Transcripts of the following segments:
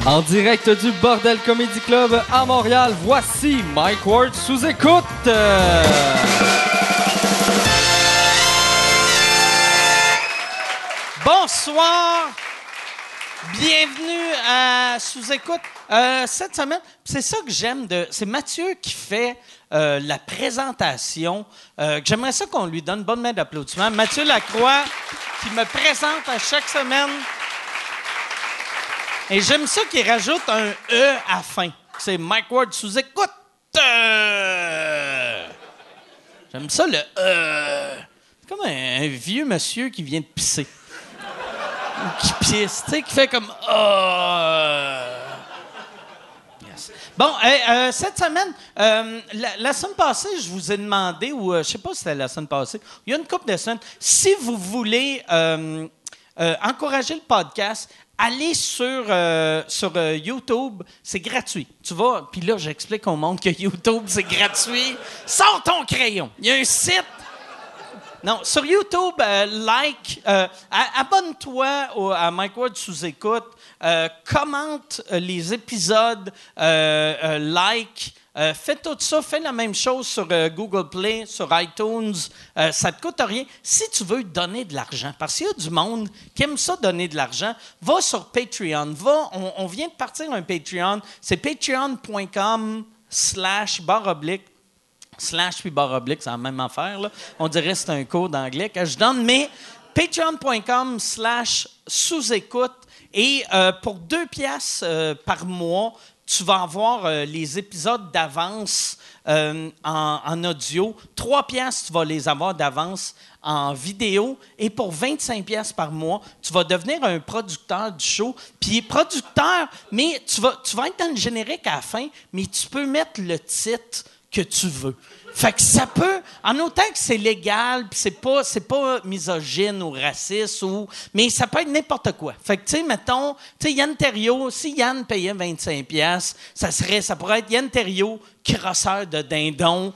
En direct du Bordel Comedy Club à Montréal, voici Mike Ward sous écoute. Bonsoir, bienvenue à Sous-Écoute. Cette semaine, c'est ça que j'aime, c'est Mathieu qui fait la présentation. J'aimerais ça qu'on lui donne une bonne main d'applaudissement. Mathieu Lacroix qui me présente à chaque semaine. Et j'aime ça qu'il rajoute un « E » à la fin. C'est Mike Ward Sous-Écoute. J'aime ça, le « E ». C'est comme un vieux monsieur qui vient de pisser. Qui pisse, tu sais, qui fait comme « Yes. » Bon, cette semaine, la semaine passée, je vous ai demandé, ou je sais pas si c'était la semaine passée, il y a une couple de semaines, si vous voulez encourager le podcast, allez sur YouTube, c'est gratuit. Tu vas, puis là, j'explique au monde que YouTube, c'est gratuit. Sors ton crayon. Il y a un site. Non, sur YouTube, abonne-toi à Mike Ward Sous-Écoute, commente les épisodes, fais tout ça, fais la même chose sur Google Play, sur iTunes, ça te coûte rien. Si tu veux donner de l'argent, parce qu'il y a du monde qui aime ça donner de l'argent, va sur Patreon, on vient de partir un Patreon, c'est patreon.com//, puis barre oblique, c'est la même affaire, là. On dirait que c'est un cours d'anglais que je donne, mais patreon.com/sous-écoute et pour 2 piastres par mois, tu vas avoir les épisodes d'avance en audio. 3 piastres, tu vas les avoir d'avance en vidéo. Et pour 25 piastres par mois, tu vas devenir un producteur du show. Puis producteur, mais tu vas être dans le générique à la fin, mais tu peux mettre le titre que tu veux. Fait que ça peut, en autant que c'est légal, puis c'est pas misogyne ou raciste, mais ça peut être n'importe quoi. Fait que, tu sais, mettons, tu sais, Yann Terriot, si Yann payait 25 piastres, ça pourrait être Yann Terriot, crosseur de dindon.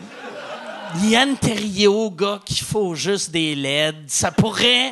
Yann Terriot, gars qui faut juste des LED. Ça pourrait...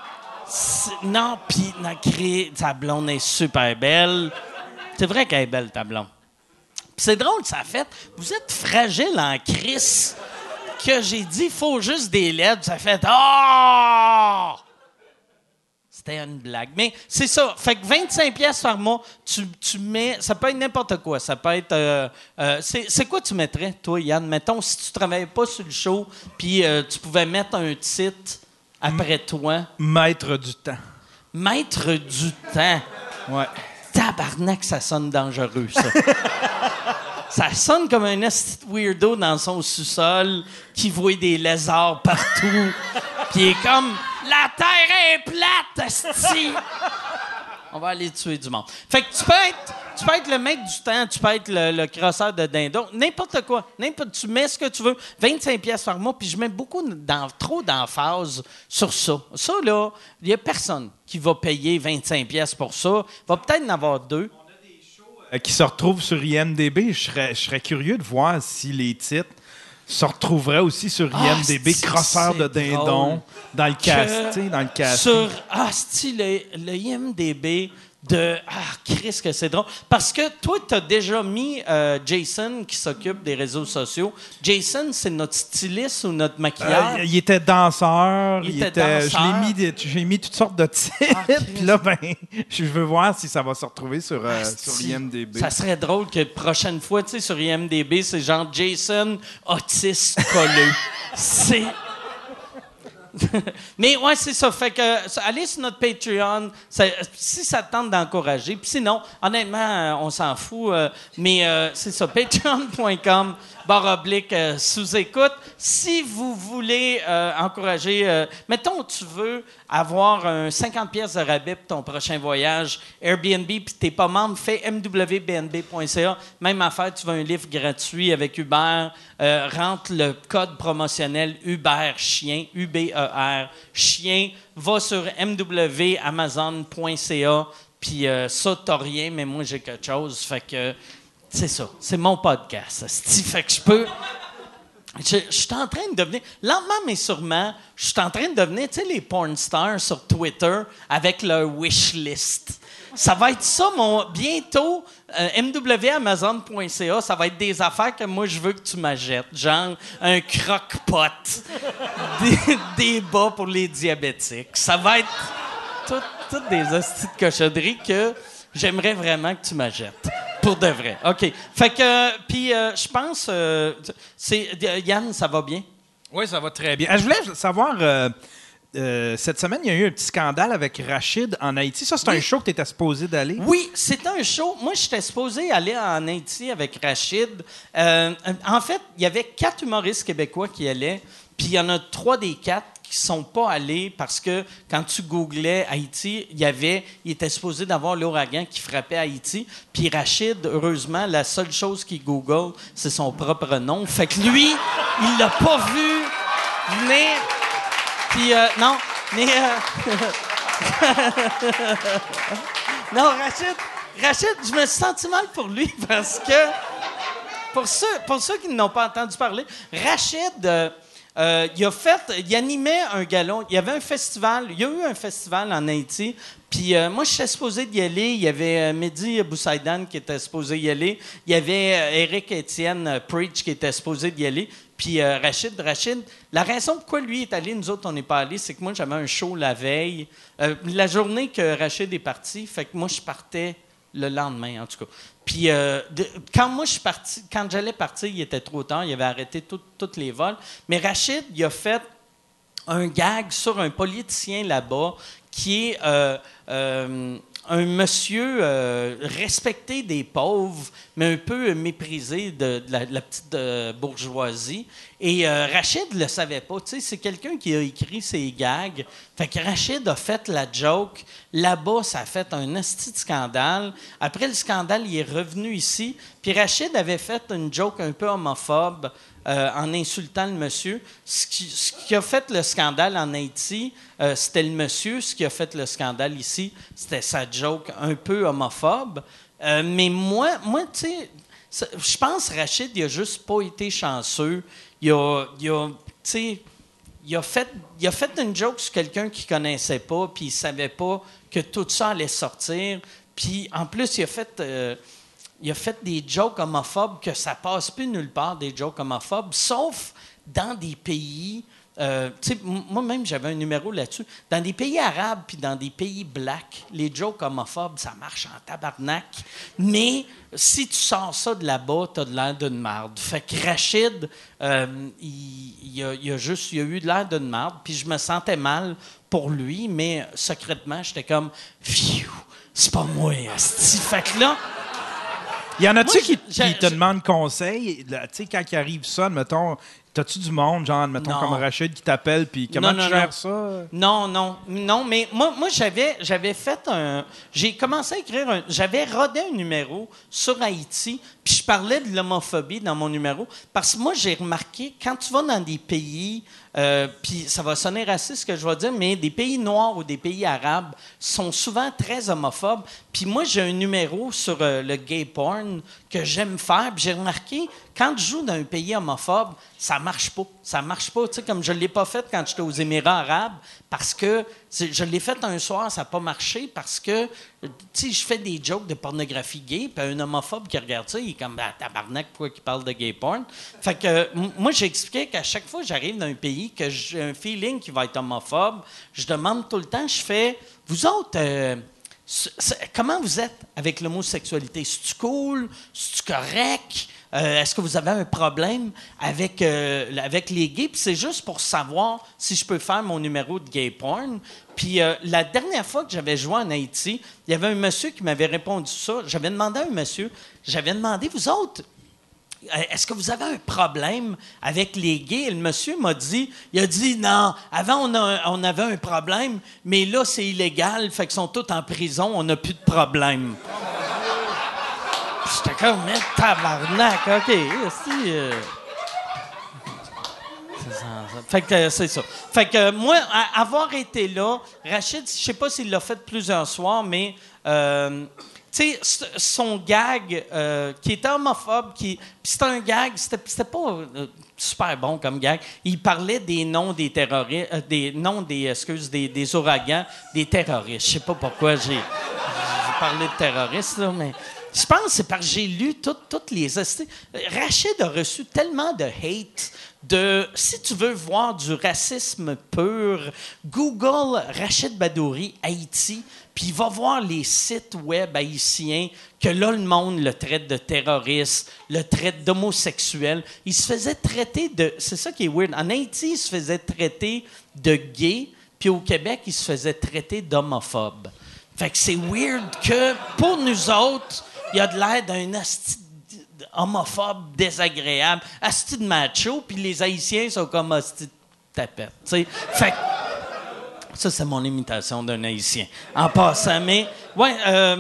Non, puis, ta blonde est super belle. C'est vrai qu'elle est belle, ta blonde. C'est drôle, ça a fait. Vous êtes fragile en crise. Que j'ai dit, il faut juste des LED. Ça fait oh! C'était une blague. Mais c'est ça. Fait que 25 piastres par mois, tu mets. Ça peut être n'importe quoi. Ça peut être. C'est quoi tu mettrais, toi, Yann? Mettons, si tu travaillais pas sur le show, puis tu pouvais mettre un titre après toi. Maître du temps. Maître du temps. Ouais. Tabarnak, ça sonne dangereux, ça. Ça sonne comme un esti weirdo dans son sous-sol qui voit des lézards partout. Puis il est comme « La Terre est plate, esti! » On va aller tuer du monde. Fait que tu peux être le mec du temps, tu peux être le crosseur de dindon, n'importe quoi. Tu mets ce que tu veux. 25 piastres par mois, puis je mets trop d'emphase sur ça. Ça, là, il n'y a personne qui va payer 25 piastres pour ça. Il va peut-être en avoir 2. On a des shows qui se retrouvent sur IMDb. Je serais curieux de voir si les titres se retrouveraient aussi sur IMDb, crosseur de dindon, dans le casting. Sur le IMDb de... Christ, que c'est drôle. Parce que toi, tu as déjà mis Jason qui s'occupe des réseaux sociaux. Jason, c'est notre styliste ou notre maquilleur? Il était danseur. Danseur. J'ai mis toutes sortes de titres. Puis là, je veux voir si ça va se retrouver sur l'IMDb. Ça serait drôle que prochaine fois, tu sais, sur IMDb, c'est genre Jason autiste colleux. C'est... Mais ouais, c'est ça. Fait que allez sur notre Patreon si ça te tente d'encourager. Puis sinon, honnêtement, on s'en fout. Mais c'est ça, patreon.com/ sous-écoute. Si vous voulez encourager, mettons, tu veux avoir un 50 pièces de rabais pour ton prochain voyage, Airbnb, puis t'es pas membre, fais mwbnb.ca. Même affaire, tu veux un livre gratuit avec Uber, rentre le code promotionnel Uber Chien, UBER Chien, va sur mwamazon.ca, puis ça, t'as rien, mais moi, j'ai quelque chose. Fait que c'est ça, c'est mon podcast. Fait que je peux... Je suis en train de devenir, lentement mais sûrement, je suis en train de devenir, tu sais, les porn stars sur Twitter avec leur wish list. Ça va être ça, bientôt, mwamazon.ca, ça va être des affaires que moi, je veux que tu m'achètes. Genre, un croque-pot, des bas pour les diabétiques. Ça va être toutes des hosties de cochonneries que j'aimerais vraiment que tu m'achètes. Pour de vrai. OK. Fait que, puis, je pense, Yann, ça va bien? Oui, ça va très bien. Je voulais savoir, cette semaine, il y a eu un petit scandale avec Rachid en Haïti. Ça, c'est un show que tu étais supposé d'aller? Oui, c'était un show. Moi, j'étais supposé aller en Haïti avec Rachid. En fait, il y avait 4 humoristes québécois qui allaient, puis il y en a 3 des 4 qui sont pas allés parce que quand tu googlais Haïti, il était supposé d'avoir l'ouragan qui frappait Haïti. Puis Rachid, heureusement, la seule chose qu'il google, c'est son propre nom. Fait que lui, il l'a pas vu venir. Puis non, mais non, Rachid, je me suis senti mal pour lui parce que pour ceux qui n'ont pas entendu parler, Rachid. Il animait un gala. Il y avait un festival. Il y a eu un festival en Haïti. Puis moi, j'étais supposé d'y aller. Il y avait Mehdi Boussaïdan qui était supposé y aller. Il y avait Éric Étienne Preach qui était supposé d'y aller. Puis Rachid, la raison pourquoi lui est allé, nous autres, on n'est pas allés, c'est que moi, j'avais un show la veille. La journée que Rachid est parti, fait que moi, je partais le lendemain, en tout cas. Puis quand j'allais partir, il était trop tard. Il avait arrêté tous les vols. Mais Rachid, il a fait un gag sur un politicien là-bas qui est un monsieur respecté des pauvres, mais un peu méprisé de la petite bourgeoisie. Et Rachid le savait pas. Tu sais, c'est quelqu'un qui a écrit ses gags. Fait que Rachid a fait la joke. Là-bas, ça a fait un esti de scandale. Après le scandale, il est revenu ici. Puis Rachid avait fait une joke un peu homophobe en insultant le monsieur. Ce qui a fait le scandale en Haïti, c'était le monsieur. Ce qui a fait le scandale ici, c'était sa joke un peu homophobe. Mais moi, tu sais, je pense que Rachid, il a juste pas été chanceux. Il a fait une joke sur quelqu'un qu'il connaissait pas, puis il savait pas que tout ça allait sortir. Puis en plus, il a fait des jokes homophobes que ça passe plus nulle part, des jokes homophobes, sauf dans des pays. Moi-même, j'avais un numéro là-dessus. Dans des pays arabes puis dans des pays blacks, les jokes homophobes, ça marche en tabarnak. Mais si tu sors ça de là-bas, t'as de l'air d'une marde. Fait que Rachid, il a eu de l'air d'une marde, puis je me sentais mal pour lui, mais secrètement, j'étais comme « Pfiou, c'est pas moi, asti. » Fait que là... Y en a-tu qui te demandent conseil? Tu sais, quand il arrive ça, mettons, t'as-tu du monde, genre, mettons, comme Rachid qui t'appelle, puis comment tu gères ça? Non, mais moi j'avais fait j'ai commencé à écrire j'avais rodé un numéro sur Haïti, puis je parlais de l'homophobie dans mon numéro, parce que moi, j'ai remarqué, quand tu vas dans des pays, puis ça va sonner raciste ce que je vais dire, mais des pays noirs ou des pays arabes sont souvent très homophobes. Puis moi, j'ai un numéro sur le gay porn que j'aime faire, puis j'ai remarqué, quand je joue dans un pays homophobe, ça marche pas. Ça marche pas, tu sais, comme je l'ai pas fait quand j'étais aux Émirats arabes, parce que je l'ai fait un soir, ça n'a pas marché, parce que, tu sais, je fais des jokes de pornographie gay, puis un homophobe qui regarde ça, il est comme, tabarnak, pourquoi il parle de gay porn? Fait que, moi, j'expliquais qu'à chaque fois que j'arrive dans un pays, que j'ai un feeling qui va être homophobe, je demande tout le temps, je fais, vous autres, comment vous êtes avec l'homosexualité? C'est-tu cool? C'est-tu correct? Est-ce que vous avez un problème avec les gays? Puis c'est juste pour savoir si je peux faire mon numéro de gay porn. Puis la dernière fois que j'avais joué en Haïti, il y avait un monsieur qui m'avait répondu ça. J'avais demandé à un monsieur, vous autres, est-ce que vous avez un problème avec les gays? Et le monsieur il a dit non, avant on avait un problème, mais là c'est illégal, fait qu'ils sont tous en prison, on n'a plus de problème. J'étais comme, mais tabarnak, OK. Fait que c'est ça. Fait que moi, avoir été là, Rachid, je sais pas s'il l'a fait plusieurs soirs, mais tu sais, son gag qui était homophobe, puis c'était un gag, c'était pas super bon comme gag. Il parlait des noms des terroristes, des ouragans, des terroristes. Je sais pas pourquoi j'ai parlé de terroristes, là, mais je pense que c'est parce que j'ai lu toutes les... Rachid a reçu tellement de hate. Si tu veux voir du racisme pur, Google Rachid Badouri, Haïti, puis va voir les sites web haïtiens que là, le monde le traite de terroriste, le traite d'homosexuel. Il se faisait traiter de... C'est ça qui est weird. En Haïti, il se faisait traiter de gay, puis au Québec, il se faisait traiter d'homophobe. Fait que c'est weird que, pour nous autres, il y a de l'air d'un asti homophobe désagréable, asti de macho, puis les Haïtiens sont comme asti de tapette. T'sais. Fait que ça, c'est mon imitation d'un Haïtien. En passant, mais... Ouais,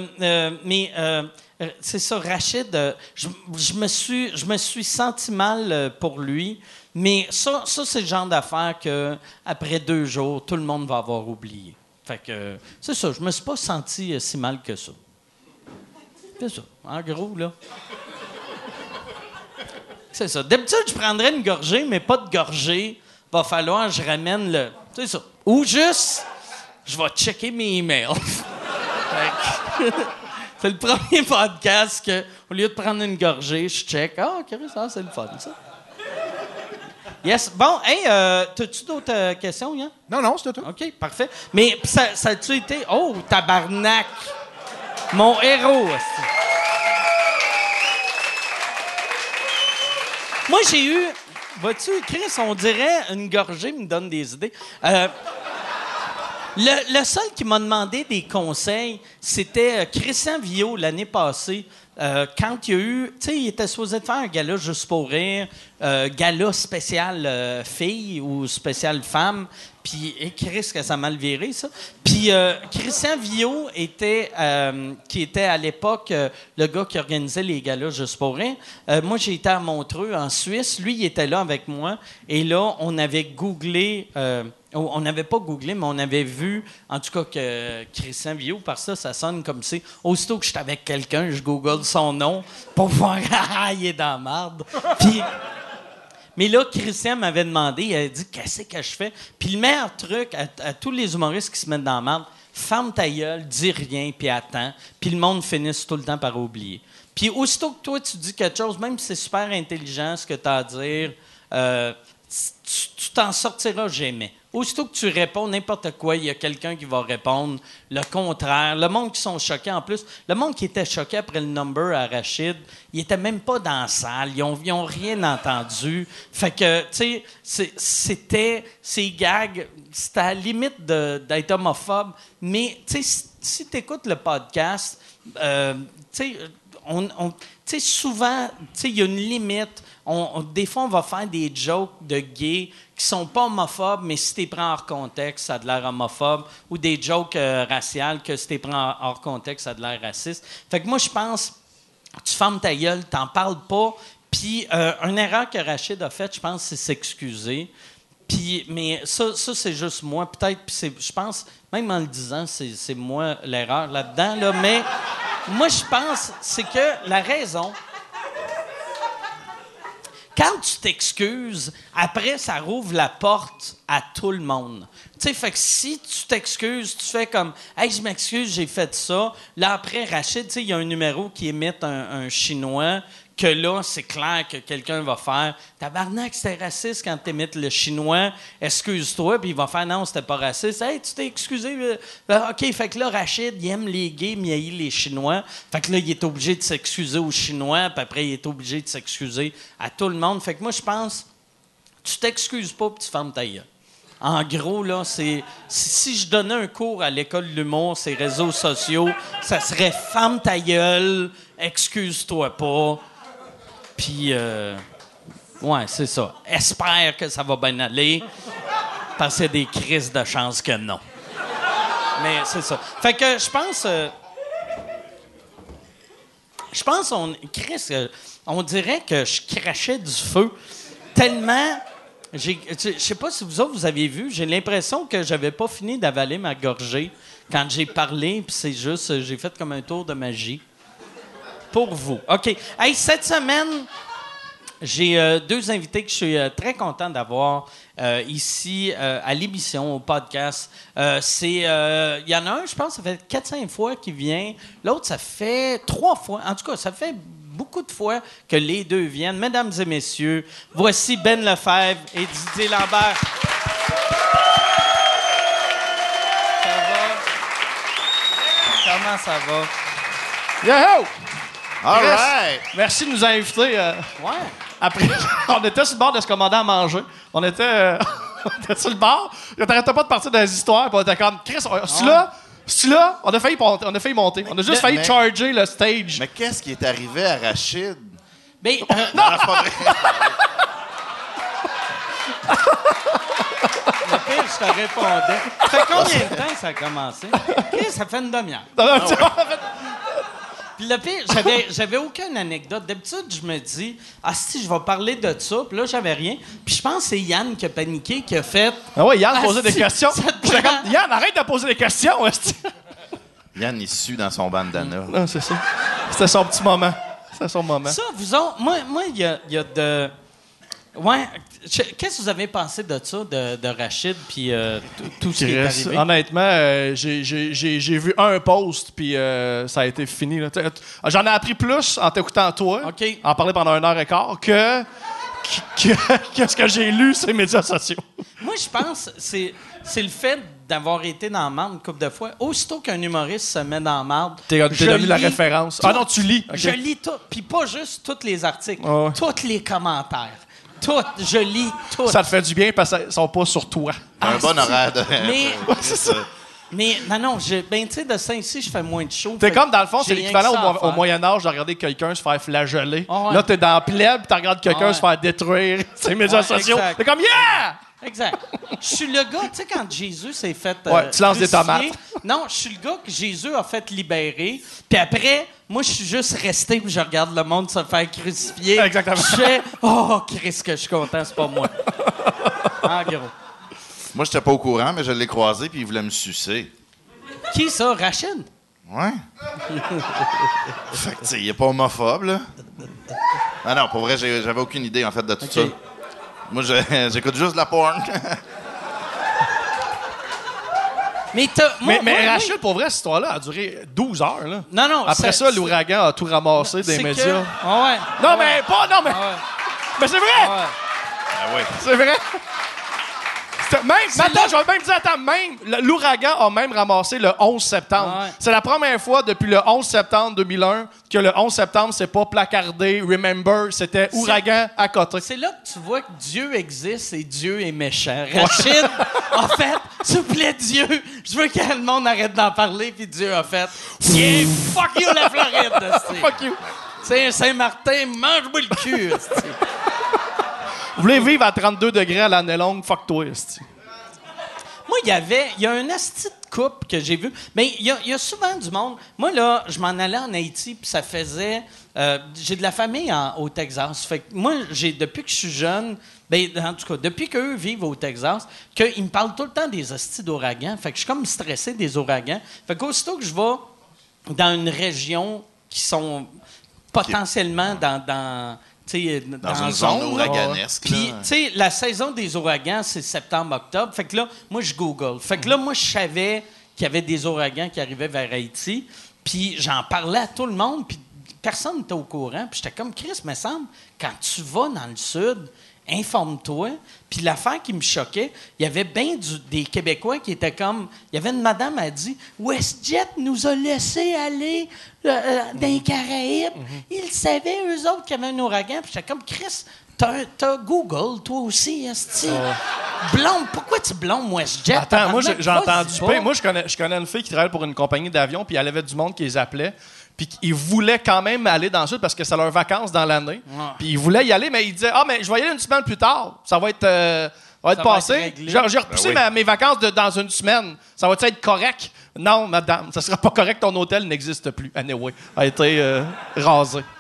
c'est ça, Rachid, je me suis senti mal pour lui, mais ça c'est le genre d'affaire qu'après 2 jours, tout le monde va avoir oublié. Fait que, c'est ça, je me suis pas senti si mal que ça. C'est ça, en gros, là. C'est ça. D'habitude, je prendrais une gorgée, mais pas de gorgée. Va falloir que je ramène le... C'est ça. Ou juste, je vais checker mes emails. C'est le premier podcast que, au lieu de prendre une gorgée, je check. Ah, OK, ça, c'est le fun, ça. Yes. Bon, hey, t'as-tu d'autres questions, Yann? Non, c'était tout. OK, parfait. Mais ça a-tu été... Oh, tabarnak! Mon héros, aussi. Moi, j'ai eu... Vois-tu, Chris, on dirait une gorgée me donne des idées. Le seul qui m'a demandé des conseils, c'était Christian Villot l'année passée. Quand il y a eu... Tu sais, il était supposé de faire un gala juste pour rire, gala spécial fille ou spécial femme. Puis, Chris, que ça a mal viré, ça. Puis, Christian Villot qui était à l'époque le gars qui organisait les galas juste pour rire. Moi, j'ai été à Montreux, en Suisse. Lui, il était là avec moi. Et là, on avait googlé... on n'avait pas googlé, mais on avait vu, en tout cas, que Christian Villot, par ça sonne comme si, aussitôt que je suis avec quelqu'un, je google son nom pour voir, il est dans la marde. Puis... Mais là, Christian m'avait demandé, il a dit, qu'est-ce que je fais? Puis le meilleur truc à tous les humoristes qui se mettent dans la merde, ferme ta gueule, dis rien, puis attends. Puis le monde finisse tout le temps par oublier. Puis aussitôt que toi, tu dis quelque chose, même si c'est super intelligent ce que tu as à dire, tu t'en sortiras jamais. Aussitôt que tu réponds n'importe quoi, il y a quelqu'un qui va répondre le contraire. Le monde qui sont choqués, en plus, le monde qui était choqué après le number à Rachid, il était même pas dans la salle. Ils ont rien entendu. Fait que, tu sais, c'était... Ces gags, c'était à la limite d'être homophobe. Mais, tu sais, si tu écoutes le podcast, tu sais, souvent, tu sais, il y a une limite. Des fois, on va faire des jokes de gays qui sont pas homophobes, mais si tu les prends hors contexte, ça a de l'air homophobe. Ou des jokes raciales que si tu les prends hors contexte, ça a de l'air raciste. Fait que moi, je pense, tu fermes ta gueule, t'en parles pas. Puis, une erreur que Rachid a faite, je pense, c'est s'excuser. Puis, mais ça c'est juste moi. Peut-être, puis je pense, même en le disant, c'est moi l'erreur là-dedans. Là, mais moi, je pense, c'est que la raison... Quand tu t'excuses, après, ça rouvre la porte à tout le monde. Tu sais, fait que si tu t'excuses, tu fais comme « Hey, je m'excuse, j'ai fait ça. » Là, après, Rachid, tu sais, il y a un numéro qui imite un Chinois que là, c'est clair que quelqu'un va faire « Tabarnak, c'était raciste quand t'imites le Chinois. Excuse-toi. » Puis il va faire « Non, c'était pas raciste. »« Hey, tu t'es excusé. » OK, fait que là, Rachid, il aime les gays, mais il haït les Chinois. Fait que là, il est obligé de s'excuser aux Chinois, puis après, il est obligé de s'excuser à tout le monde. Fait que moi, je pense, tu t'excuses pas, puis tu fermes ta gueule. En gros, là, c'est... Si je donnais un cours à l'école de l'humour, ces réseaux sociaux, ça serait « Ferme ta gueule, excuse-toi pas. » Puis, ouais, c'est ça. Espère que ça va bien aller, parce que c'est des crises de chance que non. Mais c'est ça. Fait que je pense, Chris, on dirait que je crachais du feu tellement Je sais pas si vous autres, vous avez vu, j'ai l'impression que j'avais pas fini d'avaler ma gorgée quand j'ai parlé, puis c'est juste, j'ai fait comme un tour de magie. Pour vous. OK. Hey, cette semaine, j'ai deux invités que je suis très content d'avoir ici à l'émission, au podcast. Il y en a un, je pense, ça fait 4-5 fois qu'il vient. L'autre, ça fait 3 fois. En tout cas, ça fait beaucoup de fois que les deux viennent. Mesdames et messieurs, voici Ben Lefebvre et Didier Lambert. Ça va? Comment ça va? Yo! All right! Merci de nous invités. Ouais. Après, on était sur le bord de se commander à manger. On était sur le bord. On n'arrêtait pas de partir des histoires. Puis on était comme, Chris, c'est là, on a failli monter. On a juste failli charger le stage. Mais qu'est-ce qui est arrivé à Rachid? Mais, Non, c'est pas vrai. le pire, je te répondais. Ça fait combien de temps que ça a commencé? Chris, ça fait une demi-heure. Puis le pire, j'avais aucune anecdote. D'habitude, je me dis, si je vais parler de ça. Puis là, j'avais rien. Puis je pense que c'est Yann qui a paniqué, qui a fait. Ah ouais, Yann posait des si, questions. ça te J'étais prend- comme, Yann, arrête de poser des questions. esti. Yann, il sue dans son bandana. Non, c'est ça. C'était son petit moment. C'était son moment. Ça, vous autres, moi, il y a de. Ouais. Qu'est-ce que vous avez pensé de ça, de Rachid, puis tout ce qui est arrivé? Honnêtement, j'ai vu un post, puis ça a été fini. Là. J'en ai appris plus en t'écoutant toi, OK. en parler pendant 1h15, que ce que j'ai lu sur les médias sociaux. Moi, je pense que c'est le fait d'avoir été dans la marde une couple de fois. Aussitôt qu'un humoriste se met dans la marde, T'es je donné la lis référence. tout. Ah non, tu lis. OK. Je lis tout. Puis pas juste tous les articles, Ah ouais. tous les commentaires. Tout. Je lis tout. Ça te fait du bien parce qu'ils sont pas sur toi. Un bon horaire de. Mais- c'est ça. Mais non, tu sais, de ça ici, je fais moins de show. T'es Fait comme, dans le fond, j'ai c'est rien l'équivalent que ça à au faire. Moyen-Âge de regarder quelqu'un se faire flageller. Ah ouais. Là, t'es dans la plèbe, puis tu regardes quelqu'un Ah ouais. se faire détruire sur les médias Ouais, sociaux. exact. T'es comme, yeah! Exact. Je suis le gars, tu sais, quand Jésus s'est fait. Ouais, tu lances des crucifier, tomates. Non, je suis le gars que Jésus a fait libérer. Puis après, moi, je suis juste resté où je regarde le monde se faire crucifier. Exactement. Je fais, oh, Christ, que je suis content, c'est pas moi. En gros. Moi, j'étais pas au courant, mais je l'ai croisé, puis il voulait me sucer. Qui ça, Rachid? Ouais. Fait que, tu sais, il est pas homophobe, là. Ah non, pour vrai, j'avais aucune idée, en fait, de tout ça. Moi, j'écoute juste de la porn. Mais Mais Rachel, pour vrai, cette histoire-là a duré 12 heures. Là. Non. Après ça, l'ouragan a tout ramassé des c'est médias. que- Ah ouais. Non, mais pas, non, mais. Ah ouais. Mais c'est vrai! Ah ouais. Ah oui. C'est vrai! Même, attends, je vais même dire, l'ouragan a même ramassé le 11 septembre. Ah ouais. C'est la première fois depuis le 11 septembre 2001 que le 11 septembre, c'est pas placardé, remember, c'était ouragan à côté. C'est là que tu vois que Dieu existe et Dieu est méchant. Rachid, en fait, s'il vous plaît, Dieu, je veux que le monde arrête d'en parler, puis Dieu a fait yeah, fuck you, la Floride! esti. Fuck you! C'est Saint-Martin, mange-moi le cul! esti. Vous voulez vivre à 32 degrés à l'année longue, fuck toi, esti. Moi, il y a un asti de couple que j'ai vu. Mais il y a souvent du monde. Moi, là, je m'en allais en Haïti, puis ça faisait... j'ai de la famille au Texas. Fait que moi, depuis que je suis jeune, ben, en tout cas, depuis qu'eux vivent au Texas, qu'ils me parlent tout le temps des hosties d'ouragans. Fait que je suis comme stressé des ouragans. Fait qu'aussitôt que je vais dans une région qui sont potentiellement dans Dans une zone ouraganesque. puis, là. tu sais, la saison des ouragans, c'est septembre-octobre. Fait que là, moi, je Google. Fait que là, moi, je savais qu'il y avait des ouragans qui arrivaient vers Haïti. Puis j'en parlais à tout le monde. Puis personne n'était au courant. Puis j'étais comme, Chris, me semble, quand tu vas dans le sud, informe-toi. Puis l'affaire qui me choquait, il y avait bien des Québécois qui étaient comme... Il y avait une madame, elle a dit, WestJet nous a laissé aller dans les Caraïbes. Ils savaient, eux autres, qu'il y avait un ouragan. Puis j'étais comme, Chris, t'as Google, toi aussi, esti. Blonde, pourquoi tu blondes WestJet? Attends, moi, j'ai entendu Vas-y pas. pas. Moi, je connais une fille qui travaille pour une compagnie d'avion, puis elle avait du monde qui les appelait. Puis ils voulaient quand même aller dans le sud parce que c'est leurs vacances dans l'année. Ouais. Puis ils voulaient y aller, mais ils disaient « Ah, mais je vais y aller une semaine plus tard. Ça va être, va passé. être réglé. J'ai repoussé Ben oui. mes vacances dans une semaine. Ça va être correct? » Non, madame, ça sera pas correct. Ton hôtel n'existe plus. Anyway, a été rasé.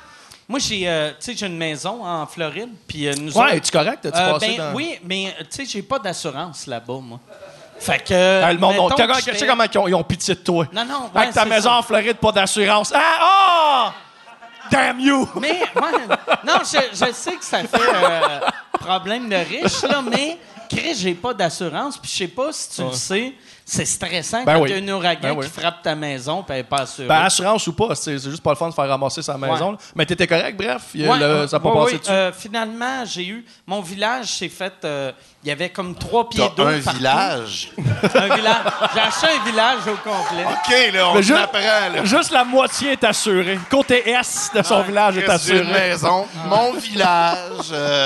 Moi, j'ai une maison en Floride, puis nous Ouais, autres- es-tu correct? T'as-tu passé dans... Oui, mais tu sais, j'ai pas d'assurance là-bas, moi. Fait que... Ah, le monde, mettons que tu sais comment ils ont pitié de toi. Non, non, Avec ouais, ta c'est maison ça. en Floride, pas d'assurance. Ah! Oh! Damn you! Mais, ouais, non, je sais que ça fait problème de riche, là, mais, Chris, j'ai pas d'assurance, puis je sais pas si tu le sais, c'est stressant Ben quand oui. il y a un ouragan Ben oui. qui frappe ta maison, puis elle est pas assurée. Ben, assurance ou pas, c'est juste pas le fun de faire ramasser sa maison. Ouais. là. Mais t'étais correct, bref. Ouais, ça n'a pas ouais, passé oui, dessus. finalement, j'ai eu... Mon village s'est fait... il y avait comme 3 pieds T'as d'eau un partout. village? Un village. J'ai acheté un village au complet. OK, là, on Mais t'apprend, là. Juste la moitié est assurée. Côté S de son village est Reste une assuré. maison, mon village.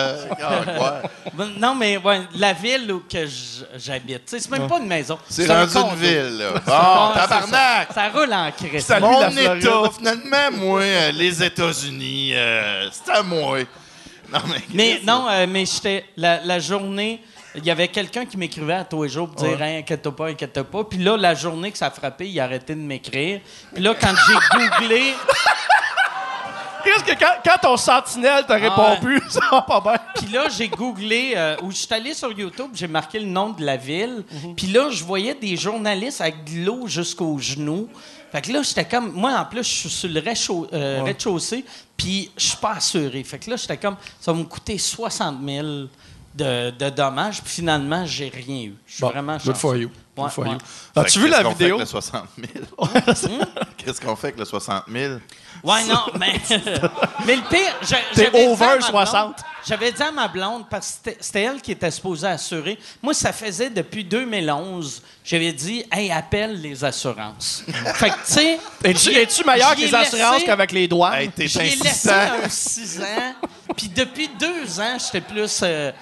Quoi? Non, mais ouais, la ville où que j'habite. Tu sais, c'est même pas une maison. C'est un rendu une condo. ville, là. Ouais, Bon, c'est tabarnak! Ça roule en crise. Salut, Mon la Floride. État, finalement, moi, les États-Unis, c'est à moi. Non, Mais non, mais j'étais... La journée... Il y avait quelqu'un qui m'écrivait à tous les jours pour dire hey, inquiète-toi pas, inquiète-toi pas. Puis là, la journée que ça a frappé, il a arrêté de m'écrire. Puis là, quand j'ai googlé... Qu'est-ce que quand ton sentinelle t'a répondu, ça va pas bien. Puis là, j'ai googlé, ou je suis allé sur YouTube, j'ai marqué le nom de la ville. Puis là, je voyais des journalistes avec de l'eau jusqu'aux genoux. Fait que là, j'étais comme... Moi, en plus, je suis sur le rez-de-chaussée, puis je suis pas assuré. Fait que là, j'étais comme... Ça va me coûter 60 000 de dommages. Puis finalement, j'ai rien eu. Je suis vraiment chanceux. Good for you. Ouais, Good for ouais. you. As-tu vu la vidéo? Qu'est-ce qu'on fait avec le 60 000? Qu'est-ce qu'on fait avec le 60 000? Ouais, non, mais... mais le pire... T'es j'avais dit over à ma 60. blonde- J'avais dit à ma blonde, parce que c'était elle qui était supposée assurer. Moi, ça faisait depuis 2011. J'avais dit, hey, appelle les assurances. Fait que, tu sais... Es-tu meilleur que j'y ai les assurances laissé- qu'avec les douanes? Hey, t'es J'y ai laissé insistant. un 6 ans. Puis depuis 2 ans, j'étais plus...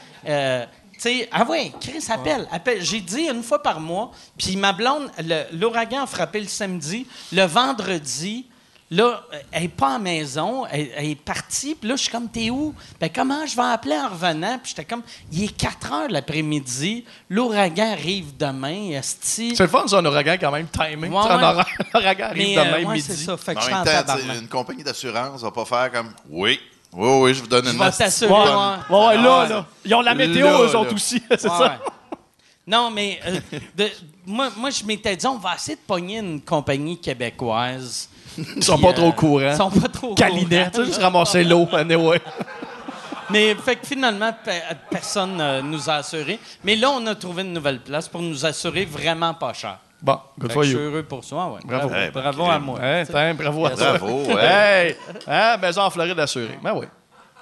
tu sais, ah ouais, Chris, appelle. J'ai dit une fois par mois. Puis ma blonde, l'ouragan a frappé le samedi. Le vendredi... Là, elle n'est pas à la maison, elle est partie. Puis là, je suis comme, t'es où? Ben, comment je vais appeler en revenant? Puis j'étais comme, il est 4 heures l'après-midi, l'ouragan arrive demain, esti. C'est le fun, ça, un ouragan quand même timé. Ouais, Tu sais, un ouais. ouragan arrive Mais, demain ouais, midi. c'est ça. Fait que En je suis même en temps, tabarnak. t'sais, une compagnie d'assurance va pas faire comme oui, je vous donne Je une vais asti de t'assurer, bonne- ouais. Là. Ils ont la météo, Là, eux autres là. aussi. C'est Ouais, ça. ouais. Non, mais moi, je m'étais dit, on va essayer de pogner une compagnie québécoise. Ils sont pas trop courants. Ils sont pas trop Calinet, tu sais, courants. juste ramasser l'eau, anyway. Mais fait que finalement, personne nous a assuré. Mais là, on a trouvé une nouvelle place pour nous assurer vraiment pas cher. Bon, good Fait for que je suis you. heureux pour ça, ouais. Bravo. Hey, Bravo ben, à moi. Hein, tiens, bravo à toi. Bravo, ouais. Hey! Hein, maison en Floride assurée. Ben oui.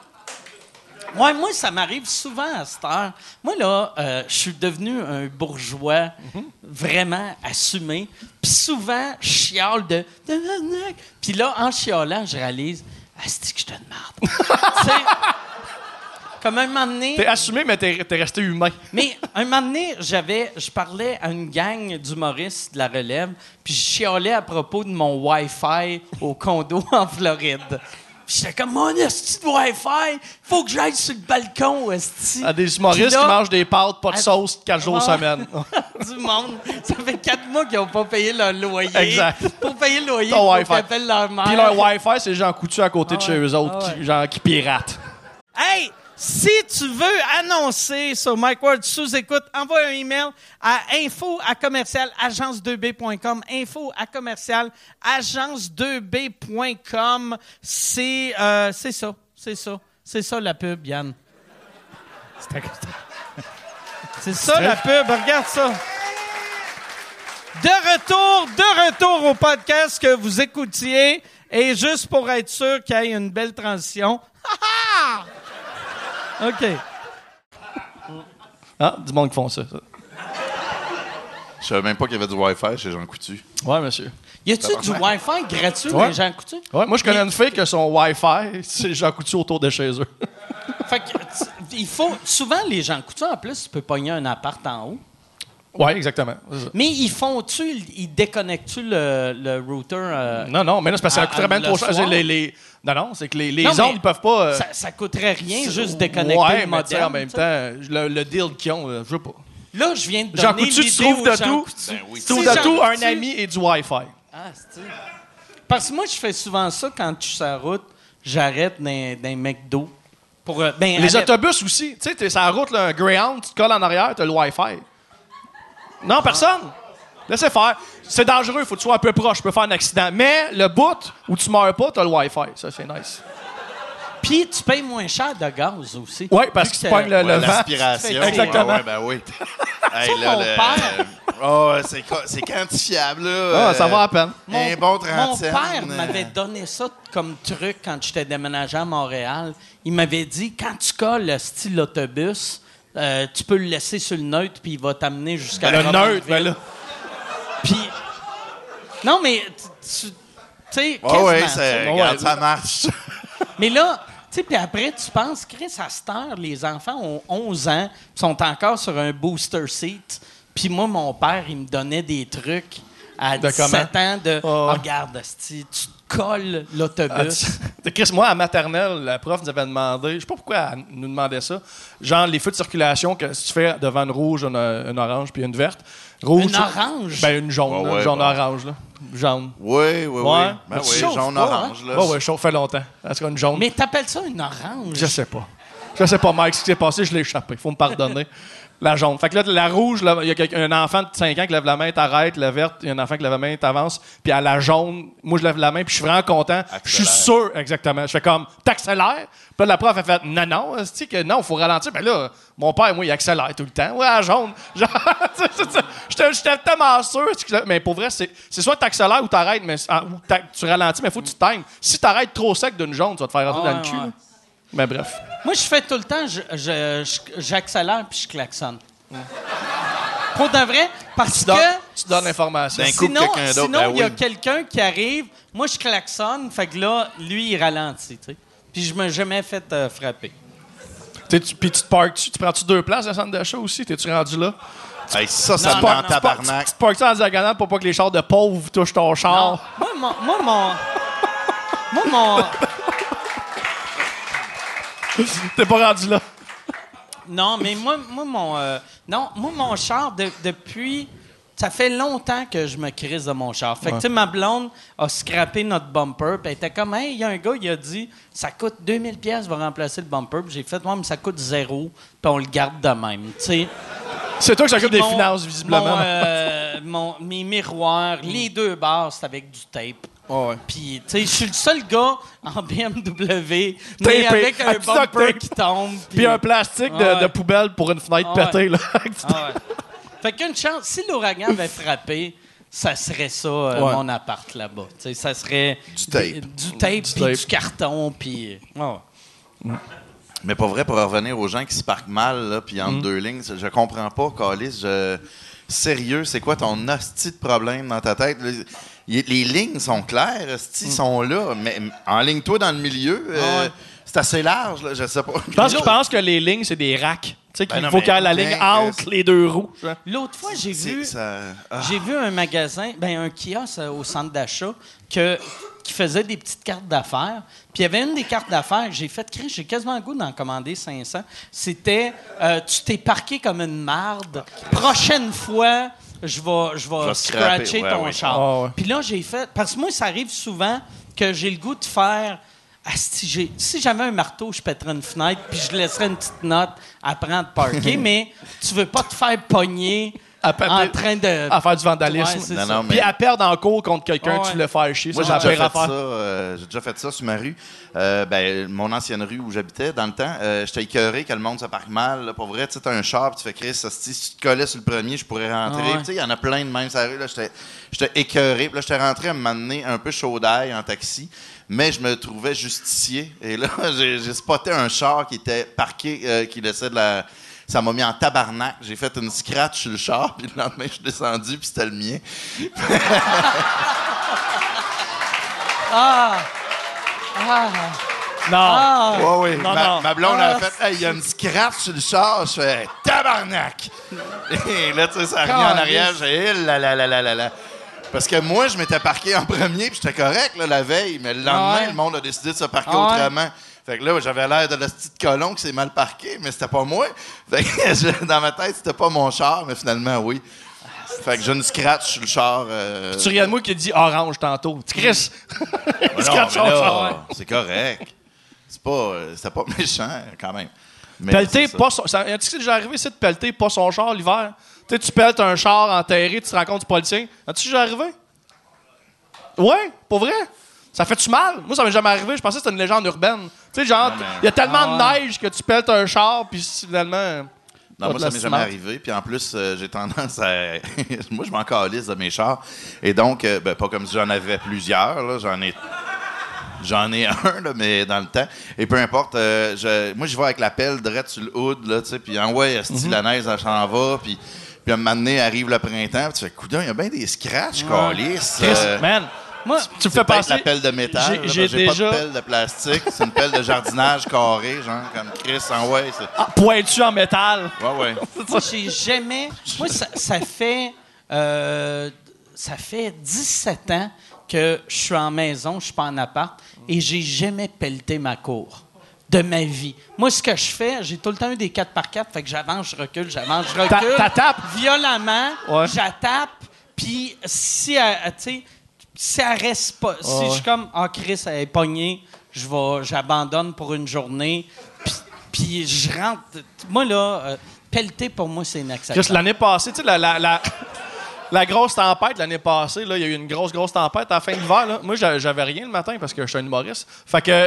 Ouais, moi, ça m'arrive souvent à cette heure. Moi, là, je suis devenu un bourgeois vraiment assumé. Puis souvent, je chiale de... Puis là, en chialant, je réalise... Ah, c'est que je te demande. Tu sais, comme un moment donné... T'es assumé, mais t'es resté humain. Mais un moment donné, je parlais à une gang d'humoristes de la relève, puis je chialais à propos de mon Wi-Fi au condo en Floride. Puis j'étais comme, mon esti de Wi-Fi, faut que j'aille sur le balcon, esti. À des humoristes Puis là, qui mangent des pâtes, pas de sauce, 4 jours Ouais. semaine. du monde. Ça fait 4 mois qu'ils n'ont pas payé leur loyer. Exact. Pour payer le loyer, Ton il faut Wi-Fi. qu'ils appellent leur mère. Puis leur Wi-Fi, c'est Jean Coutu à côté de Ah chez ouais. eux autres, Ah ouais. genre qui piratent. Hey, si tu veux annoncer sur Mike Ward sous écoute, envoie un email à info@agence2b.com. info@agence2b.com. C'est ça. C'est ça la pub, Yann. C'est ça la pub. Regarde ça. De retour au podcast que vous écoutiez. Et juste pour être sûr qu'il y ait une belle transition. OK. Ah, du monde qui font ça. Je savais même pas qu'il y avait du Wi-Fi chez Jean Coutu. Ouais, monsieur. Y a-tu du Wi-Fi gratuit Ouais. dans Jean Coutu? Ouais, moi, je connais une fille que son Wi-Fi, c'est Jean Coutu autour de chez eux. Fait que, il faut... Souvent, les Jean Coutu, en plus, tu peux pogner un appart en haut. Ouais, exactement. C'est ça. Mais ils font-tu... Ils déconnectent-tu le router? Non, mais là, c'est parce que ça coûterait bien le trop cher. soir? Non, c'est que les Non, ondes, mais ils peuvent pas... Ça coûterait rien, juste déconnecter ouais, le mais tu sais, modem. en même tu sais. temps, le deal qu'ils ont, je veux pas. Là, je viens de Jean donner Coutu, tu l'idée trouves aux de Jean tout. Coutu. Ben oui. Tu trouves C'est de Jean tout, un Coutu. ami et du Wi-Fi. Ah, c'est... Parce que moi, je fais souvent ça quand je suis sur la route. j'arrête dans McDo. Pour, Les autobus aussi. Tu sais, t'es sur la route, là, un Greyhound, tu te colles en arrière, t'as le Wi-Fi. Non, personne. Laissez faire. C'est dangereux, il faut que tu sois un peu proche, tu peux faire un accident. Mais le bout où tu meurs pas, t'as le Wi-Fi. Ça, c'est nice. Puis tu payes moins cher de gaz aussi. Oui, parce que tu pognes le vent. L'aspiration. Exactement. Ouais, ben oui. Hey, Ça, mon père... Oh, c'est quantifiable, là. Ah, ça va à peine. Un bon 30 Mon cents. père m'avait donné ça comme truc quand j'étais déménagé à Montréal. Il m'avait dit, quand tu colles le style autobus, tu peux le laisser sur le neutre puis il va t'amener jusqu'à Le neutre, ben là. Puis... Non, mais... Tu sais, Oui, quasiment, regarde, ça marche. Mais là, tu sais, puis après, tu penses, Chris, à cette heure, les enfants ont 11 ans, sont encore sur un booster seat. Puis moi, mon père, il me donnait des trucs à 17 ans de regarde, asti, tu te colles l'autobus. Chris, moi, à maternelle, la prof nous avait demandé, je sais pas pourquoi elle nous demandait ça, genre les feux de circulation, que si tu fais devant une rouge, une orange puis une verte. Rouge, une orange? Ben, une jaune, ouais, jaune-orange, là. Jaune. Oui. Ouais. Ben Tu oui, chauffes jaune-orange, pas, là. Ouais, ça fait longtemps. Est-ce qu'il y a une jaune? Mais t'appelles ça une orange? Je sais pas. Je sais pas, Mike, ce qui s'est passé, je l'ai échappé. Faut me pardonner. La jaune. Fait que là, la rouge, il y a un enfant de 5 ans qui lève la main, t'arrêtes. La verte, il y a un enfant qui lève la main, t'avances. Puis à la jaune, moi, je lève la main, puis je suis vraiment content. Je suis sûr, exactement. Je fais comme, t'accélères. Puis là, la prof a fait, non, c'est que non, faut ralentir. Ben là, mon père, moi, il accélère tout le temps. Ouais, à la jaune. J'étais tellement sûr. Mais pour vrai, c'est soit que t'accélères ou t'arrêtes, mais ou tu ralentis, mais faut que tu times. Si t'arrêtes trop sec d'une jaune, tu vas te faire rentrer dans le cul. Ouais. Mais bref. Moi, je fais tout le temps, j'accélère puis je klaxonne. Pour de vrai, parce que... Tu donnes l'information. D'un coup, quelqu'un d'autre, Sinon, il y a oui. quelqu'un qui arrive, moi, je klaxonne, fait que là, lui, il ralentit, tu sais. Puis je me suis jamais fait frapper. Puis tu te parques, tu prends-tu 2 places de centre d'achat aussi? T'es-tu rendu là? Hey, ça Non, me met en non, tabarnak. Tu te parques ça en diagonale pour pas que les chars de pauvres touchent ton char? Non. Moi, mon... T'es pas rendu là. Non, mais moi, mon char, depuis... Ça fait longtemps que je me crise de mon char. Fait que, tu sais, ma blonde a scrappé notre bumper, puis elle était comme, hey, il y a un gars, il a dit, ça coûte 2000$, je vais remplacer le bumper. Puis j'ai fait, moi, mais ça coûte 0$, puis on le garde de même, tu sais. C'est toi qui s'occupe des finances, visiblement. Mes miroirs, les 2 barres, c'est avec du tape. Ouais. Puis, tu sais, je suis le seul gars en BMW, mais Tapé. avec un Petit duct bumper tape. qui tombe. Puis un plastique de poubelle pour une fenêtre pétée, là. Ah ouais. Fait qu'une chance, si l'ouragan avait frappé, ça serait ça, mon appart là-bas. Tu sais, ça serait Du tape. Du tape, puis du carton, puis... Mais pas vrai, pour revenir aux gens qui se parquent mal, là, puis entre deux lignes, je comprends pas, Calis. Sérieux, c'est quoi ton hostie de problème dans ta tête? Les lignes sont claires, hostie, sont là, mais enligne-toi dans le milieu. C'est assez large, là, je sais pas. Je pense que les lignes, c'est des racks. Tu sais, qu'il non, faut mais qu'il y ait la ligne entre les 2 roues. L'autre fois, j'ai vu J'ai vu un magasin, un kiosque au centre d'achat qui faisait des petites cartes d'affaires. Puis il y avait une des cartes d'affaires que j'ai fait, j'ai quasiment le goût d'en commander 500. C'était tu t'es parqué comme une marde. Prochaine fois, je vais scratcher ton char. Ah ouais. Puis là, j'ai fait... Parce que moi, ça arrive souvent que j'ai le goût de faire... si j'avais un marteau, je pèterais une fenêtre puis je laisserais une petite note après de parker, mais tu veux pas te faire pogner en train de... À faire du vandalisme. Ouais, c'est Non, ça. non, Puis à perdre en cours contre quelqu'un, Ouais. tu le fais chier. Moi, Ça, j'ai c'est la déjà, pire fait affaire. ça, j'ai déjà fait ça sur ma rue. Mon ancienne rue où j'habitais, dans le temps, j'étais écœuré que le monde se parque mal. Là, pour vrai, tu sais, t'as un char, puis tu fais Chris, si tu te collais sur le premier, je pourrais rentrer. Ah ouais. Tu sais, il y en a plein de même sur la rue. Là, j'étais écœuré. Puis là, j'étais rentré à m'amener un peu chaud d'ail en taxi, mais je me trouvais justicier. Et là, j'ai spoté un char qui était parqué, qui laissait de la... Ça m'a mis en tabarnak. J'ai fait une scratch sur le char, puis le lendemain, je suis descendu, puis c'était le mien. Non. Oui. Non, non. Ma blonde a fait, hey, il y a une scratch sur le char. Je fais, tabarnak! Et là, tu sais, ça a remis en arrière. J'ai, là. Parce que moi, je m'étais parqué en premier, puis j'étais correct, là, la veille. Mais le lendemain, le monde a décidé de se parquer autrement. Fait que là, j'avais l'air de la petite colon qui s'est mal parqué, mais c'était pas moi. Fait que dans ma tête, c'était pas mon char, mais finalement, oui. Fait que j'ai une scratch sur le char. Tu riais de moi qui dit orange tantôt. Tu Chris. Non, scratch mais sur le là, char. c'est correct. C'était pas méchant, quand même. Mais Pelleter c'est ça. pas son. Est-ce que c'est déjà arrivé, ça, de pelleter pas son char l'hiver? Tu sais, tu pelles un char enterré, tu te rends compte du politicien. As-tu déjà arrivé? Ouais, pour vrai? Ça fait-tu mal? Moi, ça m'est jamais arrivé. Je pensais que c'était une légende urbaine. Tu sais, genre, il y a tellement de neige que tu pelles un char, puis finalement. Non, moi, ça m'est jamais arrivé. Puis en plus, j'ai tendance à. Moi, je m'en calisse de mes chars. Et donc, pas comme si j'en avais plusieurs. Là. J'en ai un, là, mais dans le temps. Et peu importe, moi, je vais avec la pelle direct sur le hood, là, tu sais, puis la neige, elle s'en va, puis à un moment donné, arrive le printemps, puis tu fais, coudonc, il y a bien des scratchs, câlisse. Chris, man, moi, tu me fais Peut-être penser. la pelle de métal. J'ai J'ai déjà. pas de pelle de plastique, c'est une pelle de jardinage carrée, genre, comme Chris, c'est... Pointu en métal. Ouais. Moi, j'ai jamais. Moi, ça fait 17 ans que je suis en maison, je suis pas en appart, et j'ai jamais pelleté ma cour de ma vie. Moi, ce que je fais, j'ai tout le temps eu des 4x4, fait que j'avance, je recule, T'as tapes? violemment, Ouais. j'attape, puis si elle reste pas, si je suis comme, Chris, elle est pognée, j'abandonne pour une journée, puis je rentre. Moi, là, pelleter, pour moi, c'est inacceptable. Juste l'année passée, tu sais, la grosse tempête l'année passée, là, il y a eu une grosse tempête à la fin de l'hiver. Là. Moi, j'avais rien le matin parce que je suis un humoriste. Fait que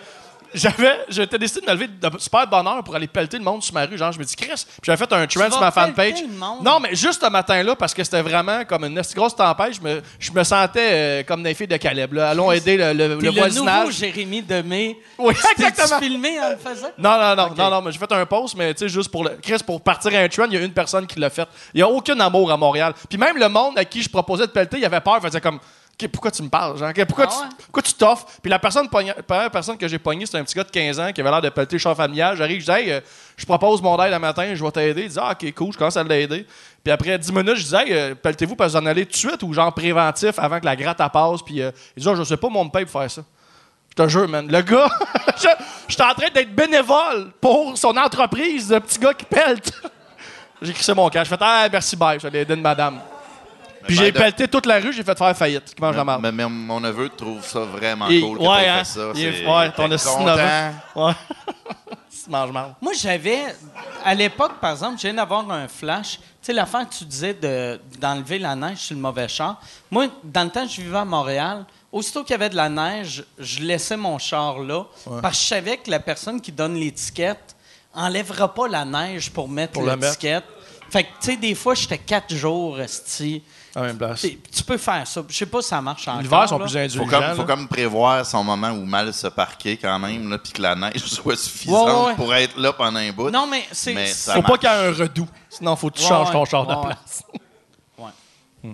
j'étais décidé de me lever de super bonne heure pour aller pelleter le monde sur ma rue. Genre, je me dis, Chris, puis j'avais fait un trend sur ma fanpage. Non, mais juste ce matin-là, parce que c'était vraiment comme une grosse tempête, je me sentais comme des filles de Caleb. Là. Allons aider le voisinage. Le nouveau Jérémy Demé. Oui, T'es-tu exactement. filmé en le faisant? Non, mais j'ai fait un post, mais tu sais, juste pour Chris, pour partir à un trend, il y a une personne qui l'a fait. Il n'y a aucun amour à Montréal. Puis même le monde à qui je proposais de pelleter, il avait peur, il faisait comme. Pourquoi tu me parles, genre? Pourquoi tu t'offres? Puis la première personne que j'ai pognée, c'était un petit gars de 15 ans qui avait l'air de pelleter le char familial. J'arrive, je dis, hey, je propose mon aide le matin, je vais t'aider. Il dit, OK, cool, je commence à l'aider. Puis après 10 minutes, je dis, hey, pelletez-vous parce que vous en allez tout de suite ou genre préventif avant que la gratte passe. Puis il dit, je sais pas, mon me paye pour faire ça. Je te jure, man. Le gars, j'étais en train d'être bénévole pour son entreprise, le petit gars qui pelte. J'ai crissé mon cash. J'ai fait, merci, bye. Je vais aider une madame. Puis j'ai pelleté toute la rue, j'ai fait faire faillite. Qui mange la marde. Mais mon neveu trouve ça vraiment Et- cool que ouais, t'aies hein. fait ça. Ouais, ton esti de neveu. Ouais. Tu manges mal. Moi, à l'époque, par exemple, je viens d'avoir un flash. Tu sais, l'affaire que tu disais d'enlever la neige sur le mauvais char. Moi, dans le temps que je vivais à Montréal, aussitôt qu'il y avait de la neige, je laissais mon char là. Parce que je savais que la personne qui donne l'étiquette enlèvera pas la neige pour mettre l'étiquette. Fait que, tu sais, des fois, j'étais 4 jours, esti. À même place. Tu peux faire ça. Je sais pas si ça marche encore. L'hiver, ils sont là. plus indulgents. Faut comme prévoir son moment où mal se parquer quand même, puis que la neige soit suffisante Ouais. pour être là pendant un bout. Non, mais c'est... Mais ça Faut pas marche. qu'il y ait un redout. Sinon, faut que tu changes ton char de ouais. place. Ouais.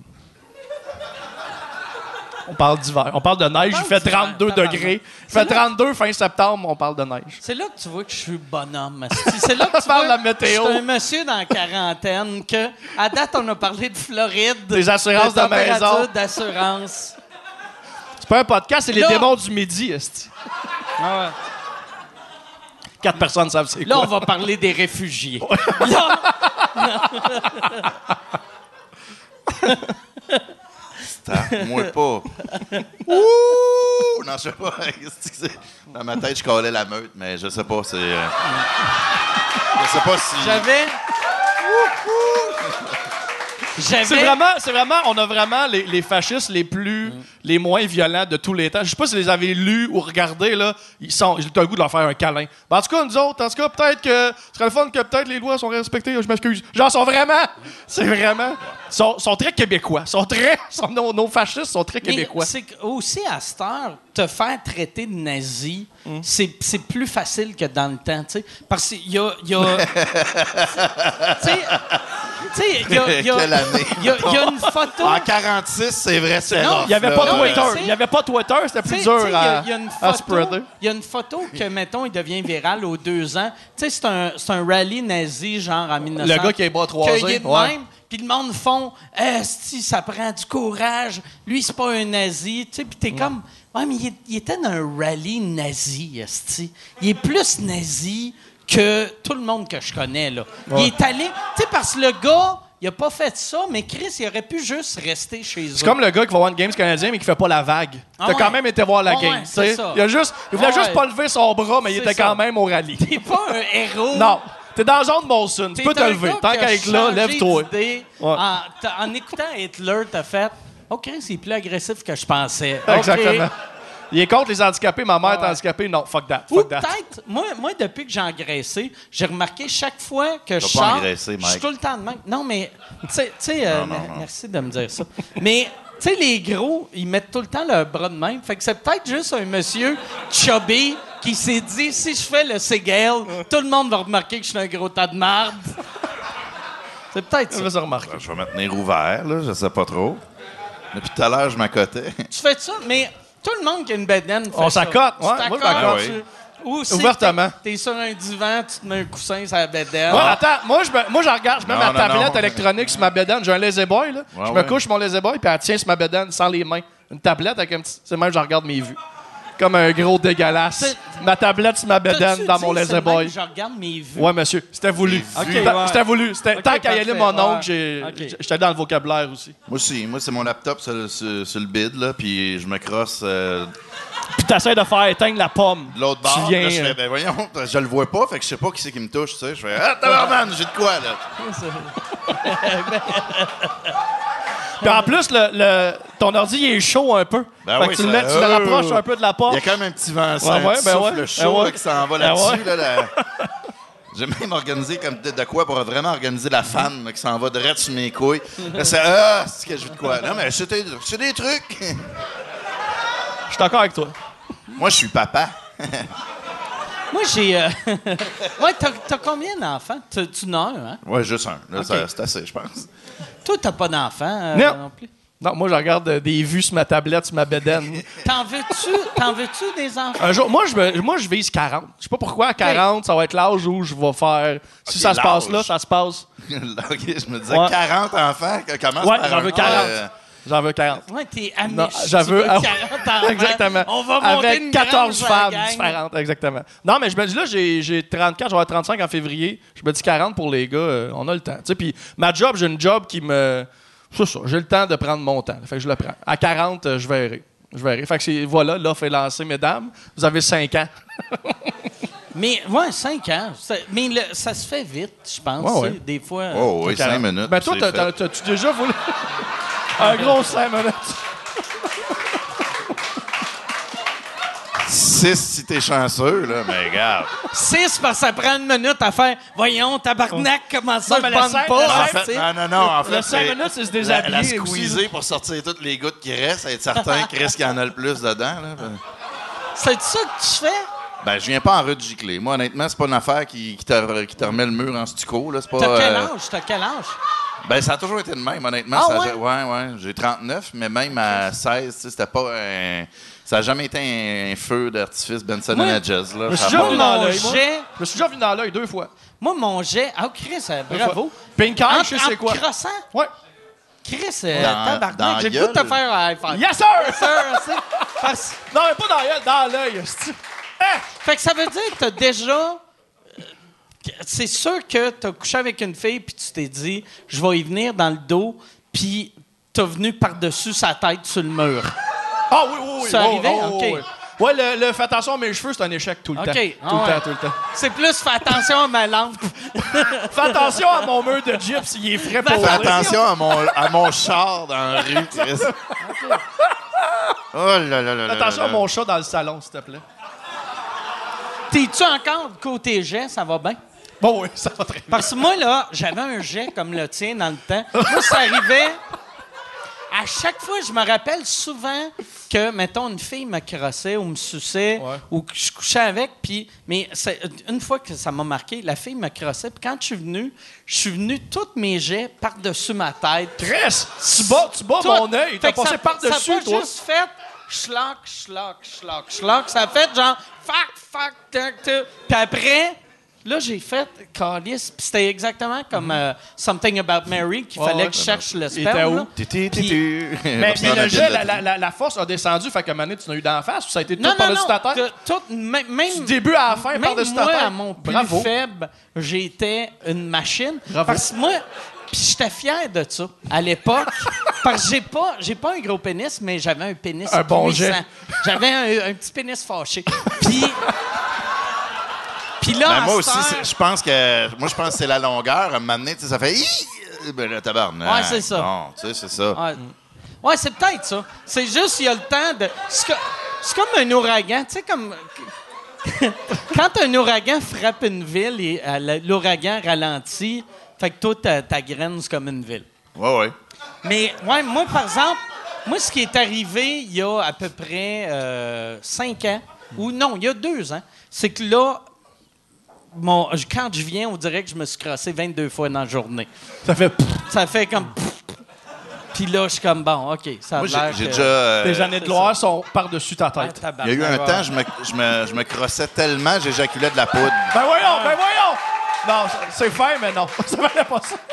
On parle d'hiver. On parle de neige. Il fait 32 degrés. Il fait 32 fin septembre. On parle de neige. C'est là que tu vois que je suis bonhomme. esti. C'est là que tu Parle vois de la météo. je suis un monsieur dans la quarantaine que, à date, on a parlé de Floride. Des assurances de température, maison. d'assurance. C'est pas un podcast, c'est les Là- démons du midi, esti. Ah ouais. 4 personnes savent c'est Là, quoi. on va parler des réfugiés. Là, Moi pas. Ouh! Non, je sais pas. Qu'est-ce que c'est? Dans ma tête, je collais la meute, mais je sais pas. Je sais pas si. j'avais... C'est vraiment, on a vraiment les fascistes les moins violents de tous les temps. Je sais pas si vous les avez lus ou regardés, là. J'ai le goût de leur faire un câlin. Ben, en tout cas, nous autres, peut-être que ce serait le fun que peut-être les lois sont respectées. Je m'excuse. Genre, c'est vraiment, sont très québécois. Nos fascistes sont très québécois. Mais c'est aussi, à cette heure, te faire traiter de nazi, c'est plus facile que dans le temps, tu sais. Parce qu'il y a... tu sais, il y a Quelle année? il y a une photo... En 46, c'est vrai, c'est Non, rough, Il n'y avait là. pas Non, mais Twitter. tu sais- Il n'y avait pas Twitter. C'était plus T'sais, dur t'sais, à il y a une à photo, spreader. il y a une photo que, mettons, il devient viral aux 2 ans. Tu sais, c'est un rallye nazi, genre en 1900. Le gars qui a les bras croisés, Cueilli de ouais. même. Puis le monde font « Esti, ça prend du courage. Lui, c'est pas un nazi. » Tu sais, puis t'es comme « Ouais, mais il était dans un rallye nazi, esti. Il est plus nazi que tout le monde que je connais, là. Il est allé... Tu sais, parce que le gars... il a pas fait ça, mais Chris, il aurait pu juste rester chez eux. C'est comme le gars qui va voir une Games canadien, mais qui fait pas la vague. T'as quand même été voir la game, tu sais. Il voulait juste pas lever son bras, mais il était quand même au rallye. T'es pas un héros. Non. T'es dans le genre de Molson. Tu peux te lever. Tant qu'à être là, lève-toi. En écoutant Hitler, t'as fait « Oh, Chris, il est plus agressif que je pensais. » Exactement. Il est contre les handicapés. Ma mère est handicapée. Non, fuck that. Ou peut-être, moi, depuis que j'ai engraissé, j'ai remarqué chaque fois que je sors, je suis tout le temps de même. Non, mais, tu sais, merci de me dire ça. Mais, tu sais, les gros, ils mettent tout le temps leur bras de même. Fait que c'est peut-être juste un monsieur chubby qui s'est dit, si je fais le Segel, tout le monde va remarquer que je suis un gros tas de marde. C'est peut-être ça. Je vais me tenir ouvert, là, je sais pas trop. Depuis tout à l'heure, je m'accotais. Tu fais ça, mais tout le monde qui a une bedaine fait on s'accote. ça. Ouais, moi, je m'accote. Ou si ouvertement. T'es sur un divan, tu te mets un coussin sur la bedaine. Ouais, attends, moi, je regarde, je mets ma tablette électronique sur ma bedaine. J'ai un lazy boy, là. Je me couche sur mon lazy boy, puis elle tient sur ma bedaine sans les mains. Une tablette avec un petit... C'est même, je regarde mes vues. Comme un gros dégueulasse. Ma tablette sur ma bedaine dans mon lazy boy. Je regarde mes vues. Ouais, monsieur. C'était voulu. C'était voulu. Tant qu'à y aller, mon oncle, j'étais dans le vocabulaire aussi. Moi aussi. Moi, c'est mon laptop sur le bid, là, puis je me crosse... Puis t'essaies de faire éteindre la pomme. De l'autre bord, là, je fais, ben voyons, je le vois pas, fait que je sais pas qui c'est qui me touche, tu sais. Je fais, ah, tabarnak, j'ai de quoi, là? Puis en plus, ton ordi, il est chaud un peu. Ben fait oui, que tu le rapproches un peu de la porte. Il y a quand même un petit vent, souffle chaud là, qui s'en va là-dessus, là. J'ai même organisé comme de quoi pour vraiment organiser la fan là, qui s'en va direct sur mes couilles. Là, c'est que je veux de quoi? Non, mais c'est des trucs. Je suis d'accord avec toi. Moi, je suis papa. Moi, j'ai... Ouais, t'as combien d'enfants? Tu n'as un, hein? Ouais, juste un. Là, Okay. c'est assez, je pense. Toi, t'as pas d'enfants non plus? Non, moi, je regarde des vues sur ma tablette, sur ma bedaine. T'en veux-tu des enfants? Un jour, moi, je vise 40. Je sais pas pourquoi, à 40, ça va être l'âge où je vais faire... Si ça se passe là, ça se passe. OK, je me disais 40 enfants. Commence par j'en veux 40. J'en veux 40. Ouais, t'es amiche. Non, j'en veux 40 enfants. Exactement. On va monter avec une 14 grange femmes à la gang. différentes. Exactement. Non, mais je me dis là, j'ai 34, je vais avoir 35 en février. Je me dis 40 pour les gars, on a le temps. Tu sais, puis ma job, j'ai une job qui me... C'est ça, j'ai le temps de prendre mon temps. Fait que je le prends. À 40, je verrai. Fait que voilà, l'offre est lancée, mesdames. Vous avez 5 ans. Mais, ouais, 5 ans. Mais ça se fait vite, je pense. Ouais, ouais. Des fois... Oh, oui, 5 minutes. Ben toi, t'as-tu déjà voulu... Un gros 5 minutes. 6 si t'es chanceux, là, mais regarde. 6 parce que ça prend une minute à faire. Voyons, tabarnak, comment ça, Non, je mais bande le pas. En fait, non, en fait, Le 5 minutes, c'est se déshabiller. La aussi. squeezer pour sortir toutes les gouttes qui restent, être certain qu'il reste qu'il y en a le plus dedans. Là. C'est ça que tu fais? Ben, je viens pas en rude giclée. Moi, honnêtement, c'est pas une affaire qui te remet le mur en stucco. Là. C'est pas, T'as quel âge? Ben, ça a toujours été de même, honnêtement. Ah, Ça ouais? Ouais. J'ai 39, mais même à 16, tu sais, c'était pas un... Ça n'a jamais été un feu d'artifice Benson Moi, Hedges. Là. Je me suis Ça a déjà pas- vu dans Mon l'œil, moi. jet... Je me suis déjà vu dans l'œil 2 fois. Moi, mon jet... Ah, Chris, bravo. Pink eye, je sais c'est quoi. croissant? Ouais. Chris, Dans tabarnak, j'ai le la goût de te gueule. faire un high five. Yes, sir! Yes, sir, tu sais. Non, mais pas dans l'œil. c'est-tu. Fait que ça veut dire que t'as déjà... C'est sûr que t'as couché avec une fille puis tu t'es dit, je vais y venir dans le dos, puis t'as venu par-dessus sa tête sur le mur. Ah oui. C'est arrivé? OK. Oui. Ouais, le fais attention à mes cheveux, c'est un échec tout le OK. temps. Tout le temps. C'est plus, fais attention à ma lampe. Fais attention à mon mur de gyps, il est frais pour Fais vrai. attention à mon char dans la rue, Chris. Oh là là là là. Attention là à là. mon chat dans le salon, s'il te plaît. T'es-tu encore côté jet? Ça va bien? Bon, oui, ça va très bien. Parce que moi, là, j'avais un jet comme le tien dans le temps. Moi, ça arrivait... À chaque fois, je me rappelle souvent que, mettons, une fille me crossait ou me suçait ou que je couchais avec. Mais une fois que ça m'a marqué, la fille me crossait. Puis quand je suis venu tous mes jets par-dessus ma tête. Chris, tu bats mon œil. T'as passé par-dessus, Ça a toi. juste fait schlock. Ça a fait genre fuck, tuck. Puis après... Là, j'ai fait calice, puis c'était exactement comme Something About Mary, qu'il fallait que je cherche le Il était sperme. où? là. Mais le jet, la force a descendu, fait que un moment donné, tu n'as eu d'en face ou ça a été tout par-dessus ta tête? Même, Du début à la fin, même par-dessus ta moi, tête? à mon plus Bravo. faible, j'étais une machine. Bravo. Parce que moi, Puis j'étais fier de ça à l'époque. Parce que j'ai pas un gros pénis, mais j'avais un pénis Un bon puissant. jet. J'avais un petit pénis fâché. Puis là, Ben, à moi cette aussi, heure- je pense que c'est la longueur. À un moment donné, tu sais, ça fait... Ben, le tabarnak. Ouais, c'est ça. Non, tu sais, c'est ça. Ouais, c'est peut-être ça. C'est juste, il y a le temps de... C'est comme un ouragan. Tu sais, comme... Quand un ouragan frappe une ville et l'ouragan ralentit, fait que toi, ta graine, c'est comme une ville. Ouais. Mais, ouais, moi, par exemple, ce qui est arrivé il y a à peu près 5 ans, ou non, il y a 2 ans, c'est que là, quand je viens, on dirait que je me suis crossé 22 fois dans la journée. Ça fait comme... Puis là, je suis comme, bon, OK, ça a Moi, l'air j'ai que- déjà... Tes années de gloire sont par-dessus ta Ouais, tête. tabarnak, il y a eu un ouais. temps, je me crossais tellement, j'éjaculais de la poudre. Ben voyons! Non, c'est fin, mais non. Ça valait pas ça.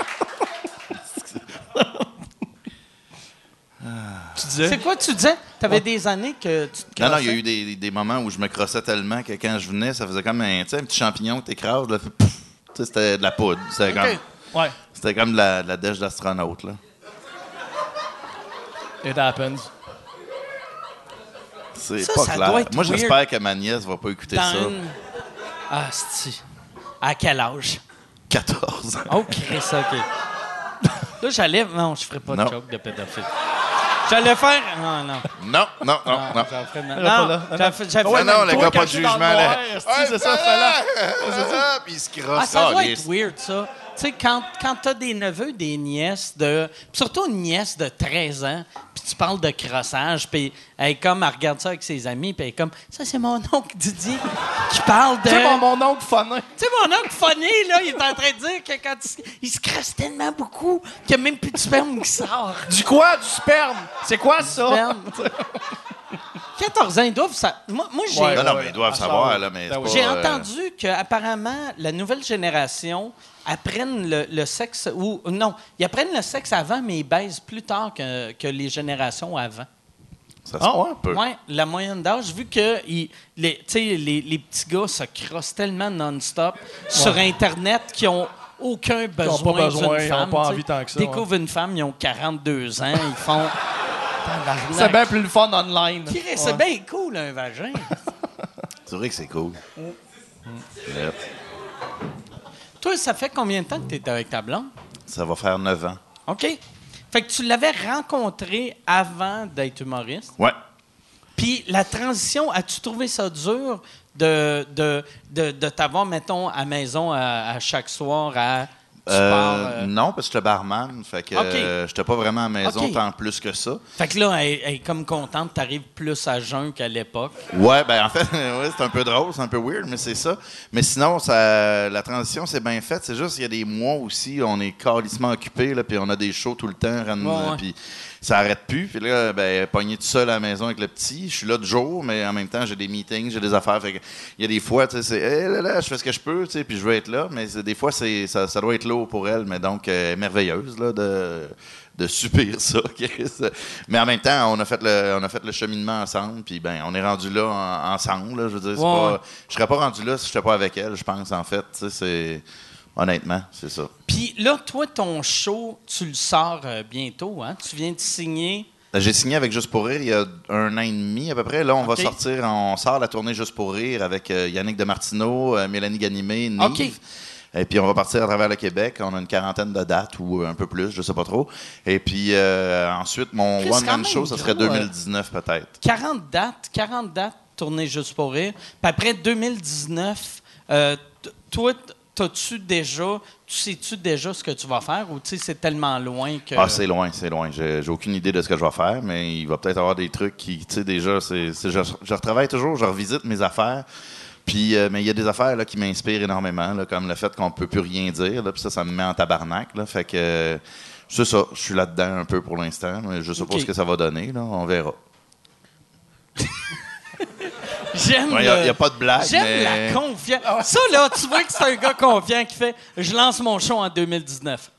Tu disais? C'est quoi tu disais? T'avais des années que tu te Non, crossais? il y a eu des moments où je me crossais tellement que quand je venais, ça faisait comme un petit champignon que t'écrases. Là, fait pouf. Tu sais, c'était de la poudre. C'était OK. Ouais. comme de la dèche d'astronaute. Là. It happens. C'est Ça, pas ça clair. doit être Moi, weird. j'espère que ma nièce va pas écouter Dans ça. une... Ah, c'est... À quel âge? 14 ans. Oh, Chris, OK. Là, j'allais... Non, je ferais pas de Non. joke de pédophile. J'allais faire... Non. Non. J'en ferais... Là, pas là. Ouais, non, le toi, gars, pas de caché dans le jugement. noir, Là. esti, c'est ça, fais-là. Puis il se crosse. Ah, ça doit les- être weird, ça. Tu sais, quand t'as des neveux, des nièces de... Puis surtout une nièce de 13 ans, puis tu parles de crossage, puis elle est comme, elle regarde ça avec ses amis, puis elle est comme, ça, c'est mon oncle Didier qui parle de... Tu sais, mon oncle phonin. Tu sais, mon oncle Funny, là, il est en train de dire que quand il se crosse tellement beaucoup qu'il n'y a même plus de sperme qui sort. Du quoi? Du sperme. C'est quoi ça? Sperme. 14 ans, ils doivent... Moi j'ai... Ouais. Non, mais ils doivent Ah, savoir, ça, là, mais ben c'est oui. pas, J'ai entendu qu'apparemment, la nouvelle génération apprennent le sexe... ou non, ils apprennent le sexe avant, mais ils baisent plus tard que les générations avant. Ça se Ah, ouais? peut. Oui, la moyenne d'âge, vu que les petits gars se crossent tellement non-stop sur Internet qu'ils ont aucun besoin Ils ont pas besoin, d'une ils ont femme. pas t'sais. envie tant que ça, Découvrent une femme, ils ont 42 ans, ils font... Tabarnak. C'est bien plus le fun online. Chris, c'est bien cool, un vagin. C'est vrai que c'est cool. Yep. Toi, ça fait combien de temps que tu es avec ta blonde? Ça va faire 9 ans. OK. Fait que tu l'avais rencontré avant d'être humoriste. Ouais. Puis la transition, as-tu trouvé ça dur de t'avoir, mettons, à maison à chaque soir à... Tu pars, Non, parce que j'étais barman. Fait que OK. j'étais pas vraiment à la maison OK. tant plus que ça. Fait que là, elle est comme contente, t'arrives plus à jeun qu'à l'époque. Ouais, ben en fait, ouais, c'est un peu drôle, c'est un peu weird, mais c'est ça. Mais sinon, la transition, c'est bien faite. C'est juste qu'il y a des mois aussi, on est calissement occupés, là, puis on a des shows tout le temps, Ouais. puis ça arrête plus. Puis là, ben, pogné tout seul à la maison avec le petit. Je suis là de jour, mais en même temps, j'ai des meetings, j'ai des affaires. Fait que il y a des fois, tu sais, c'est là, je fais ce que je peux, tu sais, puis je veux être là. Mais des fois, ça doit être lourd pour elle, mais donc merveilleuse là de subir ça. Chris. Mais en même temps, on a fait le cheminement ensemble, puis ben, on est rendu là ensemble. Là, je veux dire, c'est Ouais. pas, je serais pas rendu là si je n'étais pas avec elle. Je pense en fait, tu sais, c'est honnêtement, c'est ça. Puis là, toi, ton show, tu le sors bientôt, hein? Tu viens de signer... J'ai signé avec Juste pour rire il y a 1 an et demi à peu près. Là, on OK. on sort la tournée Juste pour rire avec Yannick Demartino, Mélanie Ganimé, Nive. OK. Et puis on va partir à travers le Québec. On a une quarantaine de dates ou un peu plus, je sais pas trop. Et puis ensuite, mon Chris, one-man quand show, même ça serait gros, 2019 peut-être. 40 dates, tournées juste pour rire. Puis après 2019, toi, tu sais-tu déjà ce que tu vas faire ou tu sais, c'est tellement loin que... Ah, c'est loin, c'est loin. J'ai aucune idée de ce que je vais faire, mais il va peut-être avoir des trucs qui, tu sais, déjà, je retravaille toujours, je revisite mes affaires. Puis, mais il y a des affaires là, qui m'inspirent énormément, là, comme le fait qu'on peut plus rien dire. Là, puis ça me met en tabarnak. Là, fait que c'est ça. Je suis là-dedans un peu pour l'instant. Mais je sais pas OK. ce que ça va donner. Là, on verra. J'aime Il n'y a pas de blague. J'aime mais... la confiance. Ça, là, tu vois que c'est un gars confiant qui fait « Je lance mon show en 2019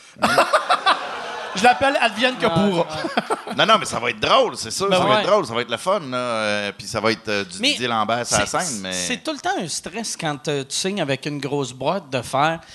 Je l'appelle Advienne que pourra. Non, mais ça va être drôle, c'est sûr. Ben ça ouais. va être drôle, ça va être le fun. Là, puis ça va être du Mais Didier Lambert sur la C'est- scène. Mais... C'est tout le temps un stress quand tu signes avec une grosse boîte de faire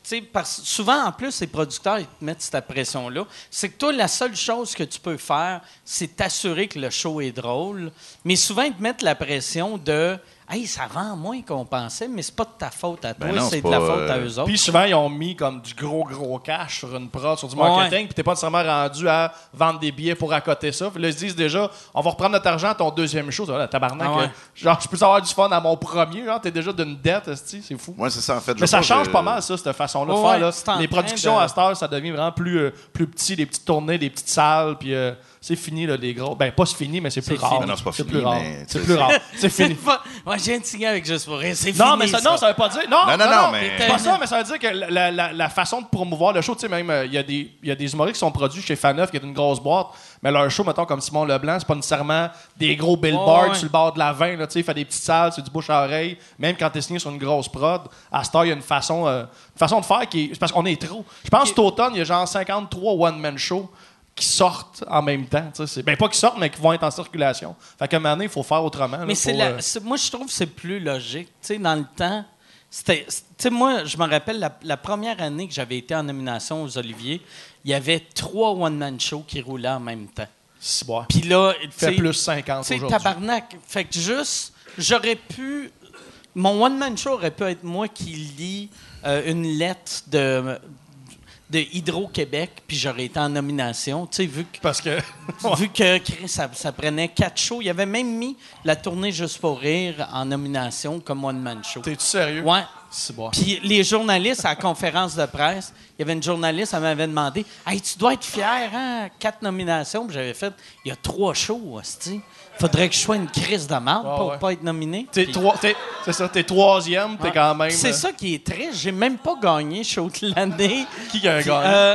sais, souvent, en plus, les producteurs, ils te mettent cette pression-là. C'est que toi, la seule chose que tu peux faire, c'est t'assurer que le show est drôle. Mais souvent, ils te mettent la pression de « Hey, ça vend moins qu'on pensait, mais c'est pas de ta faute à toi, Ben non, c'est c'est de la pas, faute à eux autres. » Puis souvent, ils ont mis comme du gros cash sur une prod, sur du marketing, puis t'es pas nécessairement rendu à vendre des billets pour accoter ça. Puis là, ils se disent déjà, on va reprendre notre argent à ton deuxième show. La tabarnak, genre, je peux avoir du fun à mon premier, genre, t'es déjà d'une dette, c'est fou. Moi, c'est ça, en fait. Mais ça change pas mal, ça, cette façon-là de faire. Là. c'est en Les train productions de- à cette heure, ça devient vraiment plus petit, des petites tournées, des petites salles, puis c'est fini, là, les gros. Ben, pas c'est fini, mais c'est plus C'est rare. fini. Non, c'est pas fini, plus rare. mais C'est tu plus sais, rare. C'est fini. Moi, je viens de signer avec Juste pour rire. C'est Non, fini, mais ça veut pas dire. Non, mais- c'est pas ça, mais ça veut dire que la façon de promouvoir le show, tu sais, même, il y a des humoristes qui sont produits chez Faneuf, qui est une grosse boîte, mais leur show, mettons, comme Simon Leblanc, c'est pas nécessairement des gros billboards sur le bord de la 20, là, tu sais, il fait des petites salles, c'est du bouche à oreille, même quand t'es signé sur une grosse prod. À cette heure, il y a une façon de faire qui est. C'est parce qu'on est trop. Je pense que cet automne, il y a genre 53 one-man shows qui sortent en même temps. Ben, pas qui sortent, mais qui vont être en circulation. Fait qu'à un moment donné, il faut faire autrement. Mais là, moi, je trouve que c'est plus logique. Tu sais, dans le temps, tu sais, moi, je me rappelle la première année que j'avais été en nomination aux Oliviers, il y avait 3 one-man shows qui roulaient en même temps. c'est bon. Puis là, tu Fait sais, plus 50 tu sais, aujourd'hui. tabarnak. Fait que juste, j'aurais pu. Mon one-man show aurait pu être moi qui lis une lettre de Hydro-Québec, puis j'aurais été en nomination. Tu sais, vu que. Parce que. Vu que Chris, ça prenait 4 shows, il avait même mis la tournée Juste pour rire en nomination comme one-man show. T'es-tu sérieux? Ouais. C'est bon. Puis les journalistes à la conférence de presse, il y avait une journaliste, elle m'avait demandé « Hey, tu dois être fier, hein? 4 nominations. » Puis j'avais fait « Il y a 3 shows, hostie. Faudrait que je sois une crise de marde pour pas être nominé. » C'est ça, t'es troisième, t'es quand même. C'est ça qui est triste. J'ai même pas gagné show de l'année. Qui a gagné?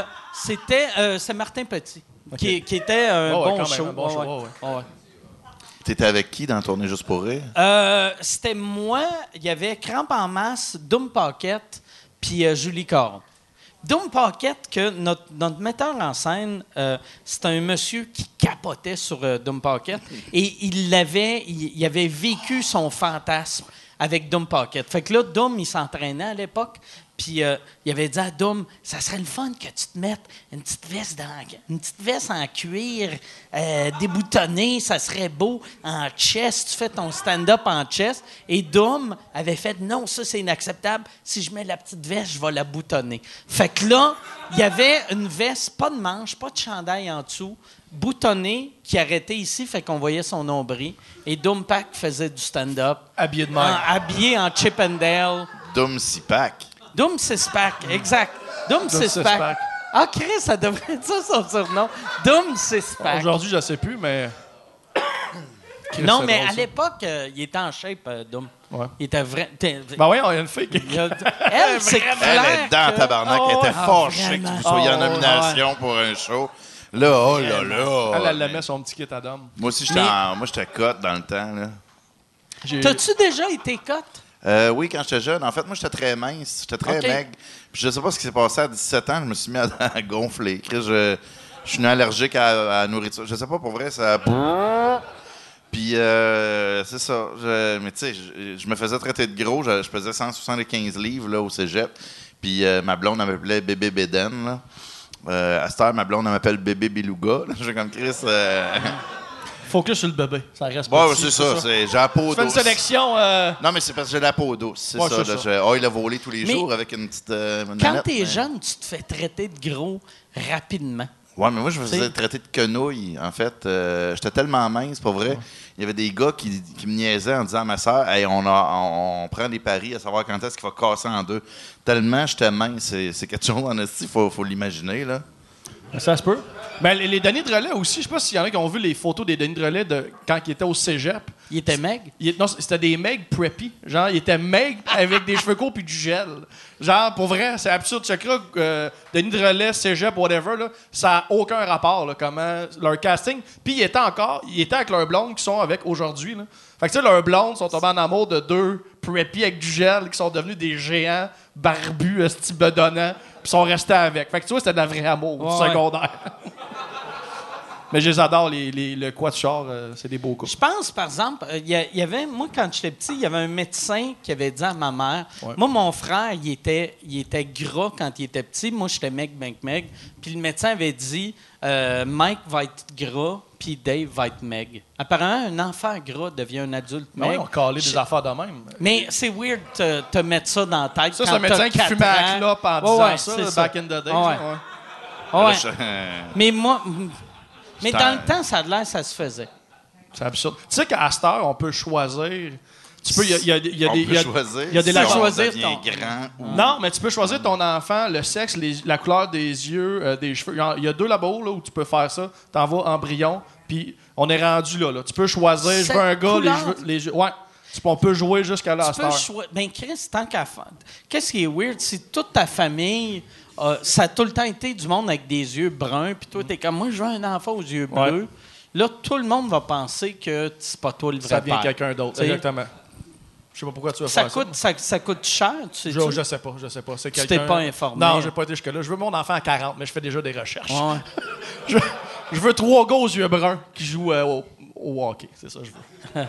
C'est Martin Petit, qui était un Oh, ouais, bon quand même, show. un bon show, ouais. T'étais avec qui dans Tournée juste pour rire? C'était moi, il y avait Crampe en masse, Doom Pocket, puis Julie Caron. Doom Pocket, que notre metteur en scène, c'est un monsieur qui capotait sur Doom Pocket et il avait vécu son fantasme avec Doom Pocket. Fait que là, Doom, il s'entraînait à l'époque, puis il avait dit à Doom, ça serait le fun que tu te mettes une petite veste en cuir déboutonnée, ça serait beau en chest, tu fais ton stand-up en chest. Et Doom avait fait, non, ça c'est inacceptable, si je mets la petite veste, je vais la boutonner. Fait que là, il y avait une veste, pas de manche, pas de chandail en dessous, boutonnée, qui arrêtait ici, fait qu'on voyait son nombril. Et Doom Pack faisait du stand-up. Habillé de même. Habillé en Chip and Dale. Doom Six-Pack. Doom Six-Pack, exact. Doom Six-Pack. Ah, Chris, ça devrait être ça son surnom. Doom Six-Pack. Aujourd'hui, je sais plus, mais. Chris, Non, c'est mais drôle, à ça. l'époque, il était en shape, Doom. Ouais. Il était vrai. Ben oui, il y a une fille qui. Elle, c'est clair. Elle est dans que- tabarnak. Elle était Ah, fâchée que vraiment. vous soyez en Oh, nomination pour un show. Là, oh là là. Elle met son petit kit à Dom. Moi aussi, Mais- j'étais cote dans le temps. Là. T'as-tu déjà été cote? Oui, quand j'étais jeune. En fait, moi, j'étais très mince. J'étais très OK. maigre. Puis je sais pas ce qui s'est passé à 17 ans. Je me suis mis à gonfler. Je suis né allergique à la nourriture. Je sais pas, pour vrai, ça... Puis, c'est ça. Mais tu sais, je me faisais traiter de gros. Je pesais 175 livres là, au cégep. Puis ma blonde, elle m'appelait Bébé Béden. Là. À cette heure, ma blonde, elle m'appelle Bébé Beluga. Je suis comme Chris... Focus sur le bébé. Ça reste Ouais, petit, c'est ça. J'ai la peau Tu fais une douce. sélection. Non, mais c'est parce que j'ai la peau douce. C'est Ouais, ça. c'est Là, ça. il a volé tous les Mais jours avec une petite. Quand nanette, t'es mais- jeune, tu te fais traiter de gros rapidement. Ouais, mais moi, je me faisais T'sais. traiter de quenouille. En fait, j'étais tellement mince, pour vrai. Il y avait des gars qui me niaisaient en disant à ma soeur, hey, on prend des paris à savoir quand est-ce qu'il va casser en deux. Tellement j'étais mince. C'est quelque chose en esti, faut l'imaginer, là. Ça se peut. Ben, les Denis de Relais aussi, je sais pas s'il y en a qui ont vu les photos des Denis de Relais de quand ils étaient au cégep. Il était maigre. Non, c'était des mecs preppy. Genre, ils étaient maigres avec des cheveux courts puis du gel. Genre, pour vrai, c'est absurde. Je crois que Denis de Relais, cégep, whatever, là, ça n'a aucun rapport, là, comment leur casting. Puis ils étaient avec leurs blondes qui sont avec aujourd'hui, là. Fait que tu sais, leurs blondes sont tombées en amour de 2 preppy avec du gel qui sont devenus des géants barbus, style bedonnants, puis sont restés avec. Fait que tu vois, c'était de la vraie amour du Ouais. secondaire. Mais je les adore, le quatuor, c'est des beaux coups. Je pense, par exemple, il y avait, moi, quand j'étais petit, il y avait un médecin qui avait dit à ma mère, moi, mon frère, il était gras quand il était petit, moi, j'étais meg. Puis le médecin avait dit, Mike va être gras, puis Dave va être meg. Apparemment, un enfant gras devient un adulte meg. Oui, on calait des affaires de même. Mais c'est weird de te mettre ça dans la tête. Ça, c'est un médecin qui fumait à la clope en disant ça, back in the day. Ouais. Mais moi... Mais dans le temps, ça a l'air, ça se faisait. C'est absurde. Tu sais qu'à cette heure, on peut choisir. Tu peux, il y a des, choisir. Il y a des si on choisir devient grand. Non, mais tu peux choisir ton enfant, le sexe, la couleur des yeux, des cheveux. Il y a 2 labos là où tu peux faire ça. T'envoies embryon, puis on est rendu là. Tu peux choisir. Je veux un gars, les cheveux. Ouais. On peut jouer jusqu'à là à cette heure. Ben Chris, tant qu'à faire. Qu'est-ce qui est weird, si toute ta famille. Ça a tout le temps été du monde avec des yeux bruns, puis toi, t'es comme, moi, je veux un enfant aux yeux bleus. Ouais. Là, tout le monde va penser que c'est pas toi le vrai père. Ça vient quelqu'un d'autre, exactement. Je sais pas pourquoi tu veux faire ça. Ça coûte cher, tu sais. Je sais pas. C'est tu t'es pas informé. Non, j'ai pas été jusque-là. Je veux mon enfant à 40, mais je fais déjà des recherches. Ouais. je veux 3 gars aux yeux bruns qui jouent au hockey. C'est ça que je veux.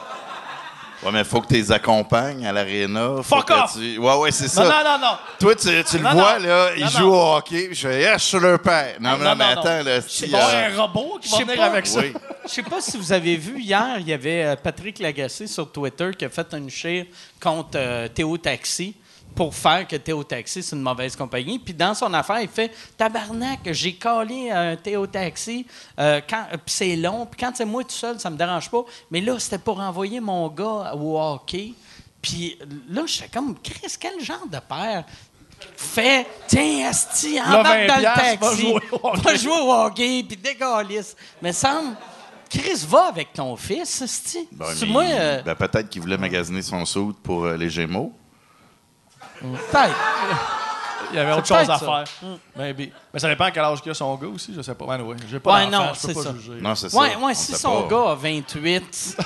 Ouais, mais faut que tu les accompagnes à l'aréna. Fuck off! Ouais, c'est ça. Non. Toi, tu le vois, là, il joue au hockey, je fais, je suis leur père. Non, mais attends, là. C'est un robot qui va venir avec ça. Je sais pas si vous avez vu, hier, il y avait Patrick Lagacé sur Twitter qui a fait une chire contre Théo Taxi pour faire que Théo Taxi, c'est une mauvaise compagnie. Puis dans son affaire, il fait « Tabarnak, j'ai collé un Théo Taxi, puis c'est long, puis quand c'est moi tout seul, ça me dérange pas. Mais là, c'était pour envoyer mon gars au hockey. Puis là, j'étais comme « Chris, quel genre de père fait « Tiens, asti, embarque dans le taxi, va jouer au hockey, puis décalisse. » Mais semble... Chris, va avec ton fils, asti. Moi, peut-être qu'il voulait magasiner son soude pour les Gémeaux. Peut-être. Il y avait autre chose à faire. Maybe. Mais ça dépend à quel âge qu'il a son gars aussi, je sais pas. J'ai pas d'enfant, je peux pas juger. Non, c'est ça. Ouais, si son gars a 28,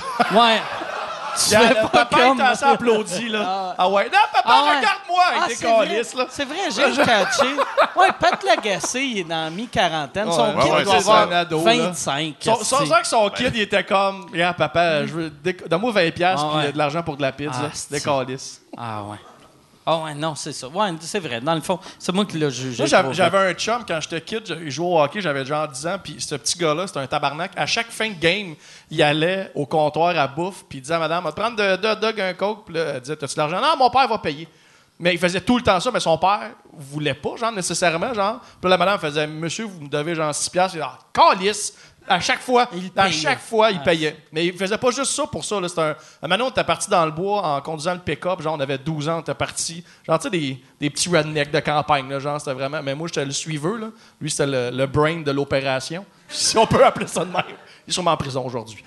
tu papa est assez applaudi, là. Ah ouais. Non, papa, regarde-moi avec des calices, là. C'est vrai, j'ai catché. Ouais, Pat Lagacé, il est dans mi-quarantaine. Son kid doit avoir 25. Sans que son kid, il était comme, regarde, papa, je veux donne-moi 20$ puis de l'argent pour de la pizza. Des calices. Ah ouais. Ah ouais, non, c'est ça. Ouais, c'est vrai. Dans le fond, c'est moi qui l'ai jugé. Moi, j'avais un chum quand j'étais kid, il jouait au hockey, j'avais genre 10 ans, puis ce petit gars-là, c'était un tabarnak. À chaque fin de game, il allait au comptoir à bouffe, puis il disait à madame, va te prendre de hot dog, un coke, puis là, elle disait, t'as-tu de l'argent? Non, mon père va payer. Mais il faisait tout le temps ça, mais son père voulait pas, genre, nécessairement, genre. Puis là, la madame faisait, monsieur, vous me devez genre 6$. Il dit, calice! À chaque fois, il payait. Mais il faisait pas juste ça pour ça. Là. Maintenant, on était parti dans le bois en conduisant le pick-up. Genre, on avait 12 ans, on était parti. Genre, tu sais, des petits rednecks de campagne. Là, genre, c'était vraiment... Mais moi, j'étais le suiveur. Là. Lui, c'était le brain de l'opération. Si on peut appeler ça de même. Il est sûrement en prison aujourd'hui.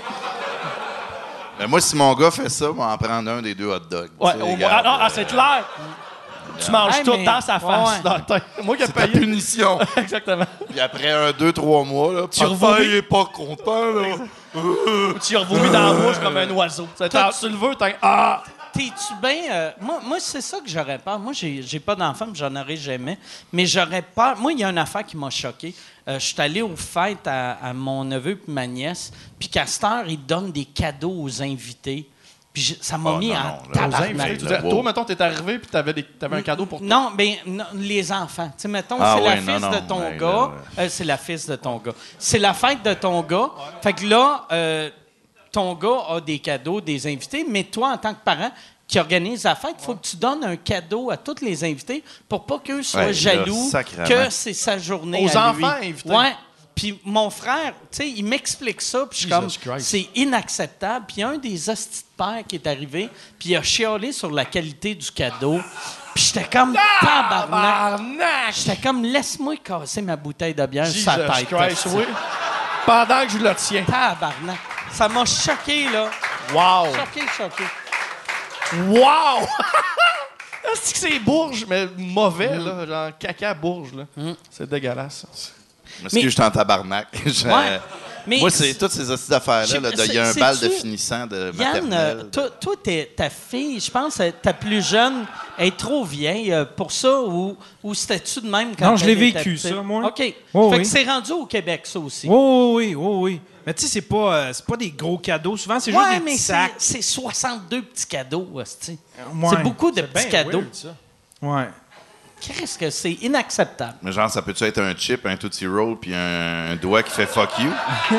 Mais moi, si mon gars fait ça, on va en prendre un des 2 hot dogs. Ouais, c'est clair. Tu manges tout dans sa face. Ouais. Moi qui ai payé. Ta punition. Exactement. Puis après 2-3 mois, là, papa, il est pas content. Là. Tu revomis dans la bouche comme un oiseau. Tu le veux, T'es-tu bien... moi, c'est ça que j'aurais peur. Moi, j'ai pas d'enfant, mais j'en aurais jamais. Mais j'aurais peur... Moi, il y a une affaire qui m'a choqué. Je suis allé aux fêtes à mon neveu et ma nièce, puis Castor, il donne des cadeaux aux invités. Puis ça m'a mis en tabarnak. Toi, mettons, t'es arrivé puis t'avais un cadeau pour toi. Non, mais les enfants. Tu sais, mettons, c'est la fille de ton gars. C'est la fille de ton gars. C'est la fête de ton gars. Ouais. Fait que là, ton gars a des cadeaux, des invités, mais toi, en tant que parent qui organise la fête, il faut que tu donnes un cadeau à tous les invités pour pas qu'eux soient jaloux que c'est sa journée aux à lui. Enfants invités. Ouais. Puis mon frère, tu sais, il m'explique ça, puis je suis comme, c'est inacceptable. Puis il y a un des hosties de père qui est arrivé, puis il a chialé sur la qualité du cadeau. Puis j'étais comme, tabarnak! J'étais comme, laisse-moi casser ma bouteille de bière sur sa tête. Oui. Pendant que je le tiens. Tabarnak! Ça m'a choqué, là. Wow! Choqué. Wow! Est-ce que c'est bourge, mais mauvais, là? Genre caca bourge, là. C'est dégueulasse. Parce que je suis en tabarnak. Mais Moi, c'est toutes ces hosties d'affaires-là. là, Il y a un bal de finissant de Yann, maternelle. toi, ta fille, je pense, ta plus jeune, est trop vieille pour ça ou c'était-tu de même quand Non, je l'ai elle était vécu, petite? ça, moi. OK. Oh, fait oui. que c'est rendu au Québec, ça aussi. Oui. Mais tu sais, c'est pas des gros cadeaux. Souvent, c'est juste Ouais, des mais petits sacs. c'est 62 petits cadeaux, hostie. Ouais. C'est beaucoup de C'est bien petits cadeaux. weird, ça. Ouais. Qu'est-ce que c'est inacceptable? Mais genre, ça peut-tu être un chip, un Tootsie Roll, puis un doigt qui fait fuck you?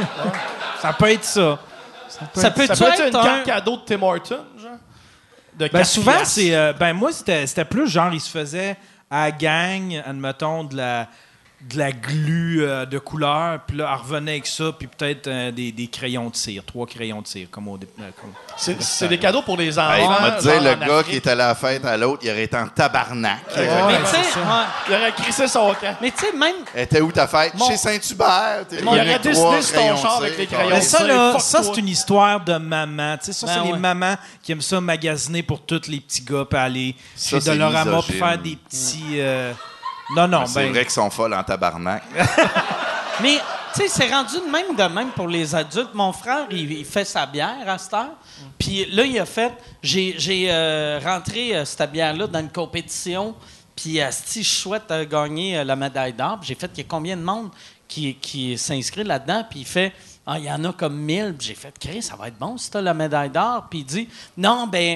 Ça peut être ça. Ça peut Ça peut être être une un... carte cadeau de Tim Hortons, genre? De Ben 4 souvent, piastres. c'est. Moi, c'était plus genre, il se faisait à la gang, admettons, de la glu de couleur, puis là, elle revenait avec ça, puis peut-être des crayons de cire, 3 crayons de cire, comme au comme- C'est des cadeaux pour les enfants. Hey, on va te dire, genre le en gars Afrique. qui est allé à la fête à l'autre, il aurait été en tabarnak. Mais tu sais, ouais. Il aurait crissé son camp. Mais tu sais, même... Était où ta fête? Mon- Chez Saint-Hubert. T'es Il revenu aurait avec décidé 3 sur ton crayons char de avec les cire. crayons. Mais ça, là, Fuck ça, toi. c'est une histoire de maman. Tu sais, ça, Ben c'est ouais. les mamans qui aiment ça magasiner pour tous les petits gars, puis aller Ça, chez c'est Dolorama pour misogyne. faire des petits... Non, C'est ben... vrai qu'ils sont folles en tabarnak. Mais, tu sais, c'est rendu de même pour les adultes. Mon frère, il fait sa bière à cette heure. Puis là, il a fait... J'ai rentré cette bière-là dans une compétition. Puis, si je souhaite gagner la médaille d'or, puis j'ai fait, il y a combien de monde qui s'inscrit là-dedans? Puis il fait... Ah, il y en a comme 1000. Puis j'ai fait, Chris, ça va être bon si t'as la médaille d'or. Puis il dit, non, ben,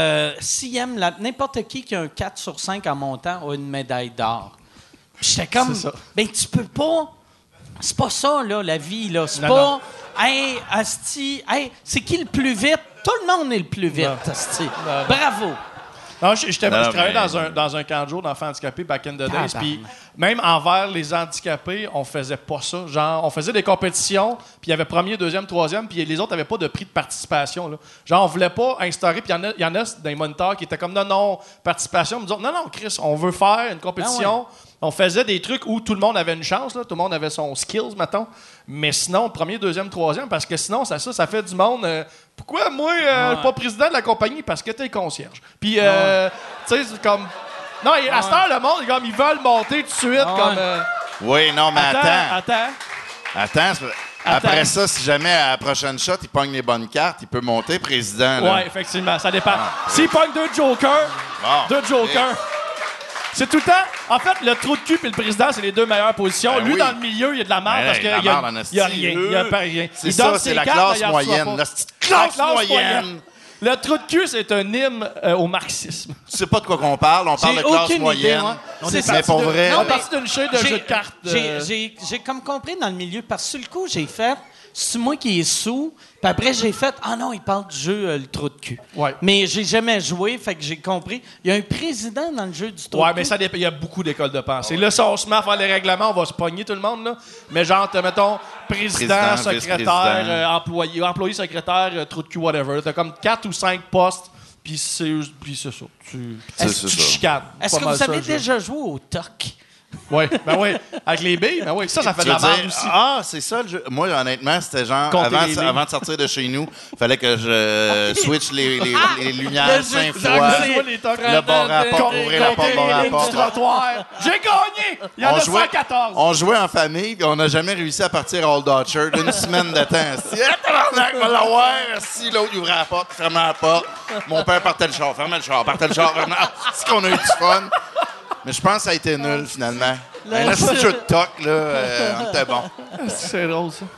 s'il aime n'importe qui a un 4 sur 5 en montant a une médaille d'or. Puis j'étais comme, C'est ça. ben, tu peux pas. C'est pas ça, là, la vie, là. C'est Non, pas, non. hey, asti, hey, c'est qui le plus vite? Tout le monde est le plus vite, asti. Bravo. Non, je travaillais mais- dans un camp de jour d'enfants handicapés back in the days. Tabarnak. Puis même envers les handicapés, on faisait pas ça. Genre, on faisait des compétitions, puis il y avait premier, deuxième, troisième, puis les autres n'avaient pas de prix de participation. Là. Genre, on voulait pas instaurer, puis il y en a dans les moniteurs qui étaient comme non, participation. Nous autres, non, Chris, on veut faire une compétition. On faisait des trucs où tout le monde avait une chance, là, tout le monde avait son skills, mettons. Mais sinon, premier, deuxième, troisième, parce que sinon, ça fait du monde. Pourquoi moi, je suis pas président de la compagnie? Parce que t'es concierge. Puis, tu sais, c'est comme. Non, à cette heure, le monde, comme, ils veulent monter tout de suite. Comme, Oui, non, mais attends. Attends. Après ça, si jamais à la prochaine shot, il pogne les bonnes cartes, il peut monter président. Là. Ouais, effectivement, ça dépend. S'il pogne 2 jokers, Bon. 2 jokers. C'est tout le temps. En fait, le trou de cul et le président, c'est les 2 meilleures positions. Ben lui, oui. dans le milieu, il y a de la merde Ben, parce de qu'il la n'y a, merde en y a esti. rien. Il n'y a pas rien. C'est Il donne ça, ses c'est la cartes, classe mais il en reçoit moyenne. pas. La petite classe moyenne. Le trou de cul, c'est un hymne au marxisme. Tu sais pas de quoi qu'on parle, on parle de J'ai classe aucune idée, moyenne. moi. C'est Mais pour vrai, Non, On mais- est parti d'une chaîne de J'ai- jeux de cartes. J'ai comme compris dans le milieu, parce que sur le coup, j'ai fait, c'est moi qui est sous, puis après, j'ai fait, ah non, il parle du jeu le trou de cul. Ouais. Mais j'ai jamais joué, fait que j'ai compris. Il y a un président dans le jeu du trou Ouais, de mais cul. ça dépend. Il y a beaucoup d'écoles de pensée. Là, si on se met à faire les règlements, on va se pogner tout le monde, là. Mais genre, mettons, président, Président, secrétaire, vice-président. employé, secrétaire, trou de cul, whatever. T'as comme 4 ou 5 postes, puis c'est ça. Tu C'est tu ça. chicanes. Est-ce Pas que mal vous ça, avez le jeu. déjà joué au TOC? Oui, ben oui. Avec les billes, ben oui. Ça fait Tu de la veux merde dire, aussi. ah, c'est ça le jeu. Moi, honnêtement, c'était genre, Compter les lignes. avant de sortir de chez nous, fallait que je switch les lumières Le jeu 5 de fois. Jouer les tocs. Le bord à porte, ouvrir la porte, bord à les porte. trottoirs. J'ai gagné! Il y en a 114. On jouait en famille, puis on n'a jamais réussi à partir à Old Orchard d'une semaine de temps. Si, tabarnak, va l'avoir. Si l'autre il ouvrait la porte, fermait la porte. Mon père partait le char, fermait le char, partait le char, fermait. C'est qu'on a eu du fun. Mais je pense que ça a été nul, finalement. Un petit jeu de toc, là, on était bon. C'est drôle, ça.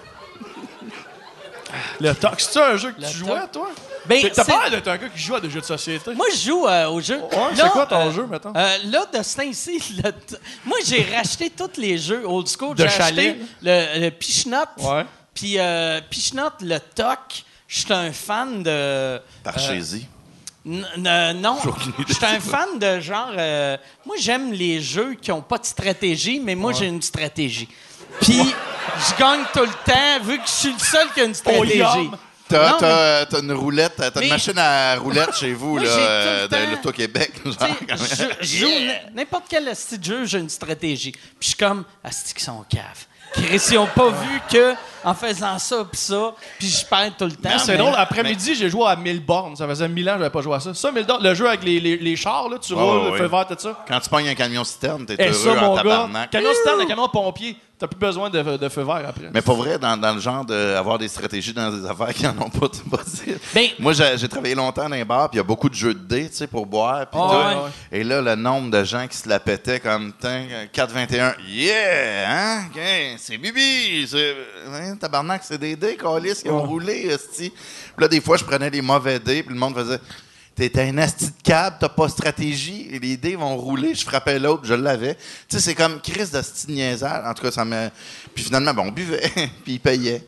Le toc, c'est un jeu que tu jouais, toi? Ben, T'as c'est- pas l'air d'être un gars qui joue à des jeux de société. Moi, je joue au jeu. Ouais, Là, c'est quoi ton jeu, mettons? Là, de ce temps-ci, moi, j'ai racheté tous les jeux old school. De J'ai chalet? acheté le Pichnot. Ouais. Puis Pichnot, le TOC. Je suis un fan de... Parchésie. Non, je suis un fan de genre... moi, j'aime les jeux qui n'ont pas de stratégie, mais moi, j'ai une stratégie. Puis, je gagne tout le temps, vu que je suis le seul qui a une stratégie. yum. Non, T'as une roulette, t'as Mais- une machine à roulette chez vous, Moi, là, j'ai tout le de temps- l'Auto-Québec. genre, Tu sais, je joue n'importe quel asti de jeu, j'ai une stratégie. Puis je suis comme, asti qui sont caves. Chris, ils n'ont pas vu que en faisant ça puis ça, puis je perds tout le temps. C'est mais- drôle, après-midi, j'ai joué à 1000 bornes. Ça faisait 1000 ans que j'avais pas joué à ça. Ça, 1000 bornes, le jeu avec les chars, là, tu roules, ouais, le feu ouais. vert, tout ça. Quand tu pognes un camion citerne, t'es Et heureux ça, en mon gars, tabarnak. camion citerne, le camion pompier. t'as plus besoin de feu vert après. Mais pas vrai, dans le genre d'avoir des stratégies dans des affaires qui n'en ont pas, c'est possible. Ben- Moi, j'ai travaillé longtemps dans les bars, puis il y a beaucoup de jeux de dés, tu sais, pour boire, puis tout. ouais. Et là, le nombre de gens qui se la pétaient comme 4-21, yeah, hein, OK, c'est Bibi, hein, tabarnak, c'est des dés, câlisse, qui ont roulé, esti. Puis là, des fois, je prenais les mauvais dés, puis le monde faisait... T'es un asti de câble, t'as pas de stratégie, et les dés vont rouler, je frappais l'autre, je l'avais. Tu sais, c'est comme Chris d'asti de niaisage. En tout cas, ça me... Puis finalement, on buvait, puis il payait.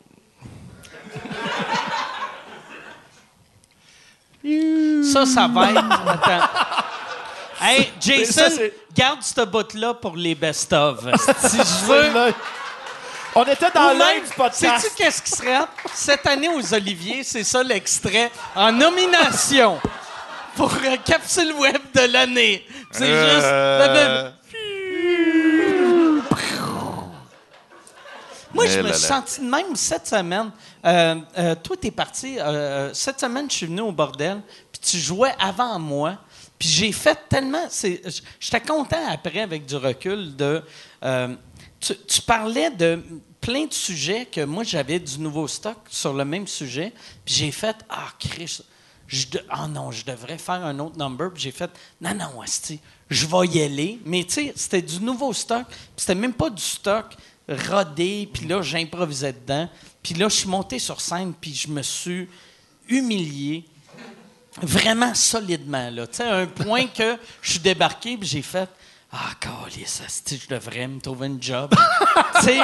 Ça va être... Attends. Hey, Jason, Ça, c'est- garde ce bout-là pour les best-of. Si je veux... On était dans Ou l'un même, du podcast. sais-tu qu'est-ce qui serait? Cette année aux Oliviers, c'est ça l'extrait en nomination pour Capsule Web de l'année. C'est juste... Moi, je Eh me là suis là. senti de même cette semaine. Toi, t'es parti. Cette semaine, je suis venu au bordel, puis tu jouais avant moi. Puis j'ai fait tellement... J'étais content après, avec du recul, de... Tu parlais de plein de sujets que moi, j'avais du nouveau stock sur le même sujet. Puis j'ai fait, Chris, non, je devrais faire un autre number. Puis j'ai fait, non, asti, je vais y aller. Mais tu sais, c'était du nouveau stock. Puis c'était même pas du stock rodé. Puis là, j'improvisais dedans. Puis là, je suis monté sur scène. Puis je me suis humilié. Vraiment solidement, là. Tu sais, à un point que je suis débarqué. Puis j'ai fait... câlisse, asti, je devrais me trouver un job. Tu sais,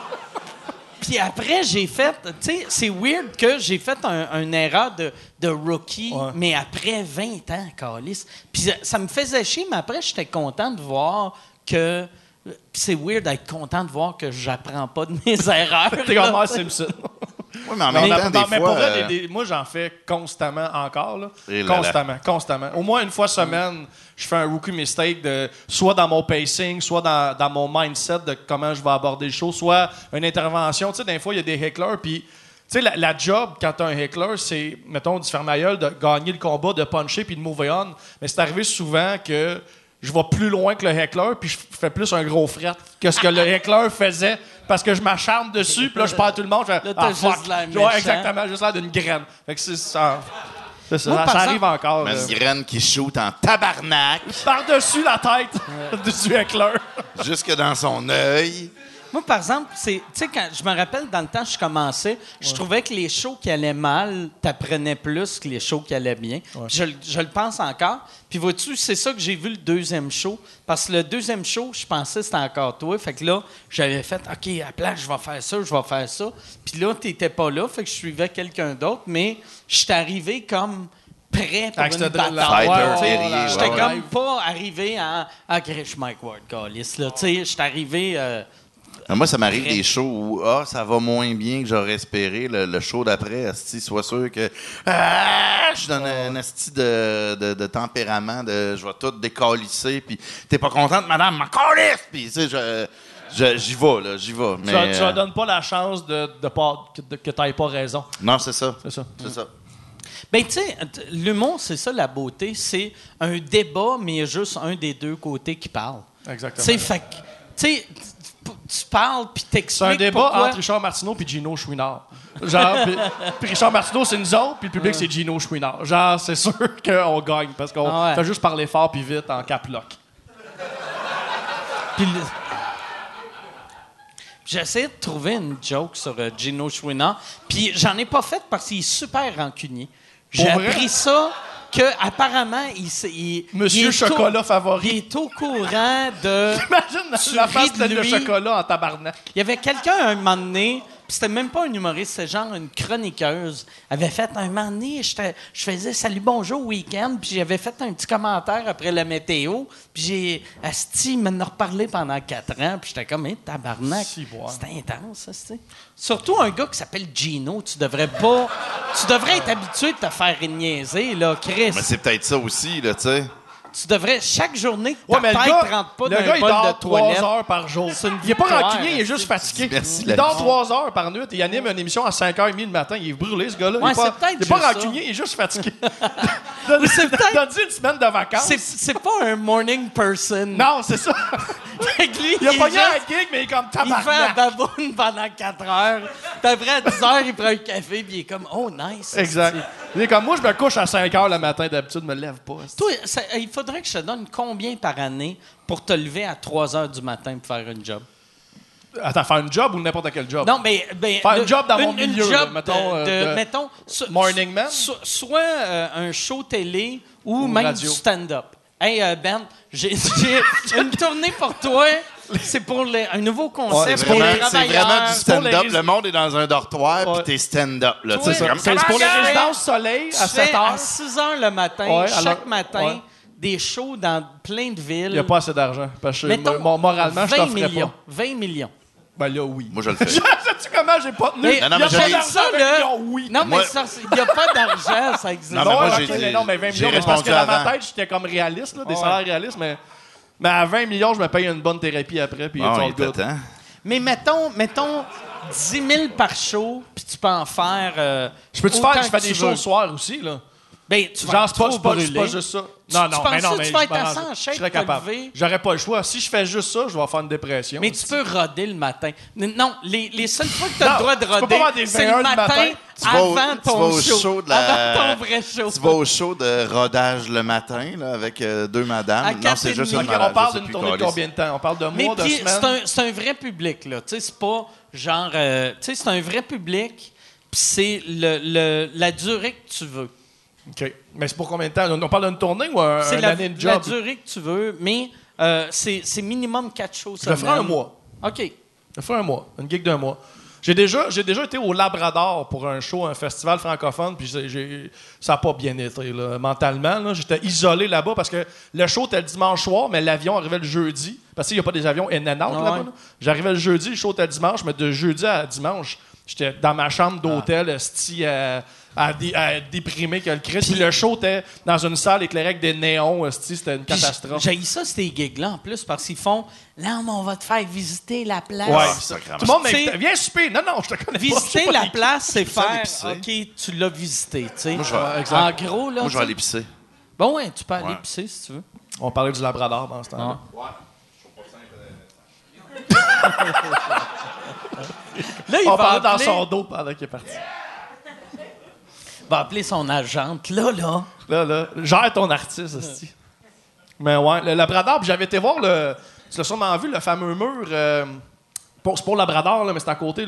puis après, j'ai fait... Tu sais, c'est weird que j'ai fait une erreur de rookie, mais après 20 ans, câlisse. Puis ça me faisait chier, mais après, j'étais content de voir que... Puis c'est weird d'être content de voir que j'apprends pas de mes erreurs. T'es là, comme Homer tu sais. Simpson. Oui, mais en même temps, des mais fois... pour vrai, moi, j'en fais constamment encore. Là. Et là Constamment. Au moins une fois semaine, je fais un rookie mistake, soit dans mon pacing, soit dans mon mindset de comment je vais aborder le show, soit une intervention. Tu sais, des fois, il y a des hecklers, puis... Tu sais, la job, quand t'as un heckler, c'est, mettons, du ferme la gueule, de gagner le combat, de puncher puis de move on. Mais c'est arrivé souvent que je vais plus loin que le heckler, puis je fais plus un gros fret que ce que le heckler faisait, parce que je m'acharne dessus, puis là, je perds tout le monde. Je fais, Là, t'as fuck. juste l'air Ouais, méchant. exactement, juste l'air d'une graine. Fait que c'est ça. C'est ça, Moi, ça par arrive encore. Une graine qui shoot en tabarnak, Par-dessus la tête du heckler. jusque dans son œil. Moi, par exemple, tu sais, quand je me rappelle dans le temps que je commençais, je trouvais que les shows qui allaient mal t'apprenaient plus que les shows qui allaient bien. Je le pense encore. Puis vois-tu, c'est ça que j'ai vu le deuxième show. Parce que le deuxième show, je pensais que c'était encore toi. Fait que là, j'avais fait, OK, à la place, je vais faire ça. Puis là, t'étais pas là. Fait que je suivais quelqu'un d'autre. Mais j'étais arrivé comme prêt pour Avec une cette bataille. Fighter, Ouais, guerrier, j'étais ouais, comme pas arrivé à Grish Mike Ward, Callis, là. Tu sais, j'étais arrivé... Moi, ça m'arrive des shows où ça va moins bien que j'aurais espéré. Le show d'après, asti, sois sûr que je donne un asti de tempérament, je vais tout décalisser, puis t'es pas contente, madame, ma calisse! Puis tu sais, j'y vais. Mais, Tu leur donnes pas la chance que t'aies pas raison. non, c'est ça. C'est ça. C'est ça. Ben, tu sais, l'humour, c'est ça la beauté. C'est un débat, mais il y a juste un des deux côtés qui parle. Exactement. Tu sais, fait que, tu sais, tu parles, puis t'expliques C'est un débat pourquoi... entre Richard Martineau et Gino Chouinard. Genre, puis Richard Martineau, c'est nous autres, puis le public, c'est Gino Chouinard. Genre, c'est sûr qu'on gagne, parce qu'on fait juste parler fort puis vite en cap-lock. Puis j'essaie de trouver une joke sur Gino Chouinard, puis j'en ai pas fait parce qu'il est super rancunier. J'ai Pour vrai? appris ça que apparemment Monsieur il est Chocolat favori. Il est au courant de... Imagine Tu la ris face de pleine de lui. chocolat en tabarnak. Il y avait quelqu'un un moment donné, puis c'était même pas un humoriste, c'était genre une chroniqueuse, avait fait un moment donné, je faisais salut bonjour week-end, puis j'avais fait un petit commentaire après la météo, puis Asti m'en a reparlé pendant 4 ans, puis j'étais comme, tabarnak, Ciboire. c'était intense, ça, c'était. Surtout un gars qui s'appelle Gino, tu devrais être habitué de te faire niaiser, là, Chris. Mais c'est peut-être ça aussi, là, tu sais. tu devrais, chaque journée, Ouais, ta mais tête le gars, rentre pas le dans gars, un il bol dort de 3 toilette. heures par jour. C'est une Il est pas victoire, rancunier, il est juste fatigué. Merci, Il la dort vie. 3 heures par nuit et il anime une émission à 5h30 le matin. Il est brûlé, ce gars-là. Ouais, il est pas, c'est peut-être il est pas juste rancunier, il est juste fatigué. c'est peut-être- Donne-lui une semaine de vacances. C'est pas un morning person. Non, c'est ça. Fait que lui, Il a est pogné juste- un gig, mais il est comme il fait un tabarnak. baboune pendant 4 heures. Puis après, à 10 heures, il prend un café, puis il est comme, oh, nice. Exact. Il est comme moi, je me couche à 5h le matin, d'habitude, je me lève pas. Toi, il faudrait que je te donne combien par année pour te lever à 3 heures du matin pour faire une job? Attends, faire un job ou n'importe quel job? Non, mais. Faire un job dans mon une milieu, job là, mettons, de mettons, Morning Man? Soit un show télé ou même radio. du stand-up. Hey, Ben, j'ai une tournée pour toi. C'est pour un nouveau concept C'est pour les vraiment, c'est travailleurs. vraiment du stand-up. les- Le monde est dans un dortoir, Ouais. puis t'es stand-up. Là. Toi, Tu sais, c'est comme... C'est pour les Comment résidences soleil à Tu fais 7h. à 6 heures le matin, Ouais, chaque alors- matin, ouais. des shows dans plein de villes. Il n'y a pas assez d'argent. Parce que Mettons, moralement, je 20 t'offrais millions. pas. 20 millions. Ben là, oui. Moi, je le fais. Sais-tu comment j'ai pas tenu? Mais, Non, non, il y a mais pas j'avais- d'argent, ça, 20 là. millions, oui. Non, Moi- mais il n'y a pas d'argent, ça existe. Non, mais moi, Ouais, j'ai ok, dit- mais non, mais 20 j'ai millions, mais c'est parce que répondu dans ma avant. tête, j'étais comme réaliste, là, des Ouais. salaires réalistes, mais à 20 millions, je me paye une bonne thérapie après, puis Ah, it's il all était good. temps. Mais mettons 10 000 par show, puis tu peux en faire. Je peux-tu autant faire, je fais que des tu shows veux. le soir aussi, là. Ben, tu vas Genre, être trop c'est pas brûlé. juste ça. Tu penses mais non, que mais tu vas être je assis en m'arrange. shape, Je serais te capable. lever? J'aurais pas le choix. Si je fais juste ça, je vais faire une dépression. Mais tu peux roder le matin. Non, les seules fois que tu as Non, le droit de tu peux pas roder, faire des c'est 21 le le matin, matin. Tu vas au- avant tu ton vas au show. show de la- Avant ton vrai show. Tu vas au show de rodage le matin là, avec deux madames. À Non, 4 c'est et juste demi. une OK, malade. on parle je sais d'une plus, tournée de câlisse. combien de temps? On parle de Mais mois, de puis, semaines? c'est un vrai public, là. Tu sais, c'est pas genre... tu sais, c'est un vrai public, puis c'est la durée que tu veux. OK. Mais c'est pour combien de temps? On parle d'une tournée ou un C'est année de la job? durée que tu veux, mais c'est minimum 4 shows Je le ferai un mois. OK. Je le ferai un mois. Une gig d'un mois. J'ai déjà été au Labrador pour un show, un festival francophone, puis ça n'a pas bien été, là, mentalement. Là. J'étais isolé là-bas parce que le show était le dimanche soir, mais l'avion arrivait le jeudi. Parce qu'il n'y a pas des avions in and out Ah là-bas. ouais. Là. J'arrivais le jeudi, le show était le dimanche, mais de jeudi à dimanche, j'étais dans ma chambre d'hôtel, esti, à déprimer que le Christ. Puis le show était dans une salle éclairée avec des néons, esti, c'était une catastrophe. J'ai ça, ces gigs-là, en plus, parce qu'ils font « Là, on va te faire visiter la place. Ouais, sacrément. tout le monde C'est- viens souper. Non, je te connais pas. Je Visiter sais pas la qui. place, c'est peux-tu aller faire pisser? OK, tu l'as visité, tu sais. Moi, je vais- exact. En gros, là. Moi, je vais tu sais. aller pisser. Bon, ouais, tu peux aller Ouais. pisser si tu veux. On parlait du Labrador dans ce temps-là. Là, il On va parlait dans appeler, son dos pendant qu'il est parti. va appeler son agente. Là. Là, gère ton artiste, esti. Mais ouais, le Labrador, puis j'avais été voir tu l'as sûrement vu, le fameux mur. C'est pour Labrador, là, mais c'est à côté,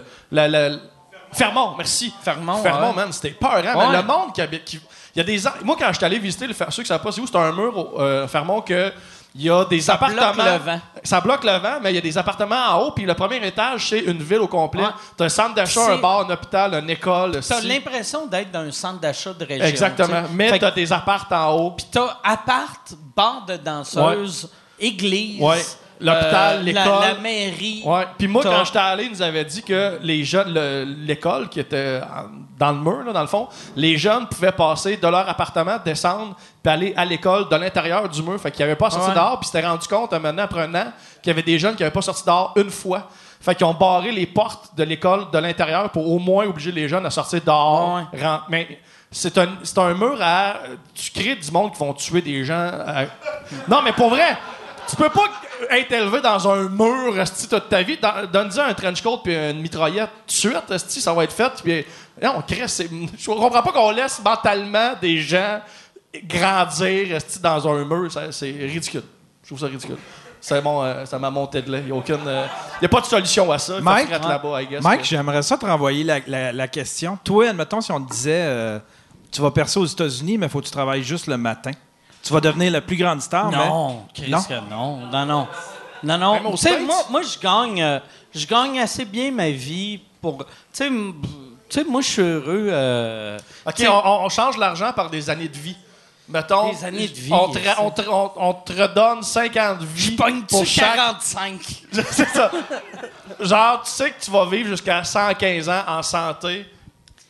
Fermont, merci. Fermont, Fermont, ouais. man, c'était peur, hein? Ouais. Mais le monde qui habite. Il y a des. Moi, quand je suis allé visiter, ceux qui savent pas, c'est où? C'est un mur au Fermont que. Il y a des Ça appartements. bloque le vent. Ça bloque le vent, mais il y a des appartements en haut, puis le premier étage, c'est une ville au complet. Ouais. T'as un centre d'achat, C'est- un bar, un hôpital, une école. T'as si. l'impression d'être dans un centre d'achat de région. Exactement. tu sais. Mais Fait t'as que des appartes en haut. t'as appart, bar de danseuse, église, Ouais. L'hôpital, l'école. la mairie. Ouais. Puis moi, T'as- quand j'étais allé, ils nous avaient dit que les jeunes, l'école qui était dans le mur, là, dans le fond, les jeunes pouvaient passer de leur appartement, descendre, puis aller à l'école de l'intérieur du mur. Fait qu'ils n'avaient pas sorti Ouais. dehors, puis ils s'étaient rendu compte, maintenant, après un an, qu'il y avait des jeunes qui n'avaient pas sorti dehors une fois. Fait qu'ils ont barré les portes de l'école de l'intérieur pour au moins obliger les jeunes à sortir dehors. Mais c'est un mur à... Tu crées du monde qui vont tuer des gens. Non, mais pour vrai... Tu peux pas être élevé dans un mur esti, toute ta vie. Donne-y un trench coat puis une mitraillette tout de suite, esti, ça va être fait. Puis, non, je comprends pas qu'on laisse mentalement des gens grandir esti, dans un mur. C'est ridicule. Je trouve ça ridicule. C'est ça m'a monté de lait. Il n'y a pas de solution à ça. Il faut Mike, frette là-bas, I guess. Mike, j'aimerais ça te renvoyer la question. Toi, admettons, si on te disait tu vas percer aux États-Unis, mais il faut que tu travailles juste le matin. Tu vas devenir la plus grande star, Non, mais... Chris, Non? que non. Non. Même aux Tu sais, States? moi je gagne assez bien ma vie pour. Tu sais, moi, je suis heureux. OK, tu sais, on change l'argent par des années de vie. Mettons, Des années de vie, on te redonne 5 ans de vie je pogne pour chaque... 45. C'est ça. Genre, tu sais que tu vas vivre jusqu'à 115 ans en santé.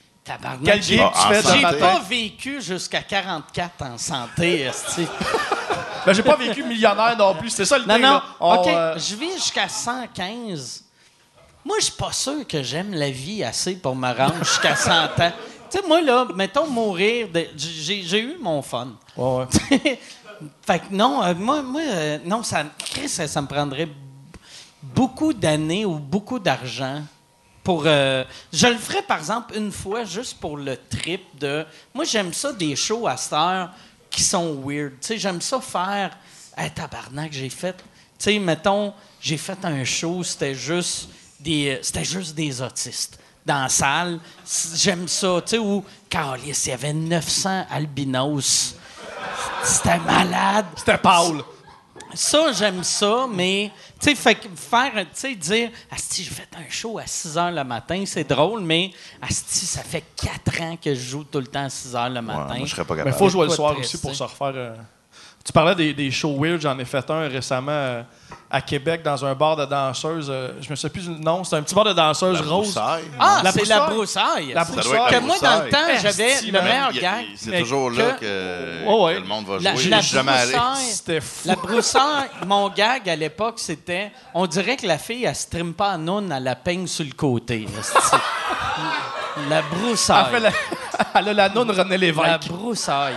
Tabarnak. Quel J'ai gig tu fais en de j'ai santé. matin? pas vécu jusqu'à 44 en santé, esti. Ben, j'ai pas vécu millionnaire non plus. C'était ça le Non, thing, non. là. On, OK, je vis jusqu'à 115. Moi, je suis pas sûr que j'aime la vie assez pour me rendre jusqu'à 100 ans. Tu sais, moi, là, mettons mourir... J'ai eu mon fun. Ouais. Fait que non, non, Chris, ça me prendrait beaucoup d'années ou beaucoup d'argent pour... je le ferais, par exemple, une fois, juste pour le trip de... Moi, j'aime ça, des shows à cette heure qui sont weird. Tu sais, j'aime ça faire... Hey, tabarnak, j'ai fait... Tu sais, mettons, j'ai fait un show, c'était juste des autistes dans la salle. J'aime ça, tu sais, où... Calice, il y avait 900 albinos. C'était malade. C'était Paul. Ça, j'aime ça, mais... Tu sais, faire... Tu sais, dire... Asti, j'ai fait un show à 6 h le matin, c'est drôle, mais... Asti, ça fait 4 ans que je joue tout le temps à 6 h le matin. Ouais, moi, je serais pas Mais capable. faut jouer le Quoi de soir triste, aussi pour tu se sais. refaire... Tu parlais des shows weird. J'en ai fait un récemment à Québec dans un bar de danseuses. Je me souviens plus du nom. C'était un petit bar de danseuses La rose. broussaille. Ah, La c'est la broussaille. broussaille. La ça. broussaille. doit être la Que moi, dans le broussaille. temps, j'avais Esti, le man. meilleur gag. C'est mais toujours là que Ouais. le monde va La, jouer. la Je suis jamais allé. broussaille, C'était fou. la broussaille, mon gag à l'époque, c'était... On dirait que la fille, elle se trime pas en noun, elle la peigne sur le côté. esti. La broussaille. Elle a la nonne René La Lévesque. broussaille.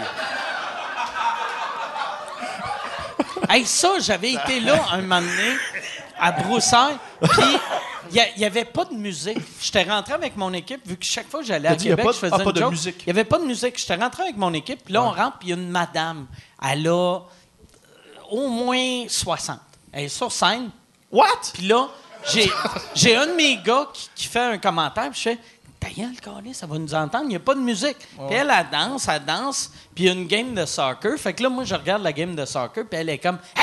Hey, ça, j'avais été là un moment donné, à Broussailles, puis il n'y avait pas de musique. J'étais rentré avec mon équipe, vu que chaque fois que j'allais à T'as dit, y a Québec, pas- je faisais pas une de joke. musique. Il n'y avait pas de musique. J'étais rentré avec mon équipe, puis là, on rentre, puis il y a une madame. Elle a au moins 60. Elle est sur scène. What? Puis là, j'ai un de mes gars qui fait un commentaire, puis je fais... Ta gueule, câlisse, ça va nous entendre, il n'y a pas de musique. Puis elle danse, puis il y a une game de soccer. Fait que là, moi, je regarde la game de soccer, puis elle est comme « Hey! »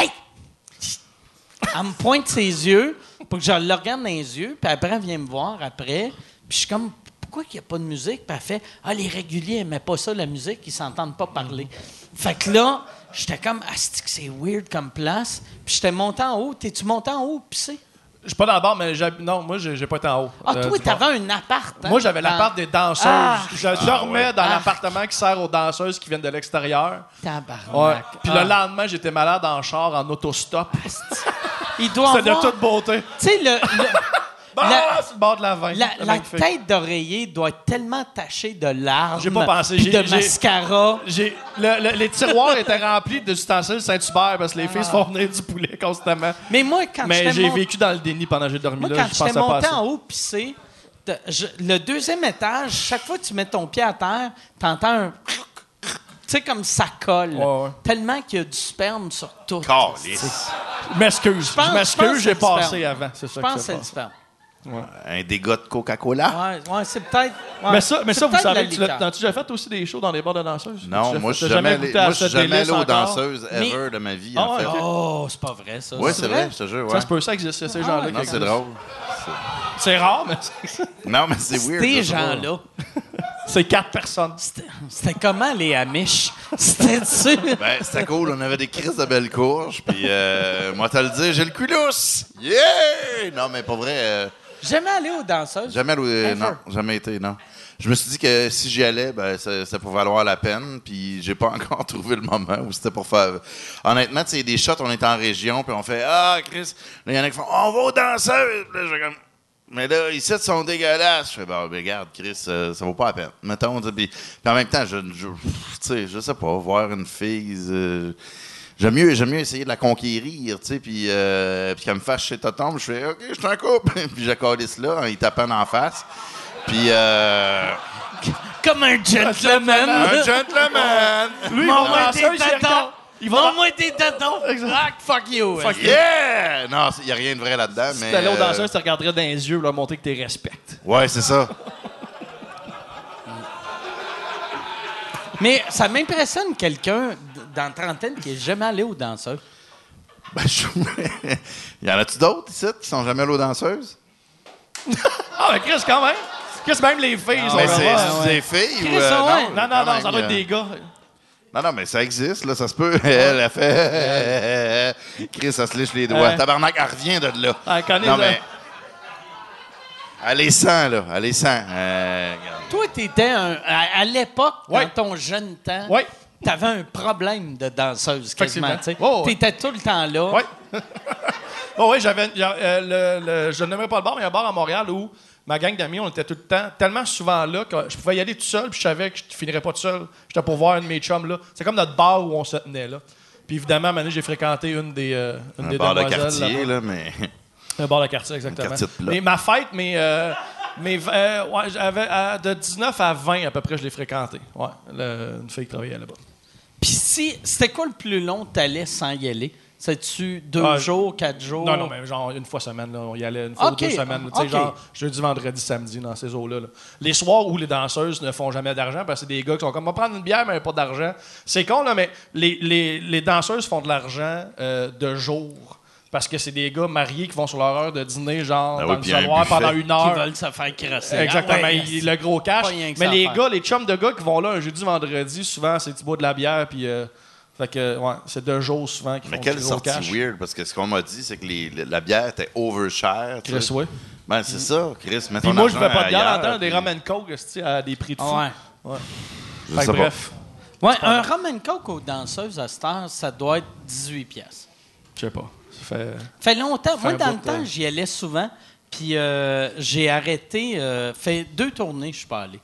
Elle me pointe ses yeux pour que je le regarde dans les yeux, puis après, elle vient me voir après. Puis je suis comme « Pourquoi qu'il n'y a pas de musique? » Puis elle fait « Ah, les réguliers n'aimaient pas ça, la musique, ils s'entendent pas parler. » Fait que là, j'étais comme « Asti que c'est weird comme place. » Puis j'étais monté en haut. T'es-tu monté en haut, pisser? Je suis pas dans le bar, mais non, moi, j'ai pas été en haut. Ah, toi, du bar. t'avais un appart. Hein? Moi, j'avais Dans- l'appart des danseuses. Ah. Je dormais ouais. dans l'appartement qui sert aux danseuses qui viennent de l'extérieur. Tabarnak. Ouais. Puis Ah. le lendemain, j'étais malade en char, en autostop. Il doit C'était de avoir... toute beauté. Tu sais, C'est le bord de la veine. la Magnifique. tête d'oreiller doit être tellement tachée de larmes. J'ai pas pensé. Puis de mascara. Les tiroirs étaient remplis d'ustensiles Saint-Hubert parce que les filles se font venir du poulet constamment. Mais moi, quand Mais j'étais j'ai mon- vécu dans le déni pendant que j'ai dormi Moi, là. quand Je j'étais pensais pas à monté ça. en haut pisser, le deuxième étage, chaque fois que tu mets ton pied à terre, t'entends un... Tu sais, comme ça colle. Ouais. Tellement qu'il y a du sperme sur tout. Calisse. Je m'excuse. Je pense Je que m'excuse, j'ai c'est le sperme. passé avant. C'est ça Je pense que que c'est le passe. sperme. Un dégât de Coca-Cola? Ouais, c'est peut-être... ouais. Mais ça, C'est vous peut-être savez, la tu liqueur. as-tu déjà fait aussi des shows dans des bars de danseuses? Non, moi, je suis T'as jamais goûté à allé cette jamais allé délice aux encore? danseuses Mais- ever de ma vie, Ah en ouais, fait. ok. Oh, c'est pas vrai, ça. Oui, c'est vrai, je te jure. Ça Ouais. se peut, ça existe, ces gens-là. ouais. Non, qui c'est existent. drôle. C'est rare, mais Non, mais c'est weird. Ces je sais pas. gens-là, c'est 4 personnes. c'était comment les Amish? C'était-tu? Ben, c'était cool. On avait des crises de belles courges. Puis, moi, t'as le dire, j'ai le cul lousse. Yeah! Non, mais pas vrai. Jamais allé aux danseuses. Jamais Ever. non, jamais été, non. Je me suis dit que si j'y allais, ben, ça pouvait valoir la peine. Puis j'ai pas encore trouvé le moment où c'était pour faire. Honnêtement, tu sais, des shots, on est en région, puis on fait Ah, Chris. Là, il y en a qui font On va aux danseuses. Puis là, j'ai comme. Mais là, ici, ils sont dégueulasses. Je fais Bon, ben, regarde, Chris, ça vaut pas la peine. Mettons, puis en même temps, tu sais, je sais pas, voir une fille. J'aime mieux essayer de la conquérir, tu sais, puis qu'elle me fasse chez Totom, je fais « OK, je suis en couple », puis je calisse là, en y tapant en face. Puis, Comme un gentleman. un gentleman! Lui, Montre-moi il va tes tatons. Il va Montre-moi tes tatons. Ah, fuck you. Yeah! Non, il n'y a rien de vrai là-dedans, mais... Si t'allais aux danseuses, tu regarderais dans les yeux, leur montrer que tu respectes. Ouais, c'est ça. Mais ça m'impressionne quelqu'un dans la trentaine qui n'est jamais allé aux danseuses. Ben, y en a-tu d'autres ici qui sont jamais allés aux danseuses? Ah, mais Chris, quand même. Chris, même les filles sont Mais comme, c'est ah, des filles Chris, ou... ouais. Non, quand ça même, doit être des gars. Non, mais ça existe, là, ça se peut. Elle a fait... Chris, ça se liche les doigts. Ouais. Tabarnak, elle revient de là. Elle connaît Non, ça. mais... Elle les sent, là. Elle les sent. Regarde. Toi, t'étais à l'époque, Ouais. dans ton jeune temps, Ouais. t'avais un problème de danseuse, quasiment. Tu sais. Oh, ouais. T'étais tout le temps là. Oui. Oui, je n'aimerais pas le bar, mais il y a un bar à Montréal où ma gang d'amis, on était tout le temps, tellement souvent là que je pouvais y aller tout seul, puis je savais que je ne finirais pas tout seul. J'étais pour voir un de mes chums là. C'est comme notre bar où on se tenait là. Puis évidemment, à un moment donné, j'ai fréquenté une des bar de demoiselles. quartier, là, mais... Un bar de quartier, exactement. quartier de plat. Mais ma fête, j'avais de 19 à 20 à peu près, je l'ai fréquenté. Ouais, une fille qui travaillait là-bas. Puis c'était quoi le plus long que t'allais sans y aller? C'est-tu 2 jours, 4 jours? Non, mais genre une fois semaine, là, on y allait une fois ou 2 semaines. Tu sais, genre jeudi, vendredi, samedi, dans ces eaux-là. Là. Les soirs où les danseuses ne font jamais d'argent, parce que c'est des gars qui sont comme, on va prendre une bière, mais pas d'argent. C'est con, là, mais les danseuses font de l'argent de jour. Parce que c'est des gars mariés qui vont sur leur heure de dîner, genre, dans le saloir pendant 1 heure. Qui veulent se faire crasser. Exactement, Ah ouais, le gros cash. Mais les gars, les chums de gars qui vont là un jeudi, vendredi, souvent, c'est tu bois de la bière, puis... fait que, ouais, c'est 2 jours souvent qu'ils font Mais quelle gros sortie cash. weird, parce que ce qu'on m'a dit, c'est que la bière était overchère. Chris, oui. Ben, c'est ça, Chris. Mets Puis ton moi, je ne argent veux pas de bière ailleurs, en temps, des puis- rum and coke à des prix de fou. Ouais. Je Fait que sais pas. bref, Ouais, un rum and coke aux danseuses à cette heure, ça doit être 18$. je sais pas. Ça Fait longtemps. Moi, un dans bout le de temps, temps. j'y allais souvent. Puis j'ai arrêté. Fait 2 tournées, je suis pas allé.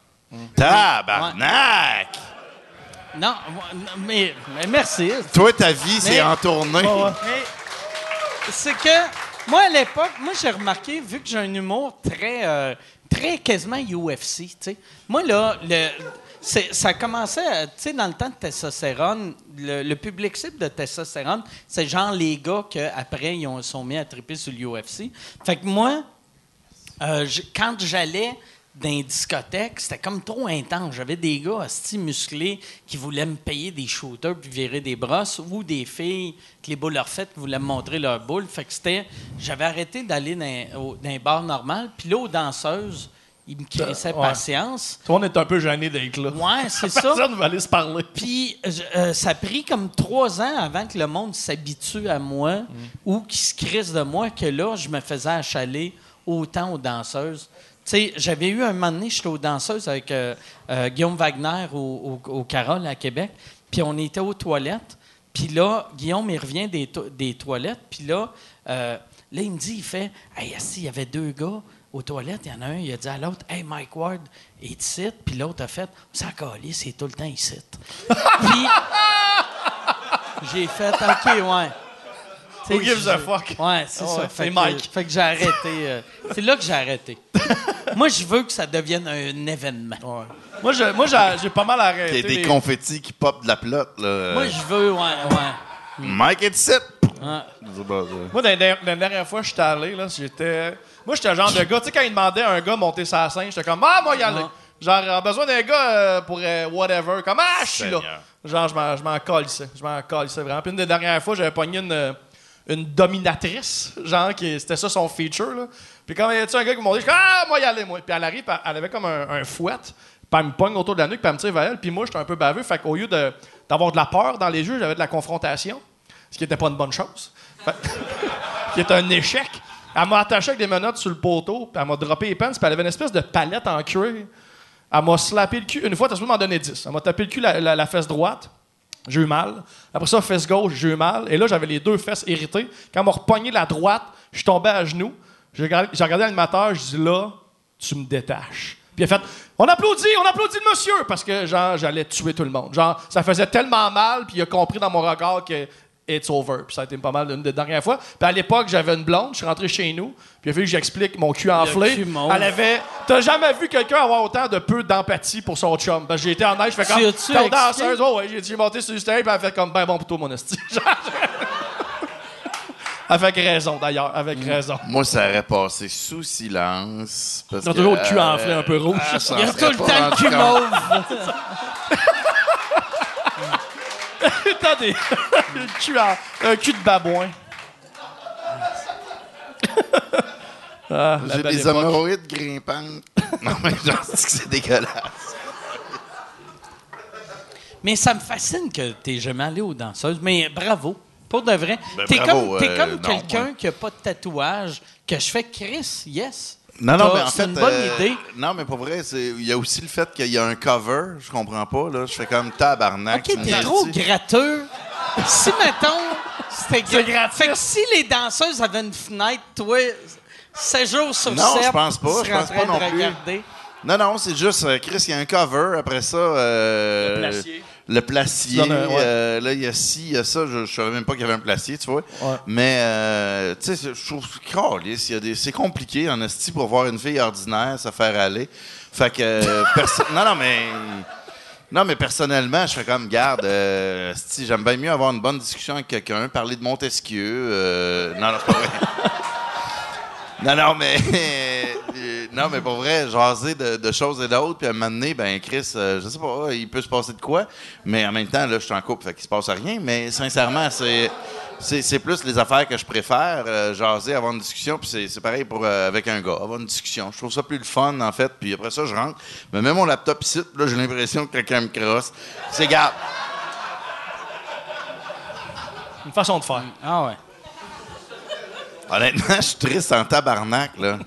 Tabarnak! Non, mais merci. Toi, ta vie, c'est en tournée. Mais c'est que, moi, à l'époque, j'ai remarqué, vu que j'ai un humour très quasiment UFC, tu sais. Moi, là, ça commençait, tu sais, dans le temps de testostérone, le public cible de testostérone, c'est genre les gars qu'après, ils sont mis à triper sur l'UFC. Fait que moi, quand j'allais dans les discothèques, c'était comme trop intense. J'avais des gars hosties musclés qui voulaient me payer des shooters puis virer des brosses, ou des filles que les boules leur faites qui voulaient me montrer leurs boules. Fait que j'avais arrêté d'aller dans un bar normal. Puis là, aux danseuses, ils me crissaient patience. Toi, on est un peu gênés d'être là. Ouais, c'est ça. Personne ne va aller se parler. Puis ça a pris comme 3 ans avant que le monde s'habitue à moi ou qu'il se crisse de moi, que là, je me faisais achaler autant aux danseuses. Tu sais, j'avais eu un moment donné, j'étais aux danseuses avec Guillaume Wagner au Carole à Québec, puis on était aux toilettes, puis là, Guillaume, il revient des toilettes, puis là, il me dit, il fait « Hey, il y avait 2 gars aux toilettes, il y en a un, il a dit à l'autre « Hey, Mike Ward est ici », puis l'autre a fait « Ça calé, c'est tout le temps ici. » Puis j'ai fait « OK, ouais. » Who gives a fuck? Ouais, c'est ça. C'est Mike. Fait que j'ai arrêté. C'est là que j'ai arrêté. Moi, je veux que ça devienne un événement. Ouais. Moi, j'ai pas mal arrêté. T'as des confettis qui popent de la pelote, là. Moi, je veux, ouais. Mike et Sip! Ouais. Moi, la dernière fois que j'étais allé, là, j'étais le genre de gars, tu sais, quand il demandait à un gars de monter sa scène, j'étais comme, moi, y aller. Genre, on a besoin d'un gars pour whatever. Comme, je suis là. Genre, je m'en calissais. Je m'en calissais vraiment. Puis une des dernières fois, j'avais pogné une dominatrice, genre, c'était ça son feature, là. Puis quand il y a un gars qui m'a dit, moi, y aller, moi. Puis elle arrive, elle avait comme un fouet, puis elle me pogne autour de la nuque, puis elle me tire vers elle. Puis moi, j'étais un peu baveux. Fait qu'au lieu d'avoir de la peur dans les jeux, j'avais de la confrontation, ce qui n'était pas une bonne chose. Qui est un échec. Elle m'a attaché avec des menottes sur le poteau, puis elle m'a droppé les pants, puis elle avait une espèce de palette en cuir. Elle m'a slappé le cul. Une fois, t'as supposé m'en donner 10. Elle m'a tapé le cul la fesse droite. J'ai eu mal. Après ça, fesse gauche, j'ai eu mal. Et là, j'avais les 2 fesses irritées. Quand elle m'a repogné la droite, je suis tombé à genoux. J'ai regardé l'animateur, je dis là, tu me détaches. Puis il a fait on applaudit le monsieur! Parce que, genre, j'allais tuer tout le monde. Genre, ça faisait tellement mal, puis il a compris dans mon regard que it's over. Puis ça a été pas mal une des dernières fois. Puis à l'époque, j'avais une blonde, je suis rentré chez nous, puis il a fallu que j'explique mon cul enflé. T'as jamais vu quelqu'un avoir autant de peu d'empathie pour son chum? Parce que j'ai été en neige, je fais comme ton danseuse, j'ai monté sur le stage, puis elle a fait comme ben bon pour toi, mon esti. Avec raison, d'ailleurs, avec raison. Moi, ça aurait passé sous silence. T'as toujours le cul enflé un peu rouge. Il y a tout le temps le cul mauve. T'as un cul de babouin. J'ai des hémorroïdes grimpantes. Non, mais genre, c'est dégueulasse. Mais ça me fascine que t'es jamais allé aux danseuses. Mais bravo. Pour de vrai. Ben, T'es bravo, comme non, quelqu'un qui a pas de tatouage, que je fais Chris, yes. Non, mais en C'est fait, une bonne idée. Non, mais pour vrai, il y a aussi le fait qu'il y a un cover. Je comprends pas, là. Je fais comme tabarnak. OK, t'es trop gratteux. Si, mettons, c'était gratuit. Fait que si les danseuses avaient une fenêtre, toi, 7 jours sur 7, Non, je pense pas. tu Je pense serais en pas train non de plus. regarder. Non, c'est juste, Chris, il y a un cover. Après ça, le placier. Ouais. Là, il y a ci, il y a ça. Je savais même pas qu'il y avait un placier, tu vois. Ouais. Mais, tu sais, je trouve que c'est compliqué, en esti, pour voir une fille ordinaire se faire aller. Fait que, non, mais personnellement, je fais comme, garde, esti, j'aime bien mieux avoir une bonne discussion avec quelqu'un, parler de Montesquieu. Non, c'est pas vrai. Non, mais pour vrai, jaser de choses et d'autres, puis à un moment donné, ben Chris, je sais pas, il peut se passer de quoi, mais en même temps, là, je suis en couple, fait qu'il se passe rien, mais sincèrement, c'est plus les affaires que je préfère, jaser, avoir une discussion, puis c'est pareil pour avec un gars, avoir une discussion. Je trouve ça plus le fun, en fait, puis après ça, je rentre, mais même mon laptop ici, là, j'ai l'impression que quelqu'un me crosse. C'est grave. Une façon de faire. Ah ouais. Honnêtement, je suis triste en tabarnak, là.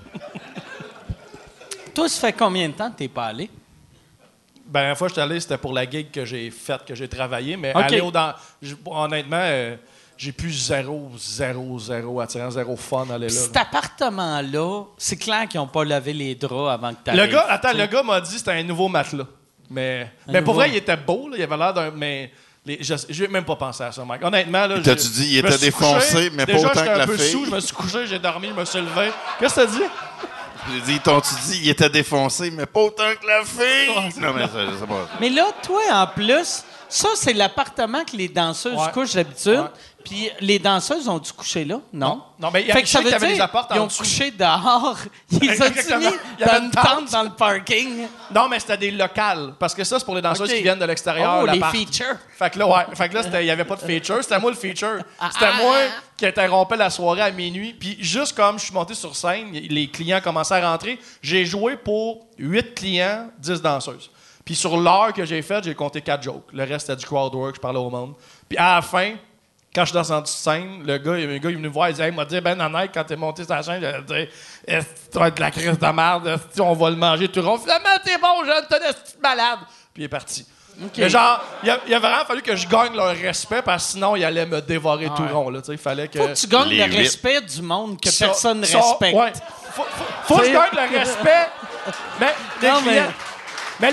Toi, ça fait combien de temps que t'es pas allé? Ben, la dernière fois que j'étais allé, c'était pour la gig que j'ai faite, que j'ai travaillé. Mais OK. aller honnêtement, j'ai plus zéro attirance, zéro fun à aller là. Cet appartement-là, c'est clair qu'ils n'ont pas lavé les draps avant que t'arrives. Le gars m'a dit que c'était un nouveau matelas. Mais pour nouveau. vrai, il était beau, là, il avait l'air d'un. Mais je n'ai même pas pensé à ça, Mike. Honnêtement, là. T'as-tu dit il était défoncé, mais pas déjà, autant que j'étais la un peu fille? sous, je me suis couché, j'ai dormi, je me suis levé. Qu'est-ce que t'as dit? J'ai dit, t'as-tu dit, il était défoncé, mais pas autant que la fille? Non, mais ça, je sais pas. Mais là, toi, en plus, ça, c'est l'appartement que les danseuses Ouais. couchent d'habitude. Ouais. Puis les danseuses ont dû coucher là, non? Non, mais Fait que ça veut qu'il y avait dire des apports ils en ont dessous. couché dehors. Ils ont mis Exactement. Il y avait dans une une tente. tente dans le parking. Non, mais c'était des locales. Parce que ça, c'est pour les danseuses OK. qui viennent de l'extérieur. Oh, les l'appart. features. Fait que là, il n'y avait pas de feature. C'était moi le feature. C'était moi qui interrompais la soirée à minuit. Puis juste comme je suis monté sur scène, les clients commençaient à rentrer. J'ai joué pour 8 clients, 10 danseuses. Puis sur l'heure que j'ai faite, j'ai compté 4 jokes. Le reste, c'était du crowd work, je parlais au monde. Puis à la fin, quand je suis descendu sur scène, le gars il est venu me voir, il dit, il m'a dit, Ben Nanaï, quand t'es monté sur la scène, il a dit, est-ce que tu vas être de la crise de merde, est-ce qu'on va le manger tout rond. Finalement, t'es bon, jeune, t'es une petite malade. Puis il est parti. Mais genre, il a vraiment fallu que je gagne leur respect parce que sinon, ils allaient me dévorer tout rond. Là, il fallait que. Faut que tu gagnes Les le 8. respect du monde que Ça- personne ne ça- respecte. Ouais. Faut que je gagne le respect. Mais, des Non, mais- clients. Mais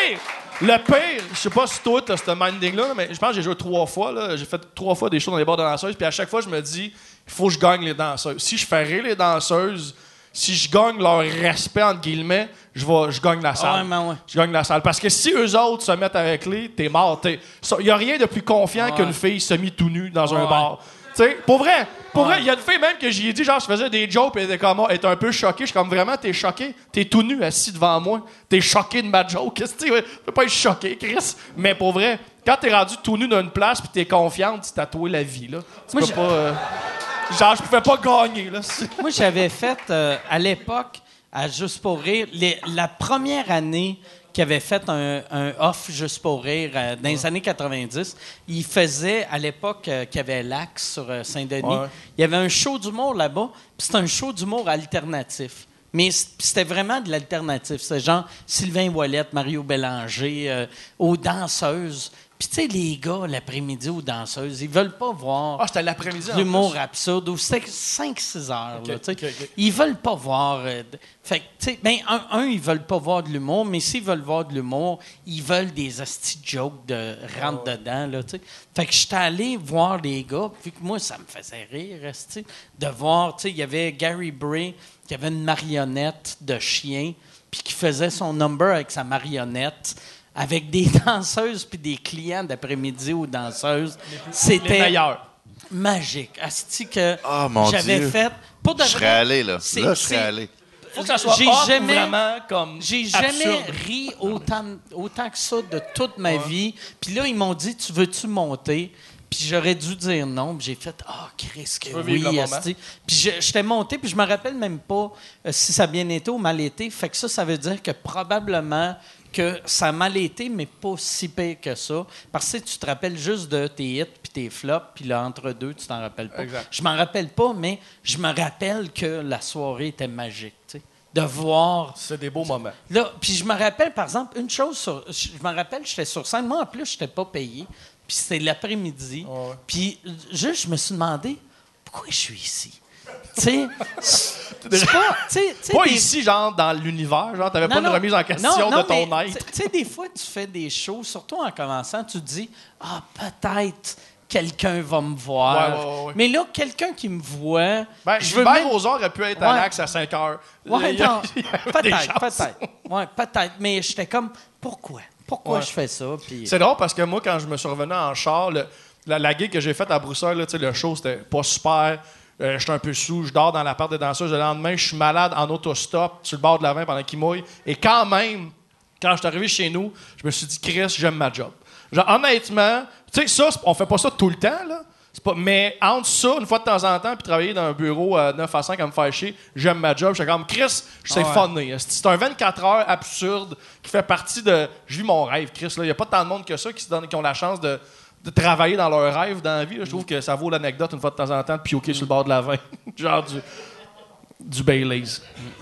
le pire, je sais pas si toi, t'as ce minding-là, mais je pense que j'ai joué 3 fois. Là. J'ai fait 3 fois des shows dans les bars de danseuses, puis à chaque fois, je me dis, il faut que je gagne les danseuses. Si je fais rire les danseuses, si je gagne leur respect, entre guillemets, je gagne la salle. Ouais, mais ouais. Je gagne la salle. Parce que si eux autres se mettent avec les, t'es mort. Il n'y a rien de plus confiant qu'une fille semi tout nue dans un Ouais. bar. Tu sais, pour vrai, il y a une fille même que j'y ai dit, genre, je faisais des jokes et elle était comme, elle était un peu choquée. Je suis comme, vraiment, t'es choqué? T'es tout nu assis devant moi. T'es choqué de ma joke. Qu'est-ce que tu peux pas être choqué, Chris? Mais pour vrai, quand t'es rendu tout nu d'une place pis t'es confiante, tu tatoues la vie, là. Tu Moi, peux pas. Genre, je pouvais pas gagner, là. Moi, j'avais fait, à l'époque, à Juste pour rire, la première année qu'il avait fait un off Juste pour rire dans les années 90, il faisait, à l'époque qu'il y avait l'Axe sur Saint-Denis, Ouais. il y avait un show d'humour là-bas, puis c'était un show d'humour alternatif. Mais c'était vraiment de l'alternatif. C'est genre Sylvain Ouellette, Mario Bélanger, aux danseuses. Puis tu sais, les gars, l'après-midi aux danseuses, ils veulent pas voir Ah, c'était l'après-midi. en l'humour plus. absurde, ou c'était 5-6 heures. Là, tu sais. ok. Ils veulent pas voir. Fait que, tu sais, ben, ils veulent pas voir de l'humour, mais s'ils veulent voir de l'humour, ils veulent des hosties de jokes de rentre dedans. Là, tu sais. Fait que j'étais allé voir les gars, vu que moi, ça me faisait rire, hostie, de voir. Tu sais, il y avait Gary Bray qui avait une marionnette de chien, puis qui faisait son number avec sa marionnette. Avec des danseuses puis des clients d'après-midi aux danseuses. Les C'était meilleurs. magique. Asti que Ah, mon j'avais Dieu. fait. Pour de Je vrai, serais allé, là. c'est- Là, je serais c'est- allé. Faut que ça soit J'ai hot ou jamais- vraiment comme J'ai jamais absurde. ri autant que ça de toute ma vie. Puis là, ils m'ont dit, tu veux-tu monter? Puis j'aurais dû dire non. Puis j'ai fait, Chris, que veux oui, vivre le moment. asti. Puis j'étais monté, puis je me rappelle même pas si ça a bien été ou mal été. Fait que ça veut dire que probablement que ça a mal été, mais pas si pire que ça. Parce que tu te rappelles juste de tes hits puis tes flops, puis là, entre deux, tu t'en rappelles pas. Exact. Je m'en rappelle pas, mais je me rappelle que la soirée était magique, tu sais. de voir. C'est des beaux moments. Là, puis je me rappelle, par exemple, une chose, je me rappelle, j'étais sur scène. Moi, en plus, je n'étais pas payé. Puis c'était l'après-midi. Oh, ouais. Puis juste, je me suis demandé, pourquoi je suis ici? Tu sais, c'est pas... Pas ici, genre, dans l'univers. Genre, t'avais pas une remise en question de ton mais, être. Tu sais, des fois, tu fais des shows, surtout en commençant, tu te dis, peut-être quelqu'un va me voir. Ouais. Mais là, quelqu'un qui me voit... Ben, Gilbert Rozon aurait pu être à l'Axe à 5 heures. Ouais, Il y a- non, il y avait des chances. peut-être. Ouais, peut-être. Mais j'étais comme, pourquoi? Pourquoi je fais ça? Puis... C'est drôle parce que moi, quand je me suis revenu en char, la gig que j'ai faite à Broussailles, là, le show, c'était pas super. J'étais un peu sous, je dors dans l'appart de danseuse. Le lendemain, je suis malade en autostop sur le bord de la Vin pendant qu'il mouille. Et quand même, quand je suis arrivé chez nous, je me suis dit, Chris, j'aime ma job. Genre, honnêtement, tu sais, ça, on fait pas ça tout le temps, là. Mais entre ça, une fois de temps en temps, puis travailler dans un bureau 9 à 5 à me faire chier, j'aime ma job. J'étais comme, Chris, c'est funny. C'est un 24 heures absurde qui fait partie de... Je vis mon rêve, Chris. Il n'y a pas tant de monde que ça qui ont la chance de travailler dans leur rêve dans la vie. Là. Je trouve que ça vaut l'anecdote une fois de temps en temps de pioquer sur le bord de la vin. Genre du Baileys.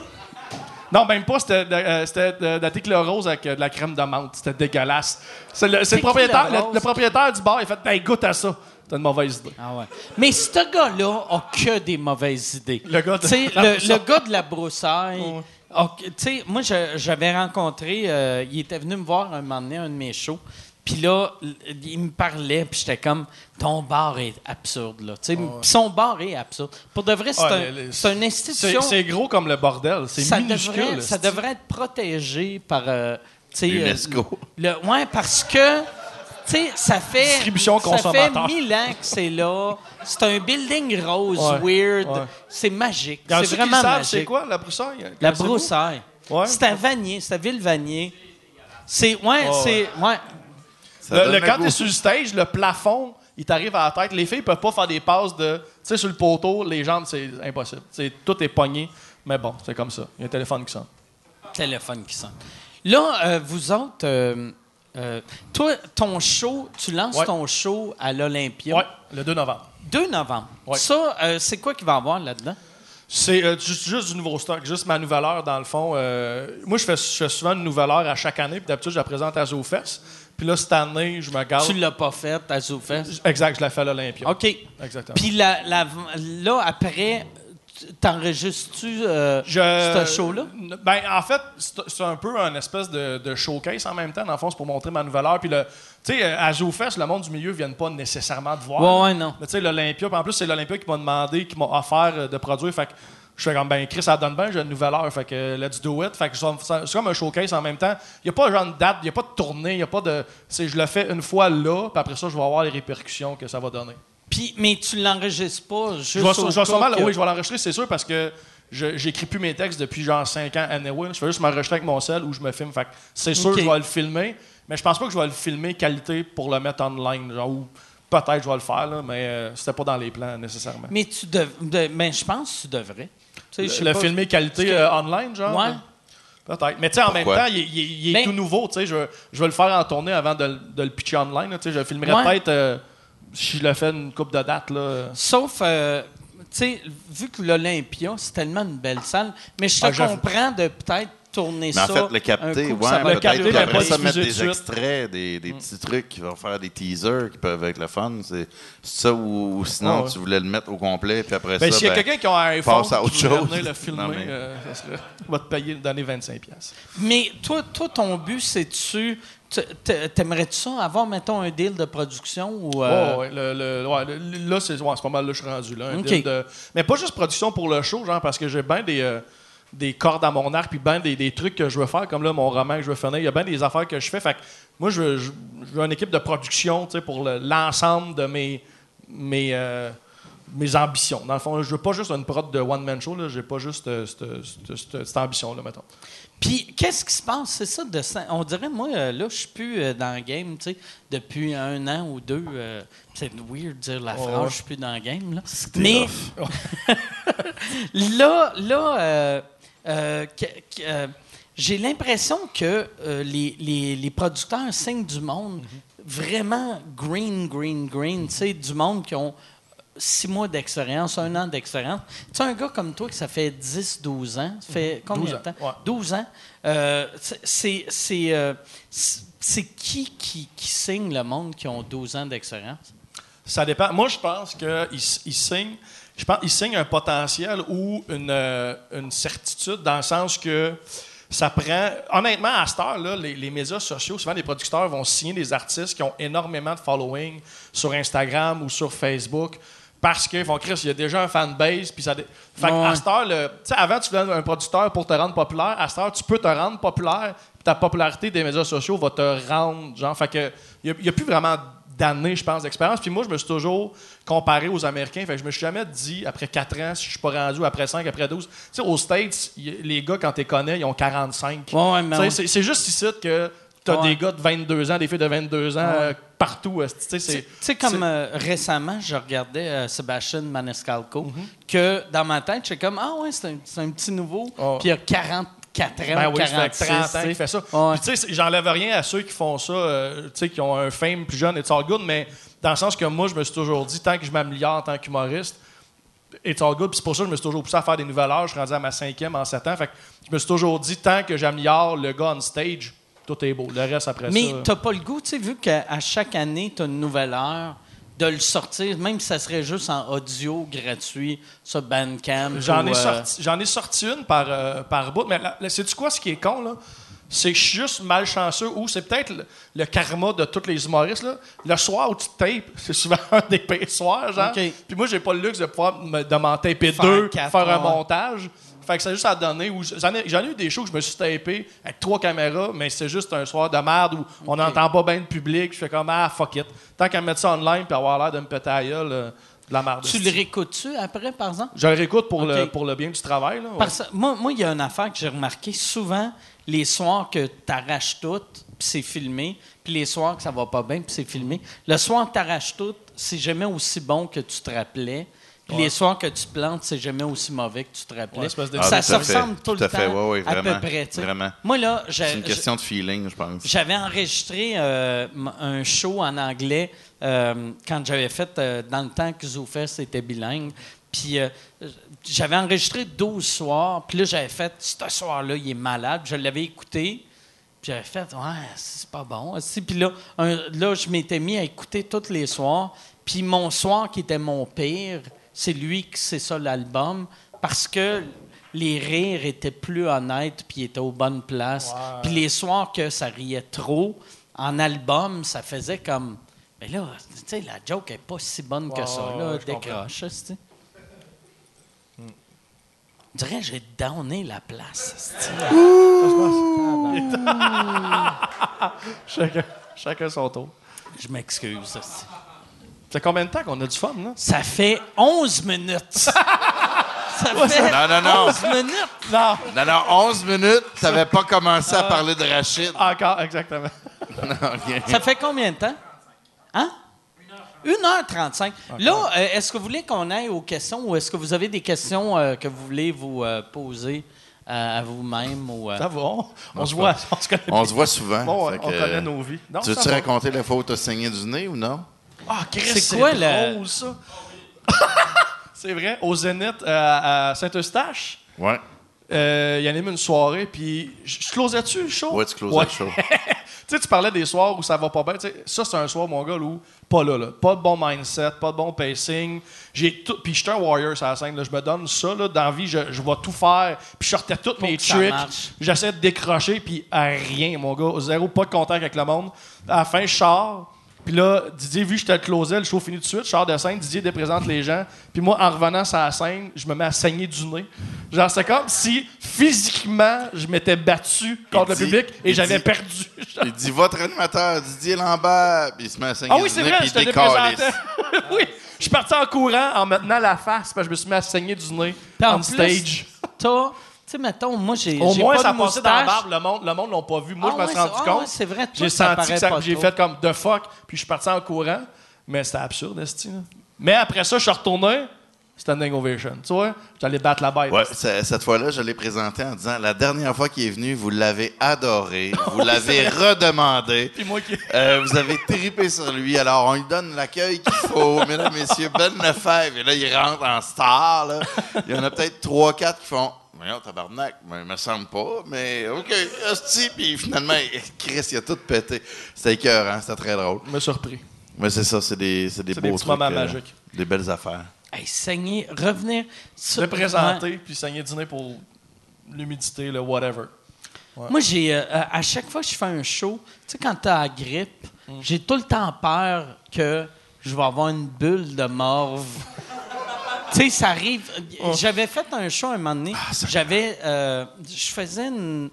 Non, même pas. C'était de la tequila rose avec de la crème de menthe. C'était dégueulasse. C'est le propriétaire. Le propriétaire du bar, il a fait « Hey, goûte à ça. » T'as une mauvaise idée. Ah ouais. Mais ce gars-là a que des mauvaises idées. Le gars de le gars de la broussaille. Tu sais, moi, j'avais rencontré... il était venu me voir un moment donné, un de mes shows. Puis là, il me parlait, puis j'étais comme, ton bar est absurde, là. Puis son bar est absurde. Pour de vrai, c'est une institution... C'est gros comme le bordel. C'est minuscule. Ça devrait être protégé par... UNESCO. Ouais, parce que... Tu sais, ça fait... Distribution consommateur. Ça fait 1000 ans que c'est là. C'est un building rose, weird. Ouais. C'est magique. C'est vraiment magique. C'est quoi, la broussaille? La broussaille. Ouais. C'est à Vanier. C'est à Ville-Vanier. C'est... Ouais, c'est... Ouais. Quand t'es sur le stage, le plafond, il t'arrive à la tête. Les filles peuvent pas faire des passes de... Tu sais, sur le poteau, les jambes, c'est impossible. Tout est pogné. Mais bon, c'est comme ça. Il y a un téléphone qui sonne. Téléphone qui sonne. Là, vous autres... toi, ton show, tu lances ton show à l'Olympia. Oui, le 2 novembre. 2 novembre. Ouais. Ça, c'est quoi qu'il va y avoir là-dedans? C'est juste du nouveau stock, juste ma nouvelle heure, dans le fond. Moi, je fais souvent une nouvelle heure à chaque année, puis d'habitude, je la présente à ZooFest. Puis là, cette année, je me garde... Tu l'as pas faite à ZooFest? Exact, je l'ai fait à l'Olympia. OK. Exactement. Puis là, après... T'enregistres-tu ce show-là? Ben, en fait, c'est un peu un espèce de showcase en même temps. Dans le fond, c'est pour montrer ma nouvelle heure. Puis, tu sais, à ZooFest, le monde du milieu ne vient pas nécessairement te voir. Ouais, non. Mais tu sais, l'Olympia, puis en plus, c'est l'Olympia qui m'a demandé, qui m'a offert de produire. Fait que je fais comme, ben, Chris, ça donne bien, j'ai une nouvelle heure. Fait que let's do it. Fait que c'est comme un showcase en même temps. Il n'y a pas genre de date, il n'y a pas de tournée, il n'y a pas de. Je le fais une fois là, puis après ça, je vais avoir les répercussions que ça va donner. Mais tu l'enregistres pas juste Oui, je vais l'enregistrer, c'est sûr, parce que j'écris plus mes textes depuis genre 5 ans anyway. Je fais juste m'enregistrer avec mon cell ou je me filme. Fait que c'est sûr que je vais le filmer, mais je pense pas que je vais le filmer qualité pour le mettre online. Genre, ou peut-être je vais le faire, là, mais c'était pas dans les plans nécessairement. Mais mais je pense que tu devrais. Le filmer qualité online, genre? Ouais. Peut-être. Mais tu sais, en même temps, il est tout nouveau. Je vais le faire en tournée avant de le pitcher online. Là, je le filmerai peut-être... si je le fais une couple de dates, là. Sauf, tu sais, vu que l'Olympia, c'est tellement une belle salle, mais je te comprends de peut-être tourner ça. Mais en fait, le capter, peut-être après ça, mettre des extraits, des petits trucs qui vont faire des teasers qui peuvent être le fun. C'est ça ou sinon, tu voulais le mettre au complet, puis après ça, s'il y a quelqu'un qui a un iPhone qui voudrait venir le filmer, ça serait, on va te payer, donner 25$. Mais toi, ton but, c'est-tu... T'aimerais-tu ça avoir, mettons, un deal de production? Ou, là, c'est pas mal là je suis rendu. Là, deal mais pas juste production pour le show, genre, parce que j'ai bien des cordes à mon arc, puis bien des trucs que je veux faire, comme là, mon roman que je veux finir. Il y a bien des affaires que je fais. Fait que moi, je veux une équipe de production pour l'ensemble de mes ambitions. Dans le fond, je veux pas juste une prod de one-man show. J'ai pas juste cette ambition-là, mettons. Puis, qu'est-ce qui se passe? C'est ça, on dirait, moi, là, je suis plus dans le game, tu sais, depuis 1 an ou 2. C'est weird de dire la phrase, je suis plus dans le game, là. Mais, là, j'ai l'impression que les producteurs signent du monde vraiment green, tu sais, du monde qui ont 6 mois d'expérience, 1 an d'expérience. Tu sais, un gars comme toi, que ça fait 10, 12 ans, ça fait combien de temps? Ouais. 12 ans. C'est qui signe le monde qui ont 12 ans d'expérience? Ça dépend. Moi, je pense qu'ils signent. Je pense qu'ils signent un potentiel ou une certitude dans le sens que ça prend. Honnêtement, à cette heure-là, les médias sociaux, souvent les producteurs vont signer des artistes qui ont énormément de following sur Instagram ou sur Facebook parce qu'ils font Chris, il y a déjà un fanbase. Puis ça. Fait qu'à cette heure, tu sais, avant, tu voulais un producteur pour te rendre populaire. À cette heure, tu peux te rendre populaire. Puis ta popularité des médias sociaux va te rendre. Genre, fait que il n'y a plus vraiment d'années, je pense, d'expérience. Puis moi, je me suis toujours comparé aux Américains. Fait que je me suis jamais dit, après 4 ans, si je suis pas rendu, après 5, après 12. Tu sais, aux States, les gars, quand tu les connais, ils ont 45. C'est juste ici que tu as des gars de 22 ans, des filles de 22 ans partout. Tu sais, comme récemment, je regardais Sébastien Maniscalco, que dans ma tête, j'étais comme, ah ouais, c'est un petit nouveau. Puis il y a 44 ans, 46, ça fait 30 ans qu'il fait ça. Puis tu sais, j'enlève rien à ceux qui font ça, tu sais, qui ont un fame plus jeune, it's all good, mais dans le sens que moi, je me suis toujours dit, tant que je m'améliore en tant qu'humoriste, it's all good. Puis c'est pour ça que je me suis toujours poussé à faire des nouvelles heures. Je suis rendu à ma 5e en 7 ans. Fait que je me suis toujours dit, tant que j'améliore le gars on stage, tout est beau. Le reste après ça. Mais t'as pas le goût, tu sais, vu qu'à chaque année, t'as une nouvelle heure, de le sortir, même si ça serait juste en audio gratuit sur Bandcamp. J'en ai sorti une par bout. Mais sais-tu quoi, ce qui est con, là? C'est que je suis juste malchanceux, ou c'est peut-être le karma de tous les humoristes. Là. Le soir où tu te tapes, c'est souvent un des pires soirs, genre. Okay. Puis moi, j'ai pas le luxe de pouvoir m'en taper 2, faire un montage. Fait que c'est juste à donner. J'en ai eu des shows que je me suis tapé avec 3 caméras, mais c'est juste un soir de merde où on n'entend pas bien le public. Je fais comme, fuck it. Tant qu'à mettre ça online puis avoir l'air de me péter à la gueule, de la merde. Tu le réécoutes-tu après, par exemple? Je le réécoute pour le bien du travail. Là, moi, il y a une affaire que j'ai remarqué souvent, les soirs que tu arraches tout, puis c'est filmé, puis les soirs que ça va pas bien, puis c'est filmé. Le soir que tu arraches tout, c'est jamais aussi bon que tu te rappelais. Puis les soirs que tu plantes, c'est jamais aussi mauvais que tu te rappelais. Ça se ressemble tout le temps, à peu près. Vraiment. Moi, là, c'est une question de feeling, je pense. J'avais enregistré un show en anglais quand j'avais fait, dans le temps que ZooFest était bilingue. Puis j'avais enregistré 12 soirs. Puis là, j'avais fait, ce soir-là, il est malade. Je l'avais écouté. Puis j'avais fait, ouais, c'est pas bon. Puis là, je m'étais mis à écouter tous les soirs. Puis mon soir, qui était mon pire, c'est lui qui c'est ça l'album, parce que les rires étaient plus honnêtes puis ils étaient aux bonnes places. Puis les soirs que ça riait trop, en album, ça faisait comme... Mais là, tu sais, la joke est pas si bonne que ça, là, décroche, tu sais. Je dirais que j'ai downé la place. Chacun son tour. Je m'excuse. Ça fait combien de temps qu'on a du fun, là? Ça fait 11 minutes. Ça fait non. 11 minutes. Non, 11 minutes, tu n'avais pas commencé à parler de Rachid. Encore, exactement. Okay. Ça fait combien de temps? Hein? 1h35. Là, est-ce que vous voulez qu'on aille aux questions ou est-ce que vous avez des questions que vous voulez vous poser à vous-même? Ou, Ça va, on se voit. On se voit souvent. Bon, on connaît nos vies. Non, tu veux-tu raconter la fois où tu as saigné du nez ou non? Chris, c'est quoi drôle, ça? C'est vrai, au Zénith à Saint-Eustache. Ouais. Il anime une soirée, puis je closais-tu le show? Ouais, tu closais le show. Tu sais, tu parlais des soirs où ça va pas bien. T'sais, ça, c'est un soir, mon gars, où pas là. Pas de bon mindset, pas de bon pacing. Puis je suis un warrior sur la scène. Là. Je me donne ça. Là, dans la vie, je vais tout faire. Puis je sortais tous mes tricks. J'essaie de décrocher, puis à rien, mon gars. Zéro, pas de contact avec le monde. À la fin, je sors. Puis là, Didier, vu que je te le closais, le show finit tout de suite, je sors de scène, Didier déprésente les gens. Puis moi, en revenant sur la scène, je me mets à saigner du nez. Genre, c'est comme si, physiquement, je m'étais battu contre le public et j'avais perdu. Il dit, votre animateur, Didier Lambert, puis il se met à saigner du nez, c'est vrai, puis je te il décalisse. Oui, je suis parti en courant en me tenant la face, parce que je me suis mis à saigner du nez on stage. Tu sais, mettons, moi, j'ai au moins, pas ça de passait dans la moustache. barbe. Le monde l'ont pas vu. Moi, je me suis rendu compte. C'est vrai, J'ai senti que j'ai fait comme « the fuck », puis je suis parti en courant. Mais c'était absurde, esti. Mais après ça, je suis retourné, Standing ovation. Tu vois, j'allais battre la bête. Ouais, cette fois-là, je l'ai présenté en disant la dernière fois qu'il est venu, vous l'avez adoré, vous l'avez redemandé. Puis moi qui. Vous avez tripé sur lui, alors on lui donne l'accueil qu'il faut. Mesdames, messieurs, Ben Lefebvre. Et là, il rentre en star. Là. Il y en a peut-être 3-4 qui font voyons, tabarnak, mais il me semble pas, mais OK, hostie. Puis finalement, Chris, il a tout pété. C'était écœurant, c'était très drôle. Je me surpris. Mais c'est ça, c'est des beaux des petits trucs. moments magiques. Des belles affaires. Hey, saigner, revenir. Se présenter, puis saigner dîner pour l'humidité, le whatever. Ouais. Moi, j'ai à chaque fois que je fais un show, tu sais, quand t'as la grippe, j'ai tout le temps peur que je vais avoir une bulle de morve. Tu sais, ça arrive. J'avais fait un show un moment donné. J'avais. Je faisais une.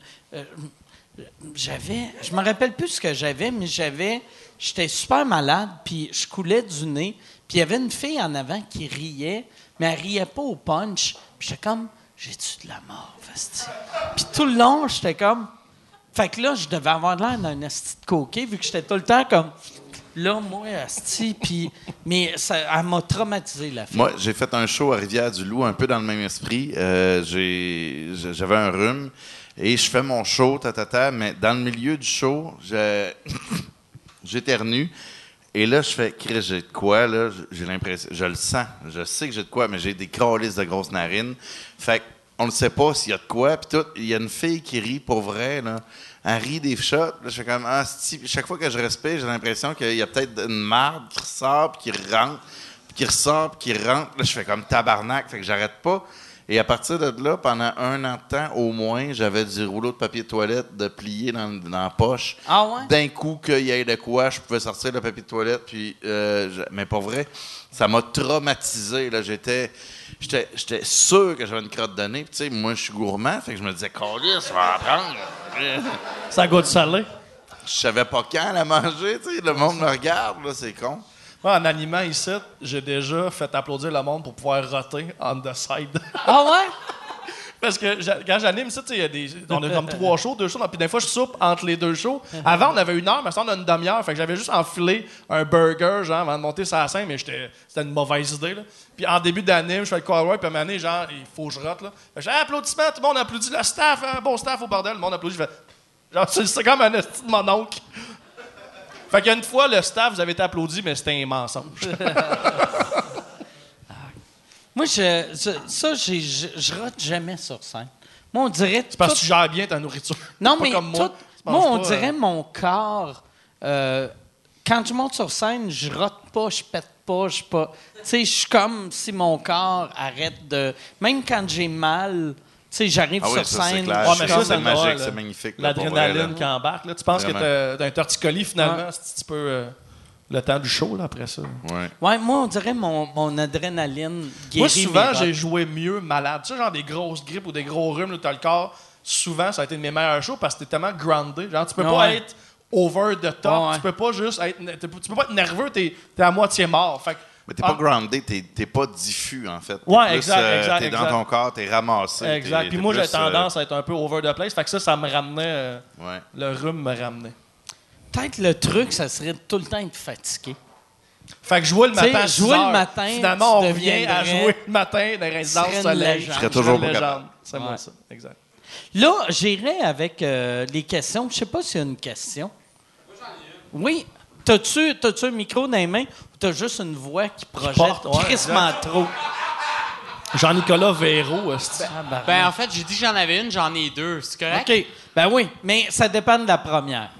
Je me rappelle plus ce que j'avais, mais j'étais super malade, puis je coulais du nez. Puis il y avait une fille en avant qui riait, mais elle riait pas au punch. Puis j'étais comme, j'ai-tu de la mort, asti? Puis tout le long, j'étais comme... Fait que là, je devais avoir l'air d'un asti de coquet, vu que j'étais tout le temps comme... Là, moi, asti, puis... Mais ça, elle m'a traumatisé, la fille. Moi, j'ai fait un show à Rivière-du-Loup, un peu dans le même esprit. J'avais un rhume, et je fais mon show, mais dans le milieu du show, j'éternue. Et là, je fais, Chris, j'ai de quoi, là? J'ai l'impression, je le sens. Je sais que j'ai de quoi, mais j'ai des câlisses de grosses narines. Fait qu'on ne sait pas s'il y a de quoi. Puis tout, il y a une fille qui rit pour vrai, là. Elle rit des shots. Là, je fais comme, chaque fois que je respire, j'ai l'impression qu'il y a peut-être une marde qui ressort, puis qui rentre, puis qui ressort, puis qui rentre. Là, je fais comme tabarnak. Fait que j'arrête pas. Et à partir de là, pendant 1 an de temps, au moins, j'avais du rouleau de papier de toilette de plier dans la poche. Ah ouais? D'un coup, qu'il y ait de quoi, je pouvais sortir le papier de toilette. Puis, mais pas vrai, ça m'a traumatisé. Là. J'étais sûr que j'avais une crotte de nez. Puis, tu sais, moi, je suis gourmand. Fait que je me disais, câlisse, ça va en prendre. Ça goûte salé. Je savais pas quand la manger. Tu sais, le monde me regarde, là, c'est con. Moi, en animant ici, j'ai déjà fait applaudir le monde pour pouvoir roter on the side. Ah ouais? Parce que quand j'anime ici, on a comme 3 shows, 2 shows, puis des fois, je soupe entre les 2 shows. Avant, on avait 1 heure, mais ça, on a une demi-heure. Fait que j'avais juste enfilé un burger, genre, avant de monter sur la scène, mais c'était une mauvaise idée, là. Puis en début d'anime, je fais le call puis à un moment donné, genre, il faut que je rote, là. Fait que je fais applaudissements, tout le monde applaudit, le staff, un bon staff au bordel, le monde applaudit, je fais, genre, c'est comme un esti de mon oncle. Fait qu'il y a une fois, le staff, vous avez été applaudi, mais c'était un mensonge. Moi, je rote jamais sur scène. Moi, on dirait... C'est parce que tu gères bien ta nourriture. Non, pas mais comme moi. Moi, on dirait mon corps... quand je monte sur scène, je rote pas, je pète pas, Tu sais, je suis comme si mon corps arrête de... Même quand j'ai mal... Tu sais, j'arrive sur scène. C'est mais ça, c'est magique, c'est magnifique. L'adrénaline qui embarque. Là. Tu penses que t'as un torticolis, finalement, c'est un petit peu le temps du show, là, après ça. Ouais, moi, on dirait mon adrénaline guérit. Moi, souvent, j'ai joué mieux malade. Tu sais, genre des grosses grippes ou des gros rhumes où t'as le corps. Souvent, ça a été de mes meilleurs shows parce que t'es tellement groundé. Genre, tu peux pas être over the top. Tu peux pas juste être... Tu peux pas être nerveux, t'es à moitié mort. Fait que, mais t'es pas groundé, t'es pas diffus, en fait. Ouais, exact. T'es dans ton corps, t'es ramassé. Exact. Puis moi, j'ai tendance à être un peu over the place. Fait que ça me ramenait... Le rhume me ramenait. Peut-être le truc, ça serait tout le temps être fatigué. Fait que jouer le matin à 6 jouer heures, le matin, finalement, on revient à jouer le matin dans les résidences soleil. Je serais toujours une pas légende. C'est moi ça, exact. Là, j'irai avec les questions. Je sais pas s'il y a une question. Moi, j'en ai une. Oui. T'as-tu un micro dans les mains ou t'as juste une voix qui projette crissement trop? Jean-Nicolas Véro. Ben, en fait, j'ai dit que j'en avais une, j'en ai 2. C'est correct? OK. Ben oui, mais ça dépend de la première.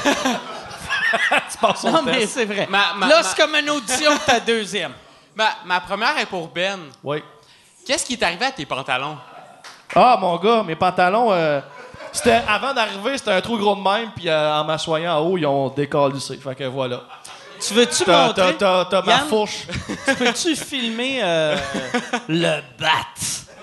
Tu passes au Non, test. mais c'est vrai. Là, c'est comme une audition de ta deuxième. Ma première est pour Ben. Oui. Qu'est-ce qui est arrivé à tes pantalons? Ah, mon gars, mes pantalons... c'était avant d'arriver, c'était un trou gros de même, puis en m'assoyant en haut, ils ont décalissé. Fait que voilà. Tu veux-tu montrer? T'as ma Yann, fourche. Tu peux-tu filmer le bat?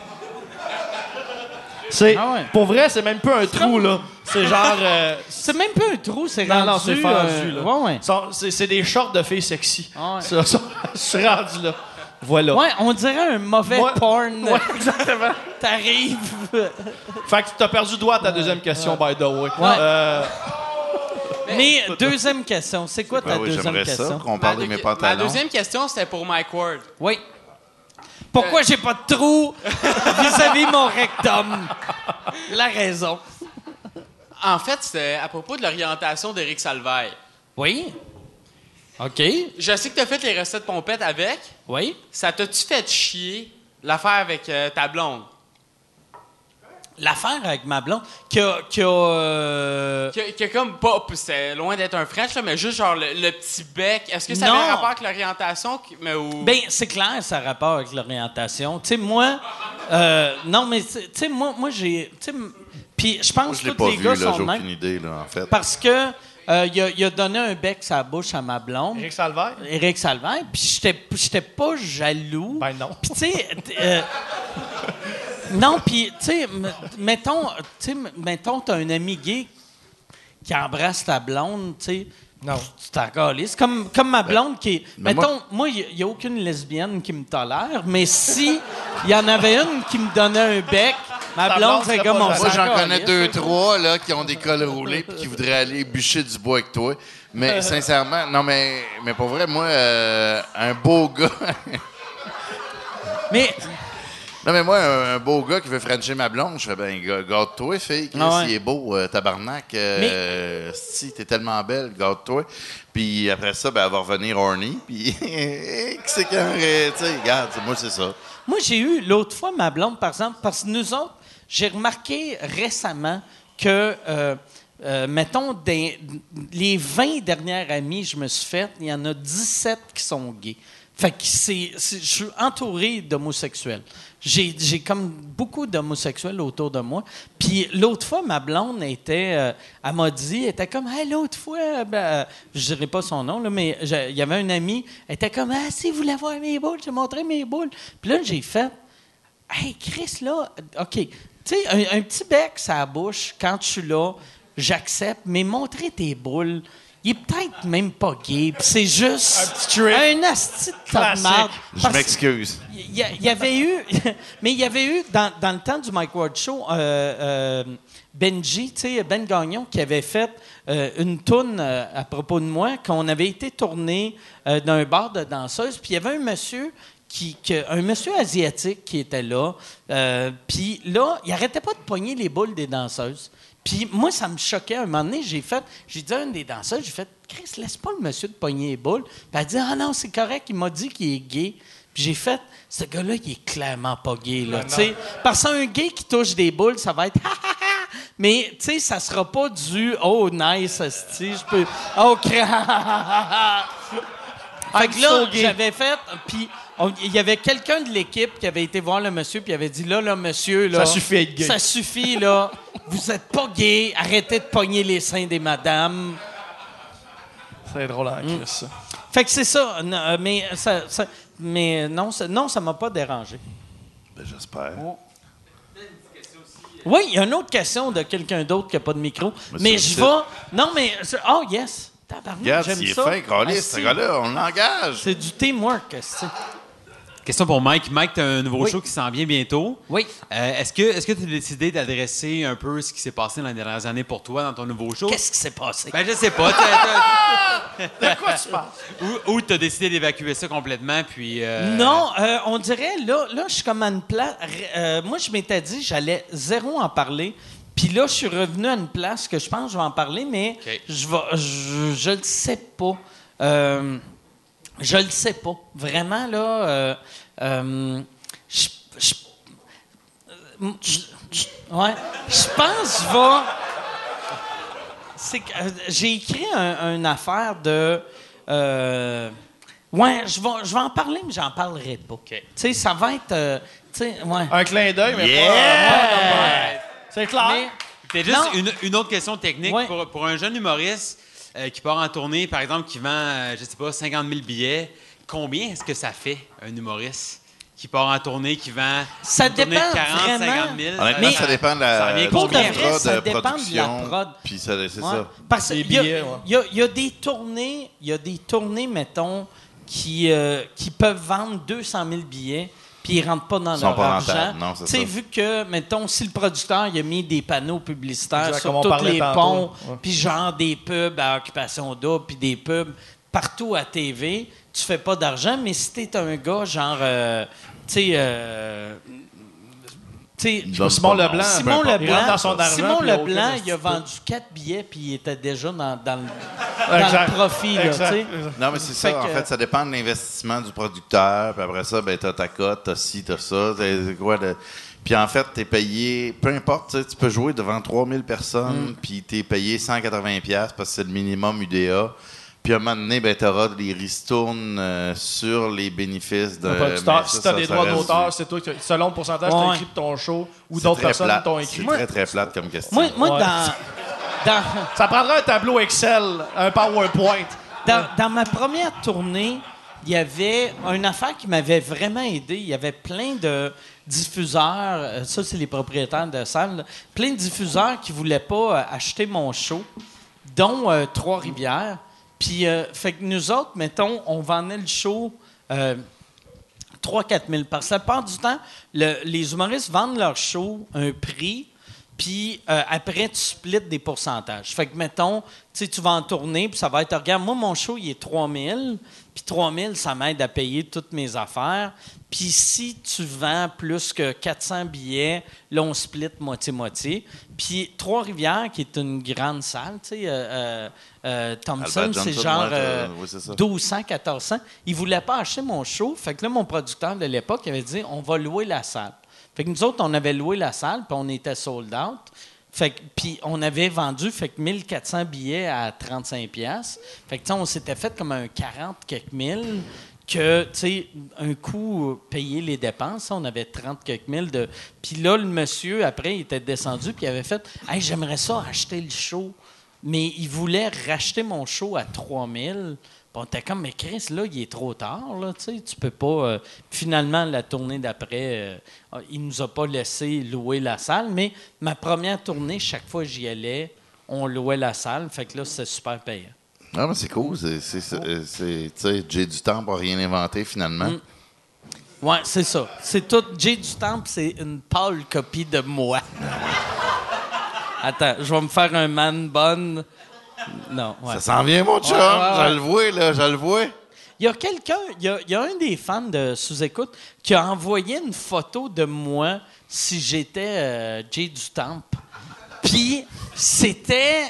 Pour vrai, c'est même pas un trou, là. C'est genre... C'est même pas un trou, c'est rendu... Non, c'est fendu, là. Ouais. C'est des shorts de filles sexy. Ouais. Ça, je suis rendu là. Voilà. Ouais, on dirait un mauvais porn. Ouais, exactement. T'arrives... Fait que t'as perdu droit à ta deuxième question, by the way. Ouais. Mais deuxième question, c'est quoi ta deuxième question? Ça, qu'on parle de mes pantalons. Ma deuxième question, c'était pour Mike Ward. Oui. Pourquoi j'ai pas de trou vis-à-vis mon rectum? La raison. En fait, c'était à propos de l'orientation d'Éric Salvaille. Oui. OK. Je sais que tu as fait les recettes pompettes avec. Oui. Ça t'a-tu fait chier l'affaire avec ta blonde? L'affaire avec ma blonde qui a Qui a comme pas... C'était loin d'être un French, là, mais juste genre le petit bec. Est-ce que ça avait Non. rapport avec l'orientation? Ben, c'est clair, ça a rapport avec l'orientation. Tu sais, moi... non, mais tu sais, moi j'ai... Tu sais, puis je pense Moi, je que l'ai tous pas les vu, gars là, sont j'ai de même. aucune idée, là, en fait. Parce que il a donné un bec sur la bouche à ma blonde. Éric Salvaire? Éric Salvaire. Puis j'étais pas jaloux. Ben non. Puis tu sais... non, puis tu sais, mettons, t'as un ami gay qui embrasse ta blonde, tu sais... Non. Tu t'en calisses. Comme ma blonde qui est... mais Mettons, moi, il n'y a aucune lesbienne qui me tolère, mais si il y en avait une qui me donnait un bec, ma Ta blonde, blonde c'est serait comme pas on jalouse. Moi, s'en j'en connais calisse. 2-3 là, qui ont des cols roulés et qui voudraient aller bûcher du bois avec toi. Mais sincèrement, non, mais pour vrai, moi, un beau gars... Mais... Non, mais moi, un beau gars qui veut frencher ma blonde, je fais, ben, garde-toi, fille. Chris, Ah ouais. il est beau, tabarnak. Si, t'es tellement belle, garde-toi. Puis après ça, ben, elle va revenir horny. Puis, c'est quand, tu sais, regarde, moi, c'est ça. Moi, j'ai eu l'autre fois ma blonde, par exemple, parce que nous autres, j'ai remarqué récemment que, mettons, les 20 dernières amies que je me suis faites, il y en a 17 qui sont gays. Fait que je suis entouré d'homosexuels. J'ai comme beaucoup d'homosexuels autour de moi. Puis l'autre fois, ma blonde elle m'a dit, elle était comme, hey, l'autre fois, je dirais pas son nom, là, mais il y avait un ami, elle était comme, ah, si vous voulez voir mes boules, je vais montrer mes boules. Puis là, j'ai fait, hey, Chris, là, OK, tu sais, un petit bec sur la bouche, quand je suis là, j'accepte, mais montrer tes boules, il est peut-être même pas gay, puis c'est juste Un petit trick. un asti de tas de Classique. marde. Je Parce- m'excuse. il y avait eu, mais il y avait eu dans le temps du Mike Ward Show, Benji, tu sais, Ben Gagnon, qui avait fait une toune à propos de moi, qu'on avait été tourné dans un bar de danseuses, puis il y avait un monsieur un monsieur asiatique qui était là, puis là, il arrêtait pas de pogner les boules des danseuses. Puis moi, ça me choquait. Un moment donné, j'ai dit à une des danseuses, j'ai fait « Chris, laisse pas le monsieur de pogner les boules. » Puis elle a dit « Ah non, c'est correct, il m'a dit qu'il est gay. » Puis j'ai fait « Ce gars-là, il est clairement pas gay. Là, tu sais. Parce qu'un gay qui touche des boules, ça va être « Ha, ha, ha! » Mais tu sais, ça sera pas du « Oh, nice, asti, je peux... Oh, crap! » Fait que là, j'avais fait... Puis il y avait quelqu'un de l'équipe qui avait été voir le monsieur, puis il avait dit là, monsieur, là... Ça suffit être gay. Ça suffit, là. Vous êtes pas gay. Arrêtez de pogner les seins des madames. C'est drôle, hein, Chris, ça. Fait que c'est ça. Mais non, ça m'a pas dérangé. Ben, j'espère. Oui, il y a une autre question de quelqu'un d'autre qui n'a pas de micro. Mais c'est je ça. vais... Non, mais... Oh, yes. Tabarnak, Regarde, j'aime s'il est ça. fin, Carlis, Ah, ce si. gars-là, on l'engage. C'est du teamwork, esti. Question pour Mike. Mike, tu as un nouveau Oui. show qui s'en vient bientôt. Oui. Est-ce que tu as décidé d'adresser un peu ce qui s'est passé dans les dernières années pour toi dans ton nouveau show? Qu'est-ce qui s'est passé? Ben, je sais pas. De quoi tu parles? Ou tu as décidé d'évacuer ça complètement, puis... Non, on dirait, là, je suis comme à une place... moi, je m'étais dit j'allais zéro en parler. Puis là, je suis revenu à une place que je pense que je vais en parler, mais OK. je le sais pas. Je le sais pas. Vraiment, là... ouais. Je pense que je vais... C'est que j'ai écrit une affaire de... ouais, je vais en parler, mais j'en parlerai pas. Tu sais, ça va être... tu sais, ouais. Un clin d'œil, mais Yeah! pas c'est clair. Mais- C'est juste Non. une autre question technique. Ouais. Pour un jeune humoriste qui part en tournée, par exemple, qui vend, je sais pas, 50 000 billets, combien est-ce que ça fait, un humoriste qui part en tournée, qui vend Ça une tournée dépend de 40, vraiment. 50 000? Honnêtement, Mais- ça dépend de ça revient du Pour de combien? vrai, contrat ça de dépend de la production. prod. Puis c'est Ouais. ça. Parce Des qu'il y a, billets, ouais. il y a des tournées, mettons, qui peuvent vendre 200 000 billets, puis ils ne rentrent pas dans Ils sont leur pas argent. rentables, non, c'est Tu sais, ça. vu que, mettons, si le producteur il a mis des panneaux publicitaires Exact, sur comme on tous parlait les tantôt. ponts, Ouais. puis genre des pubs à Occupation Double, puis des pubs partout à TV, tu fais pas d'argent, mais si t'es un gars, genre... Simon Leblanc. Simon Il rentre dans son Leblanc, argent, Simon puis il y a Leblanc, aucun il a vendu 4 billets, puis il était déjà dans le profit. Là, Exact. tu sais. Non, mais c'est ça. Fait En que- fait, ça dépend de l'investissement du producteur. Puis après ça, ben, t'as ta cote, t'as ci, t'as ça. C'est quoi le... Puis en fait, t'es payé, peu importe, tu peux jouer devant 3000 personnes, puis t'es payé 180$ parce que c'est le minimum UDA. Puis à un moment donné, ben, t'auras des ristournes sur les bénéfices de. Si t'as des droits d'auteur, c'est toi qui, selon le pourcentage que t'as écrit de ton show ou d'autres personnes plate. t'ont écrit. C'est très, très plate comme question. Moi Ouais. dans Ça prendrait un tableau Excel, un PowerPoint. dans ma première tournée, il y avait une affaire qui m'avait vraiment aidé. Il y avait plein de diffuseurs, ça c'est les propriétaires de salles, là, plein de diffuseurs qui voulaient pas acheter mon show, dont Trois-Rivières. Puis, fait que nous autres, mettons, on vendait le show 3-4 000. Parce que la plupart du temps, les humoristes vendent leur show un prix, puis après, tu splits des pourcentages. Fait que, mettons, tu vas en tourner, puis ça va être, regarde, moi, mon show, il est 3 000, puis 3 000, ça m'aide à payer toutes mes affaires. Puis si tu vends plus que 400 billets, là, on split moitié-moitié. Puis Trois-Rivières, qui est une grande salle, tu sais, Thompson, Albert c'est Johnson, genre oui, c'est ça. 1200, 1400. Ils ne voulaient pas acheter mon show. Fait que là, mon producteur de l'époque il avait dit, on va louer la salle. Fait que nous autres, on avait loué la salle, puis on était sold out. Fait que, puis on avait vendu 1400 billets à 35$. Fait que, tu sais, on s'était fait comme un 40 quelques mille que, tu sais, un coup, payer les dépenses, on avait 30 quelques mille de... Puis là, le monsieur, après, il était descendu, puis il avait fait « Hey, j'aimerais ça acheter le show. » Mais il voulait racheter mon show à 3000. On était comme, mais Chris, là, il est trop tard, là, tu sais, tu peux pas... Finalement, la tournée d'après, il nous a pas laissé louer la salle, mais ma première tournée, chaque fois que j'y allais, on louait la salle, fait que là, c'est super payant. Ah, mais c'est cool. Tu sais, Jay du Temple n'a rien inventé, finalement. Ouais, c'est ça. C'est tout. Jay du Temple, c'est une pâle copie de moi. Attends, je vais me faire un man bun. Non, ouais. Ça s'en vient, mon chum. Je le vois, là, je le vois. Il y a quelqu'un, il y a un des fans de Sous-Écoute qui a envoyé une photo de moi si j'étais Jay du Temple. Puis, c'était...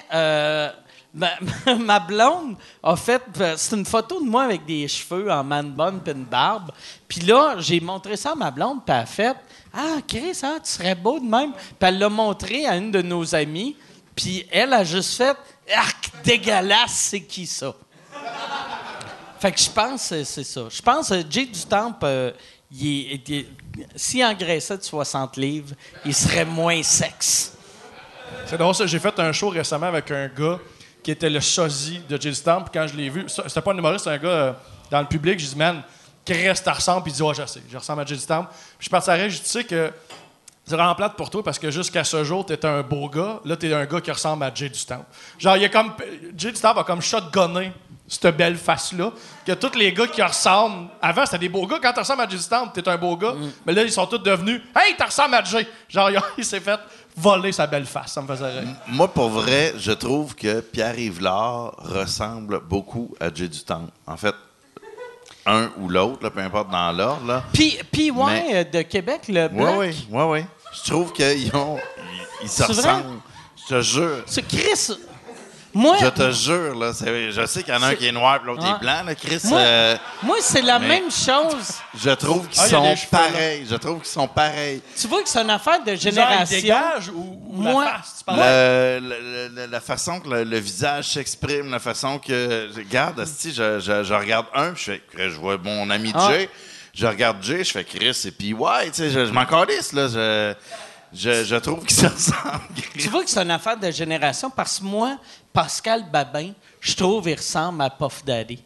ma blonde a fait... C'est une photo de moi avec des cheveux en man bun et une barbe. Puis là, j'ai montré ça à ma blonde, puis elle a fait « Ah, Chris, hein, tu serais beau de même. » Puis elle l'a montré à une de nos amies. Puis elle a juste fait « Arc, dégueulasse, c'est qui ça? » Fait que je pense que c'est ça. Je pense que Jay du Temple, s'il engraissait de 60 livres, il serait moins sexe. C'est drôle, ça. J'ai fait un show récemment avec un gars qui était le sosie de Jay du Temple. Puis quand je l'ai vu, c'était pas un humoriste, c'était un gars dans le public. J'ai dit, man, Chris, t'en ressembles. Puis il dit, ouais, je sais, je ressemble à Jay du Temple. Puis je suis parti à rire, je dis, tu sais que c'est vraiment plate pour toi parce que jusqu'à ce jour, t'étais un beau gars. Là, t'es un gars qui ressemble à Jay du Temple. Genre, il y a comme. Jay du Temple a comme shotgunné cette belle face-là. Que tous les gars qui ressemblent. Avant, c'était des beaux gars. Quand tu ressembles à Jay du Temple, t'es un beau gars. Mais là, ils sont tous devenus. Hey, tu ressembles à Jay. Genre, il s'est fait voler sa belle face. Ça me faisait rire. Moi, pour vrai, je trouve que Pierre-Yves Lard ressemble beaucoup à Jay du Temple. En fait, un ou l'autre, là, peu importe dans l'ordre. Là. Puis ouais, de Québec, le Black. Oui. Je trouve qu'ils se C'est vrai? ressemblent. Je te jure. C'est Chris. Moi, Je te jure, là. Je sais qu'il y en a un qui est noir et l'autre qui est blanc, là, Chris. moi c'est la mais- même chose. Je trouve qu'ils Ah, il y a sont des cheveux, là. pareils. Je trouve qu'ils sont pareils. Tu vois que c'est une affaire de Genre, il génération. dégage ou Moi- la face? Tu parles? La façon que le visage s'exprime, la façon que. Regarde, asti, je regarde un, puis je vois mon ami Jay. Je regarde Jay, je fais Chris et puis ouais, tu sais, je m'en calisse, là. Je trouve qu'ils se ressemblent. Tu vois que c'est une affaire de génération parce que moi, Pascal Babin, je trouve il ressemble à Puff Daddy.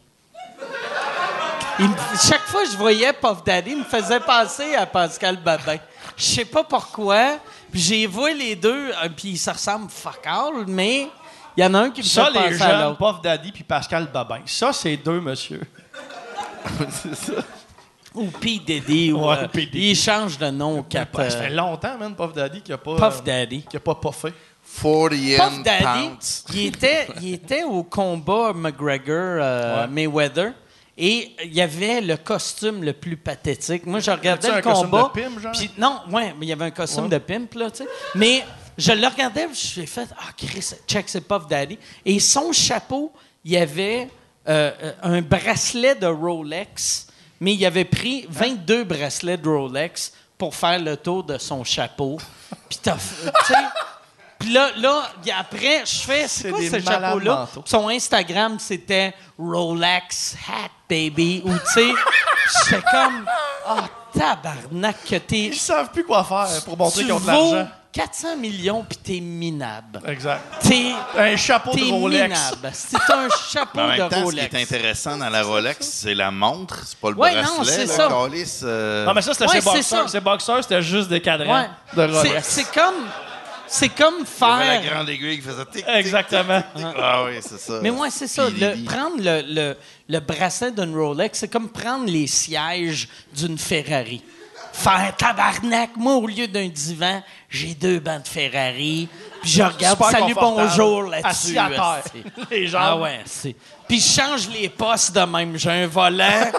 Chaque fois que je voyais Puff Daddy, il me faisait penser à Pascal Babin. Je sais pas pourquoi. Puis j'ai vu les deux, puis ils se ressemblent fuck all, mais il y en a un qui me Ça, fait les penser à jeunes, l'autre. Puff Daddy puis Pascal Babin. Ça, c'est deux, monsieur. C'est ça. Ou P. Diddy. Ou, Ouais, P. Diddy. il change de nom au cap. Ça fait longtemps, man, Puff Daddy, qui a pas... Puff Daddy. Qui a pas puffé. 40 Puff Daddy, pounds. il était au combat McGregor-Mayweather. Et il y avait le costume le plus pathétique. Moi, je regardais le un costume combat. de pimp, genre? Puis non, ouais, mais il y avait un costume de pimp, là, tu sais. Mais je le regardais, puis je lui ai fait « Ah, Chris, check, c'est Puff Daddy. » Et son chapeau, il y avait un bracelet de Rolex, mais il avait pris 22 bracelets de Rolex pour faire le tour de son chapeau. Puis tu sais... Puis là, après, je fais, c'est quoi des ce malades chapeau-là? mentaux. Son Instagram, c'était Rolex Hat, baby. Ou, tu sais, j'étais comme, tabarnak que t'es... Ils savent plus quoi faire pour montrer Tu qu'ils ont de vaux l'argent. 400 millions, puis t'es minable. Exact. T'es Un chapeau t'es de Rolex. minable. C'est un chapeau Mais en même de temps, ce Rolex. qui est intéressant dans la Rolex, c'est la montre, c'est pas le Ouais, non, bracelet. c'est là, ça. câlisse, Non, mais ça, c'était Ouais, ses c'est boxeurs. ça. Ses boxeurs, c'était juste des cadrans Ouais. de Rolex. C'est comme il y avait la faire... grande aiguille qui faisait tic, tic. Exactement. Ah oui, c'est ça. Mais ouais, c'est ça. Puis Prendre le bracelet d'une Rolex, c'est comme prendre les sièges d'une Ferrari. Faire tabarnak, moi, au lieu d'un divan, j'ai 2 bancs de Ferrari. Puis je regarde Super salut, confortable. bonjour là-dessus. Assis à terre. esti. Les jambes. Ah ouais, c'est. Puis je change les postes de même. J'ai un volant.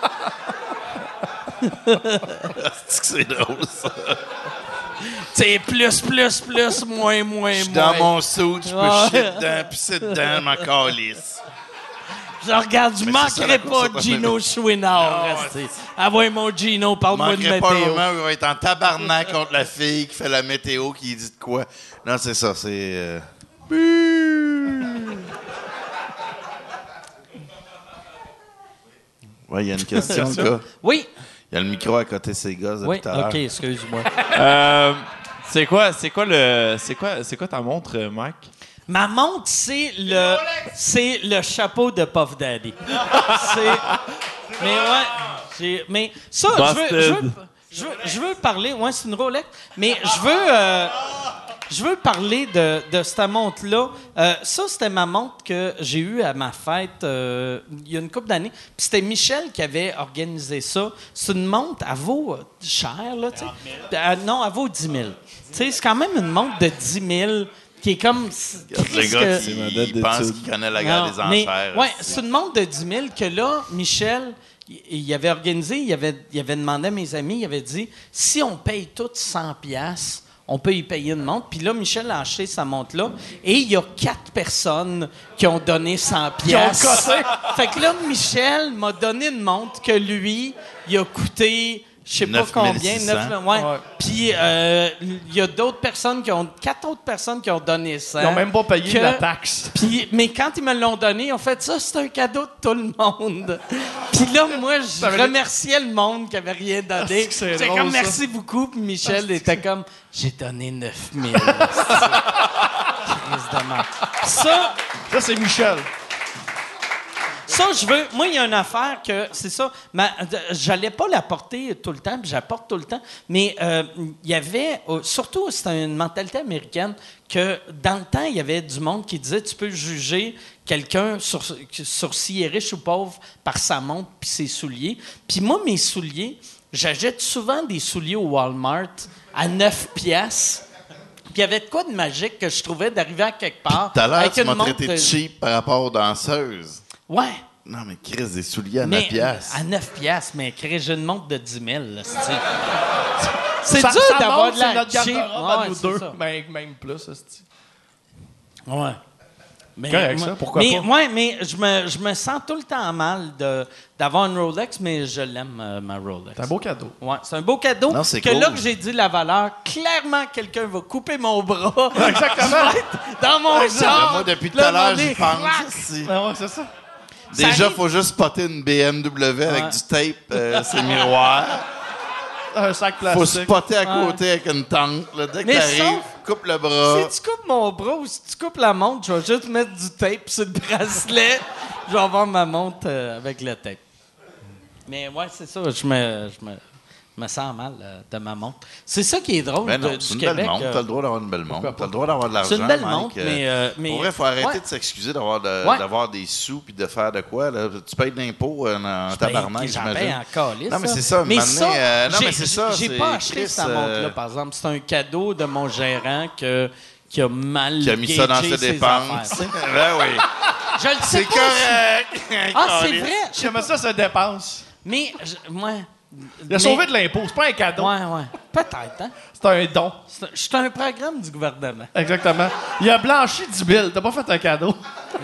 C'est que c'est drôle, ça. C'est plus, moins, Je suis moins. dans mon suit, je peux Ouais. chier dedans, pisser dedans, ma calisse. Je regarde, je Mais c'est ça, manquerai la pas course de autonomie. Gino Chouinard. restez. Ah ouais, mon Gino, Je parle-moi de manquerai pas le météo. moment où il va être en tabarnak contre la fille qui fait la météo, qui dit de quoi. Non, c'est ça, c'est... Ouais, il y a une question, le gars. Oui, Il y a le micro à côté de ses gosses depuis oui, tout à l'heure. OK, excuse-moi. C'est quoi ta montre, Mike? Ma montre, c'est le chapeau de Puff Daddy. Mais ça, je veux parler. Ouais, c'est une Rolex. Mais je veux parler de cette montre-là. Ça, c'était ma montre que j'ai eue à ma fête il y a une couple d'années. Puis c'était Michel qui avait organisé ça. C'est une montre, elle vaut cher, là, tu sais. Non, elle vaut 10 000. Tu sais, c'est quand même une montre de 10 000 qui est comme... Le gars, il pense qu'il connaît la guerre des enchères. Oui, c'est une montre de 10 000 que là, Michel, il avait organisé, il avait demandé à mes amis, il avait dit, si on paye toutes 100 $, on peut y payer une montre. Puis là, Michel a acheté sa montre-là et il y a 4 personnes qui ont donné 100 $. Fait que là, Michel m'a donné une montre que lui, il a coûté... Je sais pas 9 combien. 600. Ouais. Puis il y a d'autres personnes qui ont... 4 autres personnes qui ont donné ça. Ils n'ont même pas payé la taxe. Puis, mais quand ils me l'ont donné, ils ont fait ça, c'est un cadeau de tout le monde. Puis là, moi, je remerciais le monde qui avait rien donné. c'est J'étais drôle, comme ça. merci beaucoup. Puis Michel était comme j'ai donné 9 000. Ça, Ça, c'est Michel. Ça, je veux. Moi, il y a une affaire que c'est ça. J'allais pas la porter tout le temps, puis j'apporte tout le temps. Mais il y avait, surtout, c'était une mentalité américaine que dans le temps, il y avait du monde qui disait tu peux juger quelqu'un sur s'il est riche ou pauvre par sa montre puis ses souliers. Puis moi, mes souliers, j'achète souvent des souliers au Walmart à 9 $. Puis il y avait de quoi de magique que je trouvais d'arriver à quelque part. Tout à l'heure, avec tu une m'as montre traité de cheap par rapport aux danseuses. Ouais. Non, mais Chris, des souliers à 9 Mais, piastres. à 9 $, mais Chris, j'ai une montre de 10 000. Là, c'est Ça- dur ça d'avoir montre, de la c'est notre cheap. garde-robe à Ouais, nous c'est deux. ça. Même plus, hostie. Ouais. Mais, Correct, ça, pourquoi pas? Ouais, mais je me sens tout le temps mal d'avoir une Rolex, mais je l'aime, ma Rolex. C'est un beau cadeau. Ouais, c'est un beau cadeau. Non, c'est que cool. là que j'ai dit la valeur, clairement, quelqu'un va couper mon bras. Exactement. Dans mon Mais char. moi, depuis tout Là, à l'heure, demander, j'y pense. clac. Si. Ah ouais, c'est ça. Déjà, arrive. faut juste spotter une BMW avec Ouais. du tape, ses miroirs. Un sac Faut plastique. spotter à côté avec une tente. Là. Dès que Mais t'arrives, sauf- coupe le bras. Si tu coupes mon bras ou si tu coupes la montre, je vais juste mettre du tape sur le bracelet. Je vais avoir ma montre avec le tape. Mais ouais, c'est ça. Je me sens mal de ma montre. C'est ça qui est drôle Ben non, du c'est une Québec. belle montre. T'as le droit d'avoir une belle montre. T'as le droit d'avoir de l'argent. C'est une belle Mike. montre, mais Pour vrai, il faut arrêter ouais. de s'excuser d'avoir Ouais. d'avoir des sous puis de faire de quoi. Là. Tu payes de l'impôt en tabarnak, J'en paye j'imagine. en calice. Non, mais c'est ça, Mais maintenant, ça, non, mais c'est ça, j'ai c'est pas acheté Chris, cette montre-là, par exemple. C'est un cadeau de mon gérant qui a mal Qui a mis ça dans gagé ses ses dépenses. affaires, tu sais. Ben oui. Je le sais C'est pas. correct! Ah, c'est vrai. J'aime ça, ça dépense. Mais, moi... Il a sauvé de l'impôt, c'est pas un cadeau. Ouais. Peut-être, hein? C'est un don. Je suis un programme du gouvernement. Exactement. Il a blanchi du bill, t'as pas fait un cadeau.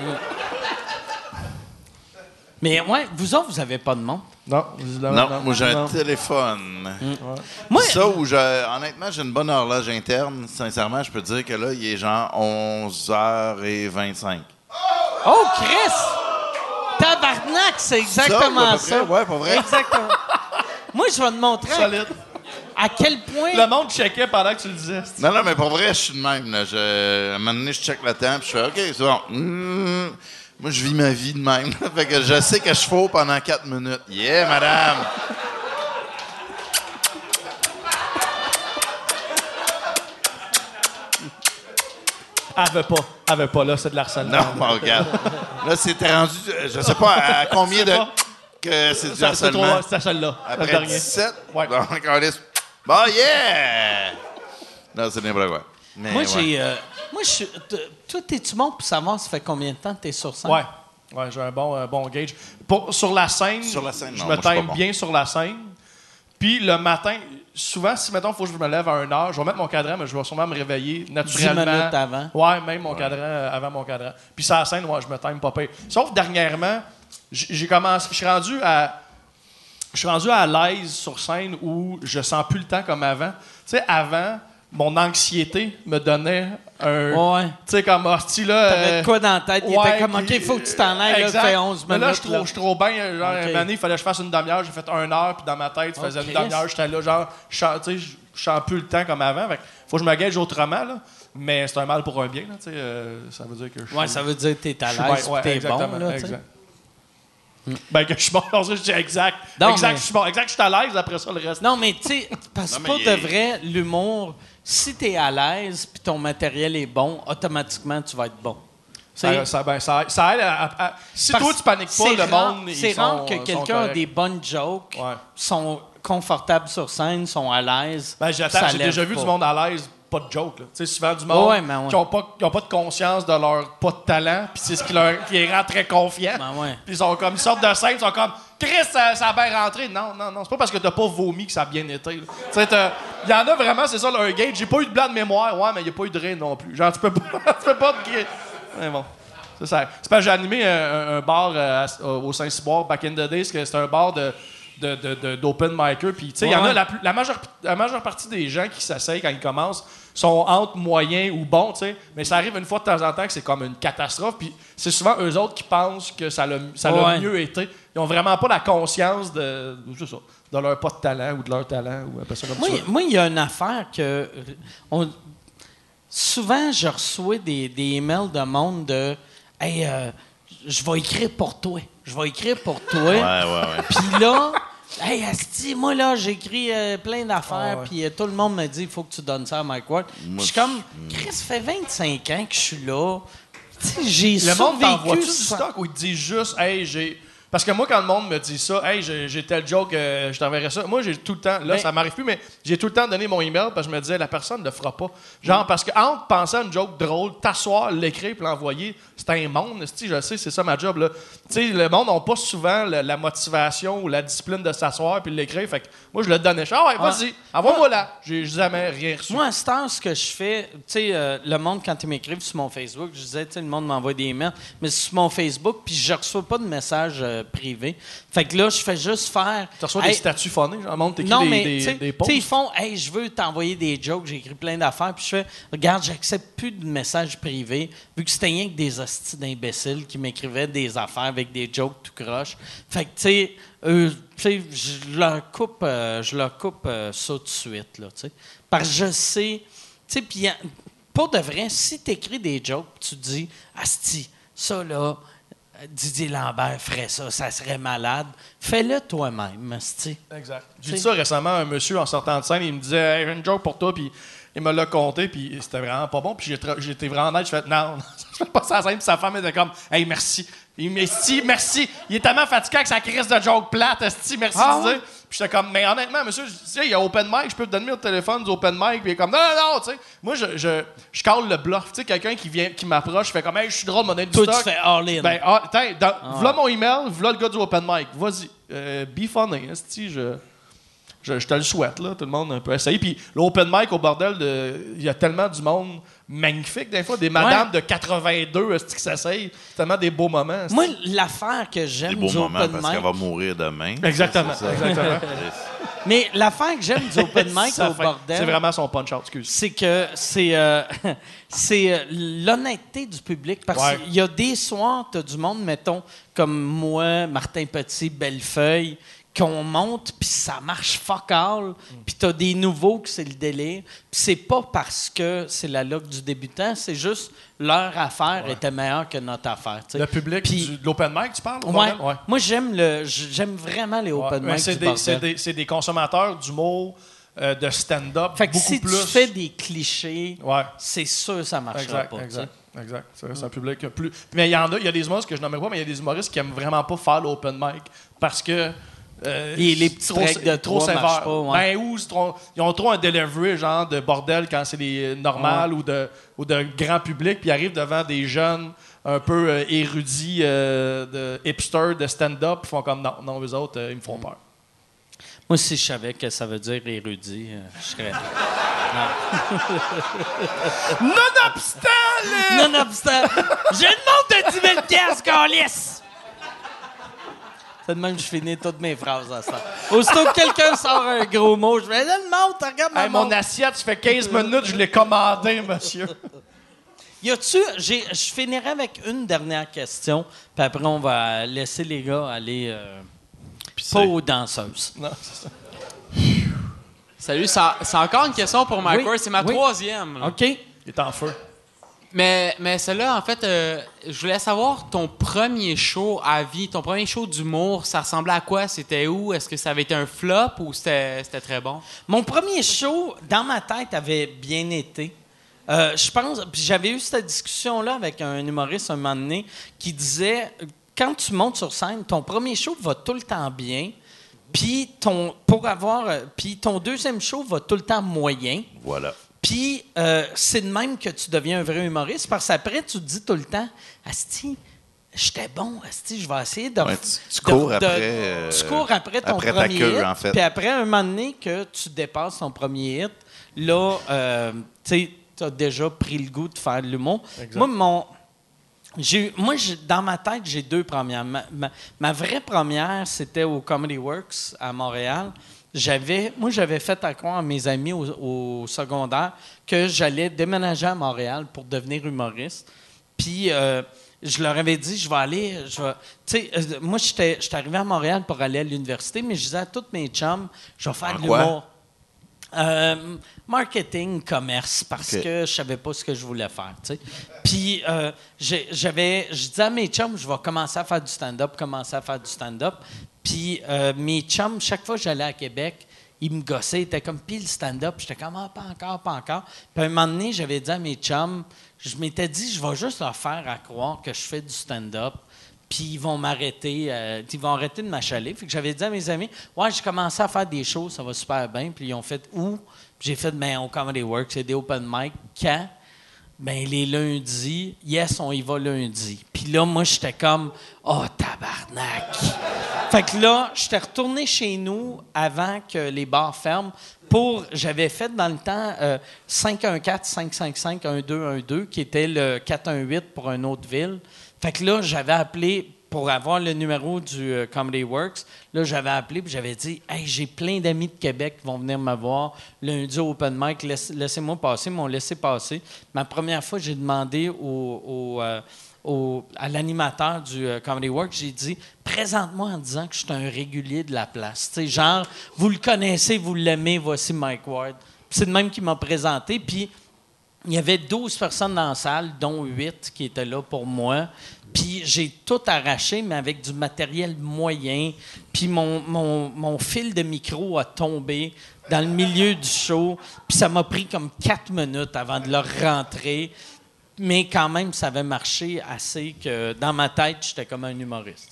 Mais, ouais, vous autres, vous avez pas de montre. Non, Non, moi j'ai un téléphone. Moi, Ça où honnêtement, j'ai une bonne horloge interne. Sincèrement, je peux te dire que là, il est genre 11h25. oh, Chris! Tabarnak, c'est exactement ça. Ouais, pas vrai. Exactement. Moi, je vais te montrer solide. à quel point... Le monde checkait pendant que tu le disais. Non, mais pour vrai, je suis de même. Là. À un moment donné, je check le temps, puis je fais OK, c'est bon. Moi, je vis ma vie de même. Fait que je sais que je faux pendant 4 minutes. Yeah, madame! Elle veut pas, là, c'est de l'harcèlement. Non, bon, regarde. Là, c'était rendu, je sais pas à combien de... que c'est du harcèlement. C'est celle-là. Après le dernier. 17? Ouais. Bon, bon, yeah! Non, c'est n'importe quoi. Mais, Moi, ouais. moi, je suis... Toi, t'es-tu bon pour savoir ça fait combien de temps que t'es sur scène? Ouais, j'ai un bon gauge. Sur la scène, Sur la scène, je non, me moi, je suis time pas bon. bien sur la scène. Puis le matin, souvent, si mettons, il faut que je me lève à 1h, je vais mettre mon cadran, mais je vais sûrement me réveiller naturellement. 10 minutes avant. Ouais, même mon cadran, avant mon cadran. Puis sur la scène, ouais, je me time pas pire. Sauf dernièrement, j'ai commencé. Je suis rendu à l'aise sur scène où je sens plus le temps comme avant. Tu sais, avant, mon anxiété me donnait un. Ouais. Tu sais, comme hostie, là. T'avais de quoi dans la tête? Il ouais, était comme, OK, puis- il faut que tu t'en ailles, là, Exact. ça fait 11 Mais minutes. là, je suis trop bien. Genre, OK. une année, il fallait que je fasse une demi-heure. J'ai fait 1 heure, puis dans ma tête, ça faisait OK. une demi-heure. J'étais là, genre, tu sais, je sens plus le temps comme avant. Fait que faut que je me gage autrement, là. Mais c'est un mal pour un bien, là, tu sais. Ça veut dire que je Ouais, suis- ça veut dire que t'es à je suis l'aise bien- ouais, t'es exactement, bon, là, tu sais. exact. Ben, que je suis bon, alors ça, je dis exact. Non, exact, mais- je suis bon. Exact, je suis à l'aise, après ça, le reste. Non, mais tu sais, parce que Non, mais pour il de est- vrai, l'humour, si t'es à l'aise puis ton matériel est bon, automatiquement, tu vas être bon. Ça aide si Parce- toi, tu paniques pas, c'est le rare- monde, c'est ils rare sont- que sont quelqu'un a corrects. des bonnes jokes, Ouais. sont confortables sur scène, sont à l'aise. Ben, ça j'ai lève déjà vu pas. du monde à l'aise, pas de joke. Là. Tu sais, souvent du monde Ouais, mais ouais. qui n'ont pas de conscience de leur pas de talent, puis c'est ce qui les rend très confiants. Ben ouais. Puis ils sont comme, ils sortent de scène, ils sont comme, Chris, ça a bien rentré. Non, c'est pas parce que t'as pas vomi que ça a bien été. là. Tu sais, il y en a vraiment, c'est ça, leur gauge. J'ai pas eu de blanc de mémoire, ouais, mais il n'y a pas eu de rire non plus. Genre, tu peux pas, tu peux pas te guérir. Mais bon. C'est ça. C'est parce que j'ai animé un bar au Saint-Cyboire, back in the days, que c'était un bar d'open micer. Puis, tu sais, il y en a, la majeure partie des gens qui s'asseyent quand ils commencent sont entre moyens ou bons, tu sais. Mais ça arrive une fois de temps en temps que c'est comme une catastrophe. Puis, c'est souvent eux autres qui pensent que ça l'a mieux été. Ils ont vraiment pas la conscience de leur pas de talent ou de leur talent. Ou appelle ça comme ça. Moi, il y a une affaire que... souvent, je reçois des emails de monde de « Hey, je vais écrire pour toi. Je vais écrire pour toi. Ouais. Puis là, hey, asti, moi, là, j'écris plein d'affaires, ouais. puis tout le monde me dit, il faut que tu donnes ça à Mike Ward. Puis je suis comme, Chris, ça fait 25 ans que je suis là. Tu sais, j'ai Le monde t'envoie-tu du sans- stock ou il te dit juste, hey, j'ai. Parce que moi, quand le monde me dit ça, hey, j'ai tel joke, je t'enverrai ça. Moi, j'ai tout le temps, là, Mais- ça m'arrive plus, mais j'ai tout le temps donné mon email parce que je me disais, la personne ne le fera pas. Genre, parce que entre penser à une joke drôle, t'asseoir, l'écrire puis l'envoyer, c'est un monde. Je sais, c'est ça ma job, là. Tu sais, le monde n'a pas souvent la motivation ou la discipline de s'asseoir puis l'écrire. Fait que moi, je le donnais. Je dis, ah ouais, vas-y, envoie-moi là. J'ai jamais rien reçu. Moi, à ce temps, ce que je fais, tu sais, le monde, quand ils m'écrivent sur mon Facebook, je disais, tu sais, le monde m'envoie des emails, mais sur mon Facebook, puis je reçois pas de messages privés. Fait que là, je fais juste faire. Tu reçois Hey, des statuts phonés, genre, le monde t'écrit non, mais des tu sais, posts. ils font, hey, je veux t'envoyer des jokes, j'ai écrit plein d'affaires, puis je fais, regarde, j'accepte plus de messages privés, vu que c'était rien que des hosties d'imbéciles qui m'écrivaient des affaires avec des jokes tout croche. Fait que, tu sais, je leur coupe ça tout de suite, là, tu sais. Parce que je sais, tu sais, puis pour de vrai, si t'écris des jokes, tu dis, asti, ça là, Didier Lambert ferait ça, ça serait malade. Fais-le toi-même, asti. Exact. J'ai dit ça récemment à un monsieur en sortant de scène. Il me disait, hey, j'ai une joke pour toi. Puis il me l'a compté. Puis c'était vraiment pas bon. Puis j'étais vraiment honnête. Je fais, non, je fais pas ça à la scène. Puis sa femme était comme, hey, merci. Il me dit, merci. Il est tellement fatigué avec sa crise de joke plate. Esti, merci. Ah Didier. ouais? Puis j'étais comme, mais honnêtement, monsieur, il y a open mic, je peux te donner le téléphone du open mic. Puis il est comme, non, tu sais. Moi, je cale le bluff. Tu sais, quelqu'un qui m'approche, je fais comme, hey, je suis drôle, monnaie du Toi, stock. tu fais all-in. Ben, voilà mon email, voilà le gars du open mic. Vas-y, be funny. Esti, je te le souhaite, là. Tout le monde peut essayer. Puis l'open mic au bordel, il y a tellement du monde magnifique, des fois. Des madames de 82 qui s'essayent. Tellement des beaux moments. Moi, l'affaire que Des j'aime beaux du moments open parce mic... qu'elle va mourir demain. Exactement. C'est ça. Exactement. Mais l'affaire que j'aime du open mic Ça au fait- bordel... C'est vraiment son punch-out, excuse. C'est que c'est l'honnêteté du public. Parce Ouais. qu'il y a des soirs, tu as du monde, mettons, comme moi, Martin Petit, Bellefeuille, qu'on monte, puis ça marche fuck all, puis tu as des nouveaux que c'est le délire. Puis c'est pas parce que c'est la loque du débutant, c'est juste leur affaire était meilleure que notre affaire. Tu sais. Le public Puis- de l'open mic, tu parles? au Ouais. bordel? Moi, j'aime vraiment les open Ouais, mic c'est du des, bordel. c'est des consommateurs d'humour, de stand-up, Fait que beaucoup si plus. tu fais des clichés, Ouais. c'est sûr que ça marchera pas. tu sais. Exact. C'est un public plus. Mais il y a des humoristes que je nommerai pas, mais il y a des humoristes qui aiment vraiment pas faire l'open mic parce que. Et les petits breaks de trop 3 sévère. marchent pas, ouais. Ben, ils ont trop un delivery genre de bordel quand c'est des normales ou de grand public, puis ils arrivent devant des jeunes un peu érudits, de hipsters, de stand-up, ils font comme non, eux autres, ils me font peur. Moi, si je savais que ça veut dire érudit, je serais. Nonobstant, j'ai une montre de 10 000 piastres, câlisse! C'est de même que je finis toutes mes phrases à ça. Aussitôt que quelqu'un sort un gros mot, je vais dire une montre, regarde ma Hey, mon montre. assiette, ça fait 15 minutes, je l'ai commandé, monsieur. Y a-tu. Je finirai avec une dernière question, puis après, on va laisser les gars aller. Pas aux danseuses. Non, c'est ça. Salut, c'est encore une question pour Mike Oui, Ward. C'est ma oui. troisième. là. OK? Il est en feu. Mais celle-là, en fait, je voulais savoir ton premier show à vie, ton premier show d'humour, ça ressemblait à quoi? C'était où? Est-ce que ça avait été un flop ou c'était très bon? Mon premier show, dans ma tête, avait bien été. Je pense, puis j'avais eu cette discussion-là avec un humoriste un moment donné qui disait, quand tu montes sur scène, ton premier show va tout le temps bien, puis ton deuxième show va tout le temps moyen. Voilà. Puis c'est de même que tu deviens un vrai humoriste, parce qu'après, tu te dis tout le temps, asti, j'étais bon, asti, je vais essayer de... Ouais, tu cours tu cours après ton après ta premier queue, hit, en fait. puis après, un moment donné que tu dépasses ton premier hit, là, tu sais, tu as déjà pris le goût de faire de l'humour. Moi, dans ma tête, j'ai deux premières. Ma vraie première, c'était au Comedy Works à Montréal. J'avais fait à croire à mes amis au secondaire que j'allais déménager à Montréal pour devenir humoriste. Puis je leur avais dit, moi, j'étais arrivé à Montréal pour aller à l'université, mais je disais à tous mes chums, je vais faire de quoi? l'humour. Marketing, commerce, parce que je savais pas ce que je voulais faire, tu sais. Puis, je disais à mes chums, je vais commencer à faire du stand-up. Puis, mes chums, chaque fois que j'allais à Québec, ils me gossaient, ils étaient comme, puis le stand-up, j'étais comme, pas encore. Puis, à un moment donné, j'avais dit à mes chums, je m'étais dit, je vais juste leur faire à croire que je fais du stand-up. Puis ils vont m'arrêter, ils vont arrêter de m'achaler. Fait que j'avais dit à mes amis, ouais, j'ai commencé à faire des shows, ça va super bien. Puis ils ont fait où? Puis j'ai fait, au Comedy Works, c'est des open mic. Quand? Les lundis. Yes, on y va lundi. Puis là, moi, j'étais comme, oh, tabarnak! Fait que là, j'étais retourné chez nous avant que les bars ferment j'avais fait dans le temps 514-555-1212, qui était le 418 pour une autre ville. Fait que là, j'avais appelé pour avoir le numéro du Comedy Works. Là, j'avais appelé et j'avais dit « Hey, j'ai plein d'amis de Québec qui vont venir me voir lundi au open mic. Laissez-moi passer. » Ils m'ont laissé passer. Ma première fois, j'ai demandé à l'animateur du Comedy Works, j'ai dit « Présente-moi en disant que je suis un régulier de la place. » Tu sais, genre, vous le connaissez, vous l'aimez, voici Mike Ward. Puis c'est de même qu'il m'a présenté. Puis il y avait 12 personnes dans la salle, dont 8 qui étaient là pour moi. Puis j'ai tout arraché, mais avec du matériel moyen. Puis mon fil de micro a tombé dans le milieu du show. Puis ça m'a pris comme 4 minutes avant de le rentrer. Mais quand même, ça avait marché assez que dans ma tête, j'étais comme un humoriste. Tu sais.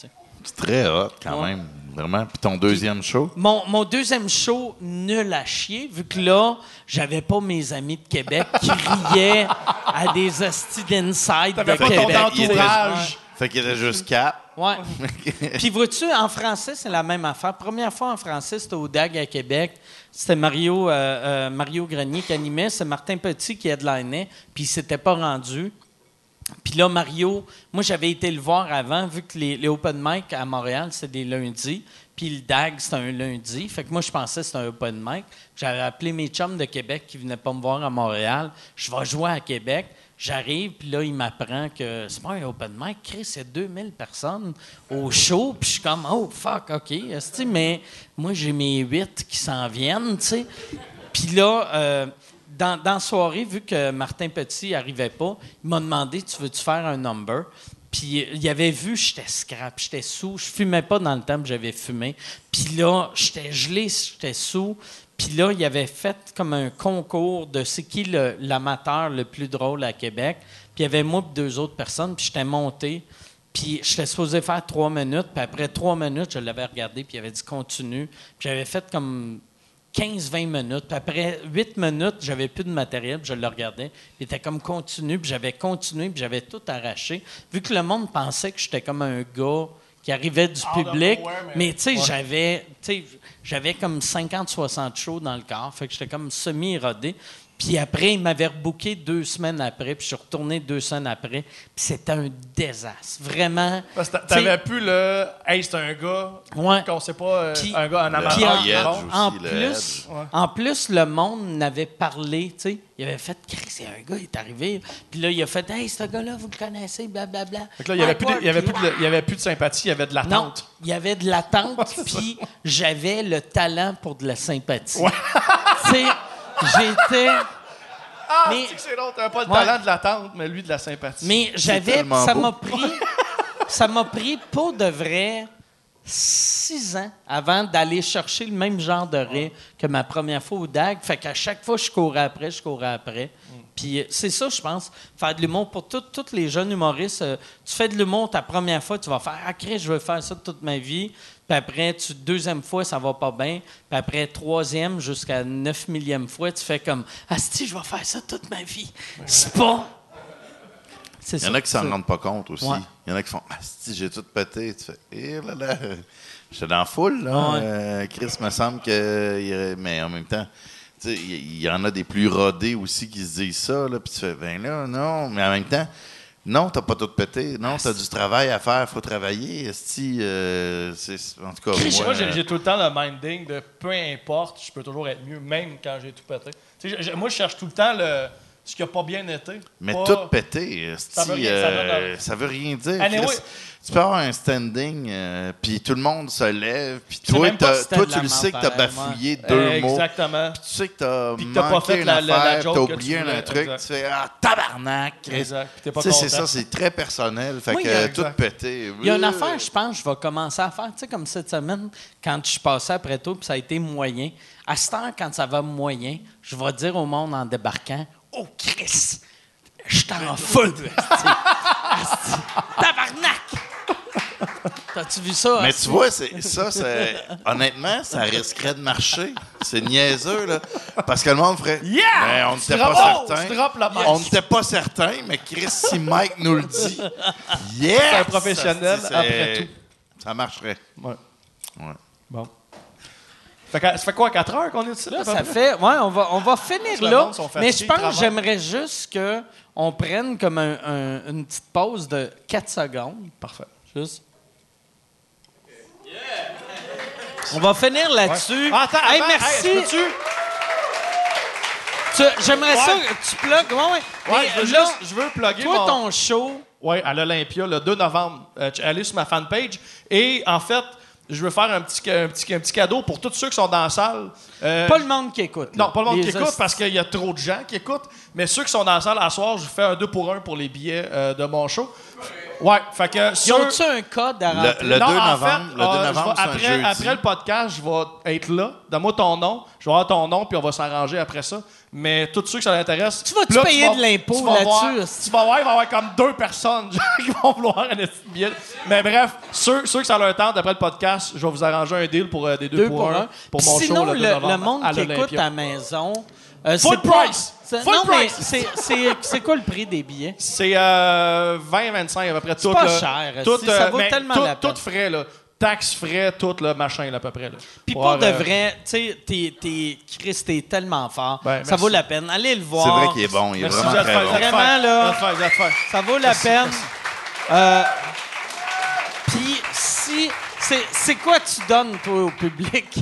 C'est très hot, quand même. Vraiment. Puis ton deuxième show? Mon deuxième show, nul à chier, vu que là, j'avais pas mes amis de Québec qui riaient à des hosties d'inside de T'avais pas ton Québec. entourage. Fait qu'il était juste 4. Ouais. Puis vois-tu, en français, c'est la même affaire. Première fois en français, c'était au DAG à Québec. C'était Mario Grenier qui animait. C'est Martin Petit qui headlinait. Puis il s'était pas rendu. Puis là, Mario, moi, j'avais été le voir avant, vu que les open mic à Montréal, c'est des lundis. Puis le DAG, c'est un lundi. Fait que moi, je pensais que c'était un open mic. J'avais appelé mes chums de Québec qui venaient pas me voir à Montréal. Je vais jouer à Québec. J'arrive, puis là, il m'apprend que c'est pas un open mic. Chris, c'est 2000 personnes au show. Puis je suis comme, oh, fuck, OK. Mais moi, j'ai mes 8 qui s'en viennent, tu sais. Puis là... Dans la soirée, vu que Martin Petit n'arrivait pas, il m'a demandé « Tu veux-tu faire un number? » Puis il avait vu, j'étais scrap, j'étais sous. Je fumais pas dans le temps, j'avais fumé. Puis là, j'étais gelé, j'étais sous. Puis là, il avait fait comme un concours de c'est qui l'amateur le plus drôle à Québec. Puis il y avait moi et 2 autres personnes, puis j'étais monté. Puis j'étais supposé faire 3 minutes. Puis après 3 minutes, je l'avais regardé, puis il avait dit « Continue. » Puis j'avais fait comme... 15-20 minutes. Puis après 8 minutes, j'avais plus de matériel, puis je le regardais. Il était comme continu, puis j'avais continué, puis j'avais tout arraché. Vu que le monde pensait que j'étais comme un gars qui arrivait du public, mais tu sais, j'avais comme 50-60 shows dans le corps, fait que j'étais comme semi-érodé. Puis après, il m'avait rebooké 2 semaines après, puis je suis retourné 2 semaines après, puis c'était un désastre. Vraiment. Parce que t'avais plus le « Hey, c'est un gars qu'on sait pas, un gars, un amateur. » En plus, le monde n'avait parlé, tu sais. Il avait fait « C'est un gars, il est arrivé. » Puis là, il a fait « Hey, ce gars-là, vous le connaissez, blablabla. » Fait que là, il y avait plus de sympathie, il y avait de l'attente. Non, il y avait de l'attente, puis j'avais le talent pour de la sympathie. Ouais. Tu sais... J'étais. Mais c'est l'autre, t'as pas le talent de l'attente, mais lui de la sympathie. Mais ça m'a pris pour de vrai 6 ans avant d'aller chercher le même genre de rire que ma première fois au DAG. Fait qu'à chaque fois, je courais après. Puis c'est ça, je pense, faire de l'humour. Pour tous les jeunes humoristes, tu fais de l'humour ta première fois, tu vas faire « Ah, Chris, je veux faire ça toute ma vie. » Puis après, deuxième fois, ça va pas bien. Puis après, 3e jusqu'à 9 millième fois, tu fais comme « Asti, je vais faire ça toute ma vie. » C'est pas... Il y en a qui s'en rendent pas compte aussi. Il y en a qui font « Asti, j'ai tout pété. » Tu fais « Eh là là, j'étais dans la foule, là. Chris, me semble que... » Mais en même temps... Il y en a des plus rodés aussi qui se disent ça, là, puis tu fais, ben là, non, mais en même temps, non, t'as pas tout pété, non, t'as du travail à faire, faut travailler, en tout cas, moi, j'ai tout le temps le minding de peu importe, je peux toujours être mieux, même quand j'ai tout pété. Moi, je cherche tout le temps ce qui a pas bien été. Mais tout pété, ça veut rien dire. Anyway, tu peux avoir un standing, puis tout le monde se lève, puis toi, tu le sais que t'as bafouillé 2 mots. Exactement. Puis tu sais que t'as manqué une affaire, t'as oublié un truc, tu fais « Ah, tabarnak! » Exact. Puis t'es pas content. C'est ça, c'est très personnel. Fait que tout pété. Il y a une affaire, je pense, je vais commencer à faire, tu sais, comme cette semaine, quand je suis passé après tout, puis ça a été moyen. À cette heure, quand ça va moyen, je vais dire au monde en débarquant, « Oh, Chris! Je suis en foule! Tabarnak! » T'as-tu vu ça? Mais tu vois, honnêtement, ça risquerait de marcher. C'est niaiseux, là. Parce que le monde ferait. Yeah! Mais on n'était pas certain. On n'était pas certain, mais Chris, si Mike nous le dit, yes! C'est un professionnel, après tout. Ça marcherait. Ouais. Bon. Ça fait quoi, 4 heures qu'on est ici? Là, ça fait. Ouais, on va finir là. Mais je pense que j'aimerais juste qu'on prenne comme une petite pause de 4 secondes. Parfait. Juste. On va finir là-dessus. Ouais. Attends, hey, merci. J'aimerais ça que tu plugues. Ouais, je veux plugger toi, ton show. Oui, à l'Olympia, le 2 novembre. Allez sur ma fanpage. Et en fait, je veux faire un petit cadeau pour tous ceux qui sont dans la salle. Pas le monde qui écoute. Non, pas le monde qui écoute parce qu'il y a trop de gens qui écoutent. Mais ceux qui sont dans la salle à soir, je fais un 2 pour 1 pour les billets de mon show. Ouais, fait que Ils ont-tu un code à rentrer? Le 2 Non, en novembre, fait, le 2 novembre, c'est un après, jeudi. après le podcast, je vais être là. Donne-moi ton nom. Je vais avoir ton nom, puis on va s'arranger après ça. Mais tous ceux que ça intéresse... Tu vas-tu là, payer vas- de l'impôt tu vas voir- là-dessus? Tu vas voir, il va y avoir comme 2 personnes qui vont vouloir un esti de billet. Mais bref, ceux que ça leur tente, après le podcast, je vais vous arranger un deal pour des 2 pour 1 pour mon Sinon, show le 2 novembre le monde à qui écoute l'Olympia. à la maison... Full c'est pas- price! c'est- Full non, mais price! c'est quoi le prix des billets? C'est 20-25 à peu près tout. pas là. cher, Tout, si, ça vaut mais tellement tout, la peine. tout frais, là. Taxes, frais, tout, là, machin, là, à peu près. Là. Puis Pour pour avoir, de vrai, tu sais, Chris, t'es tellement fort. Ben, ça merci. vaut la peine. Allez le voir. C'est vrai qu'il est bon. Il est Merci, vraiment vous êtes très fin, bon. vous êtes fin. Vraiment, là. Vous êtes fin, vous êtes fin. Ça vaut la peine. Puis si... C'est quoi tu donnes, toi, au public?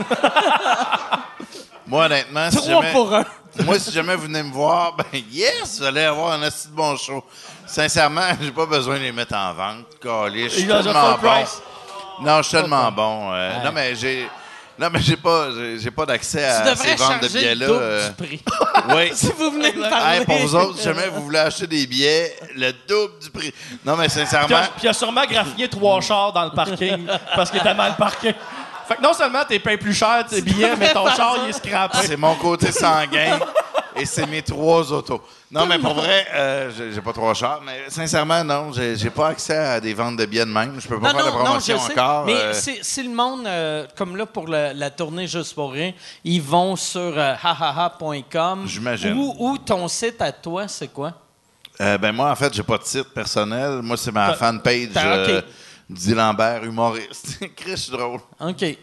Moi, honnêtement, si 3 jamais, pour 1. moi, si jamais vous venez me voir, ben yes, vous allez avoir un assez bon show. Sincèrement, j'ai pas besoin de les mettre en vente. Calé, je suis Il a tellement full bon. price. Non, je suis tellement bon. Non, mais j'ai pas d'accès Tu à ces devrais ventes de charger le billets-là. double du prix. Oui. Si vous venez me parler. Hey, pour vous autres, si jamais vous voulez acheter des billets, le double du prix. Non, mais sincèrement, Puis il a sûrement graffié 3 chars dans le parking parce qu'il était mal parqué. Fait que non seulement t'es payé plus cher tes billets, mais ton char, il est scrappé. c'est mon côté sanguin et c'est mes 3 autos. Non, mais pour vrai, j'ai pas 3 chars, mais sincèrement, non, j'ai pas accès à des ventes de billets de même. Je peux pas faire de promotion je sais. encore. Mais si le monde, comme là pour la tournée Juste pour rien, ils vont sur hahaha.com. J'imagine. Ou ton site à toi, c'est quoi? Ben moi, en fait, j'ai pas de site personnel. Moi, c'est ma fanpage OK. Guy Lambert, humoriste. Chris, je suis drôle. OK. Puis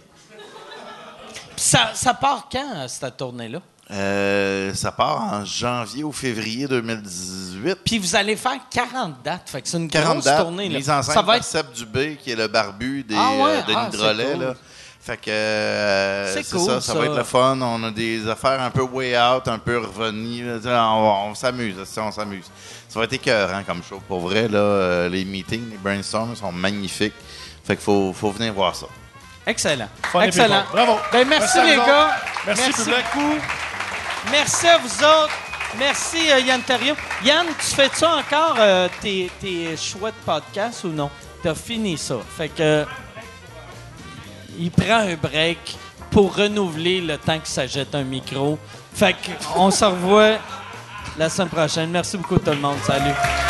ça part quand, cette tournée-là? Ça part en janvier ou février 2018. Puis vous allez faire 40 dates. Fait que c'est une 40 grosse dates, tournée. Là. mise en scène Ça va par être... Seb Dubé, qui est le barbu des c'est Denis Drolet. cool. Là. Fait que C'est c'est cool, ça ça. va être le fun. On a des affaires un peu way out, un peu revenues. On s'amuse, on s'amuse. Ça va être écœurant comme show. Pour vrai, là, les meetings, les brainstorms sont magnifiques. Fait qu'il faut venir voir ça. Excellent. Fun et Excellent. people. Bravo. Ben, merci Merci à les vous gars. Merci, public. beaucoup. Merci à vous autres. Merci Yann Terriot. Yann, tu fais-tu encore tes choix de podcast ou non? T'as fini ça. Fait que il prend un break pour renouveler le temps que ça jette un micro. Fait qu'on se revoit la semaine prochaine. Merci beaucoup tout le monde. Salut.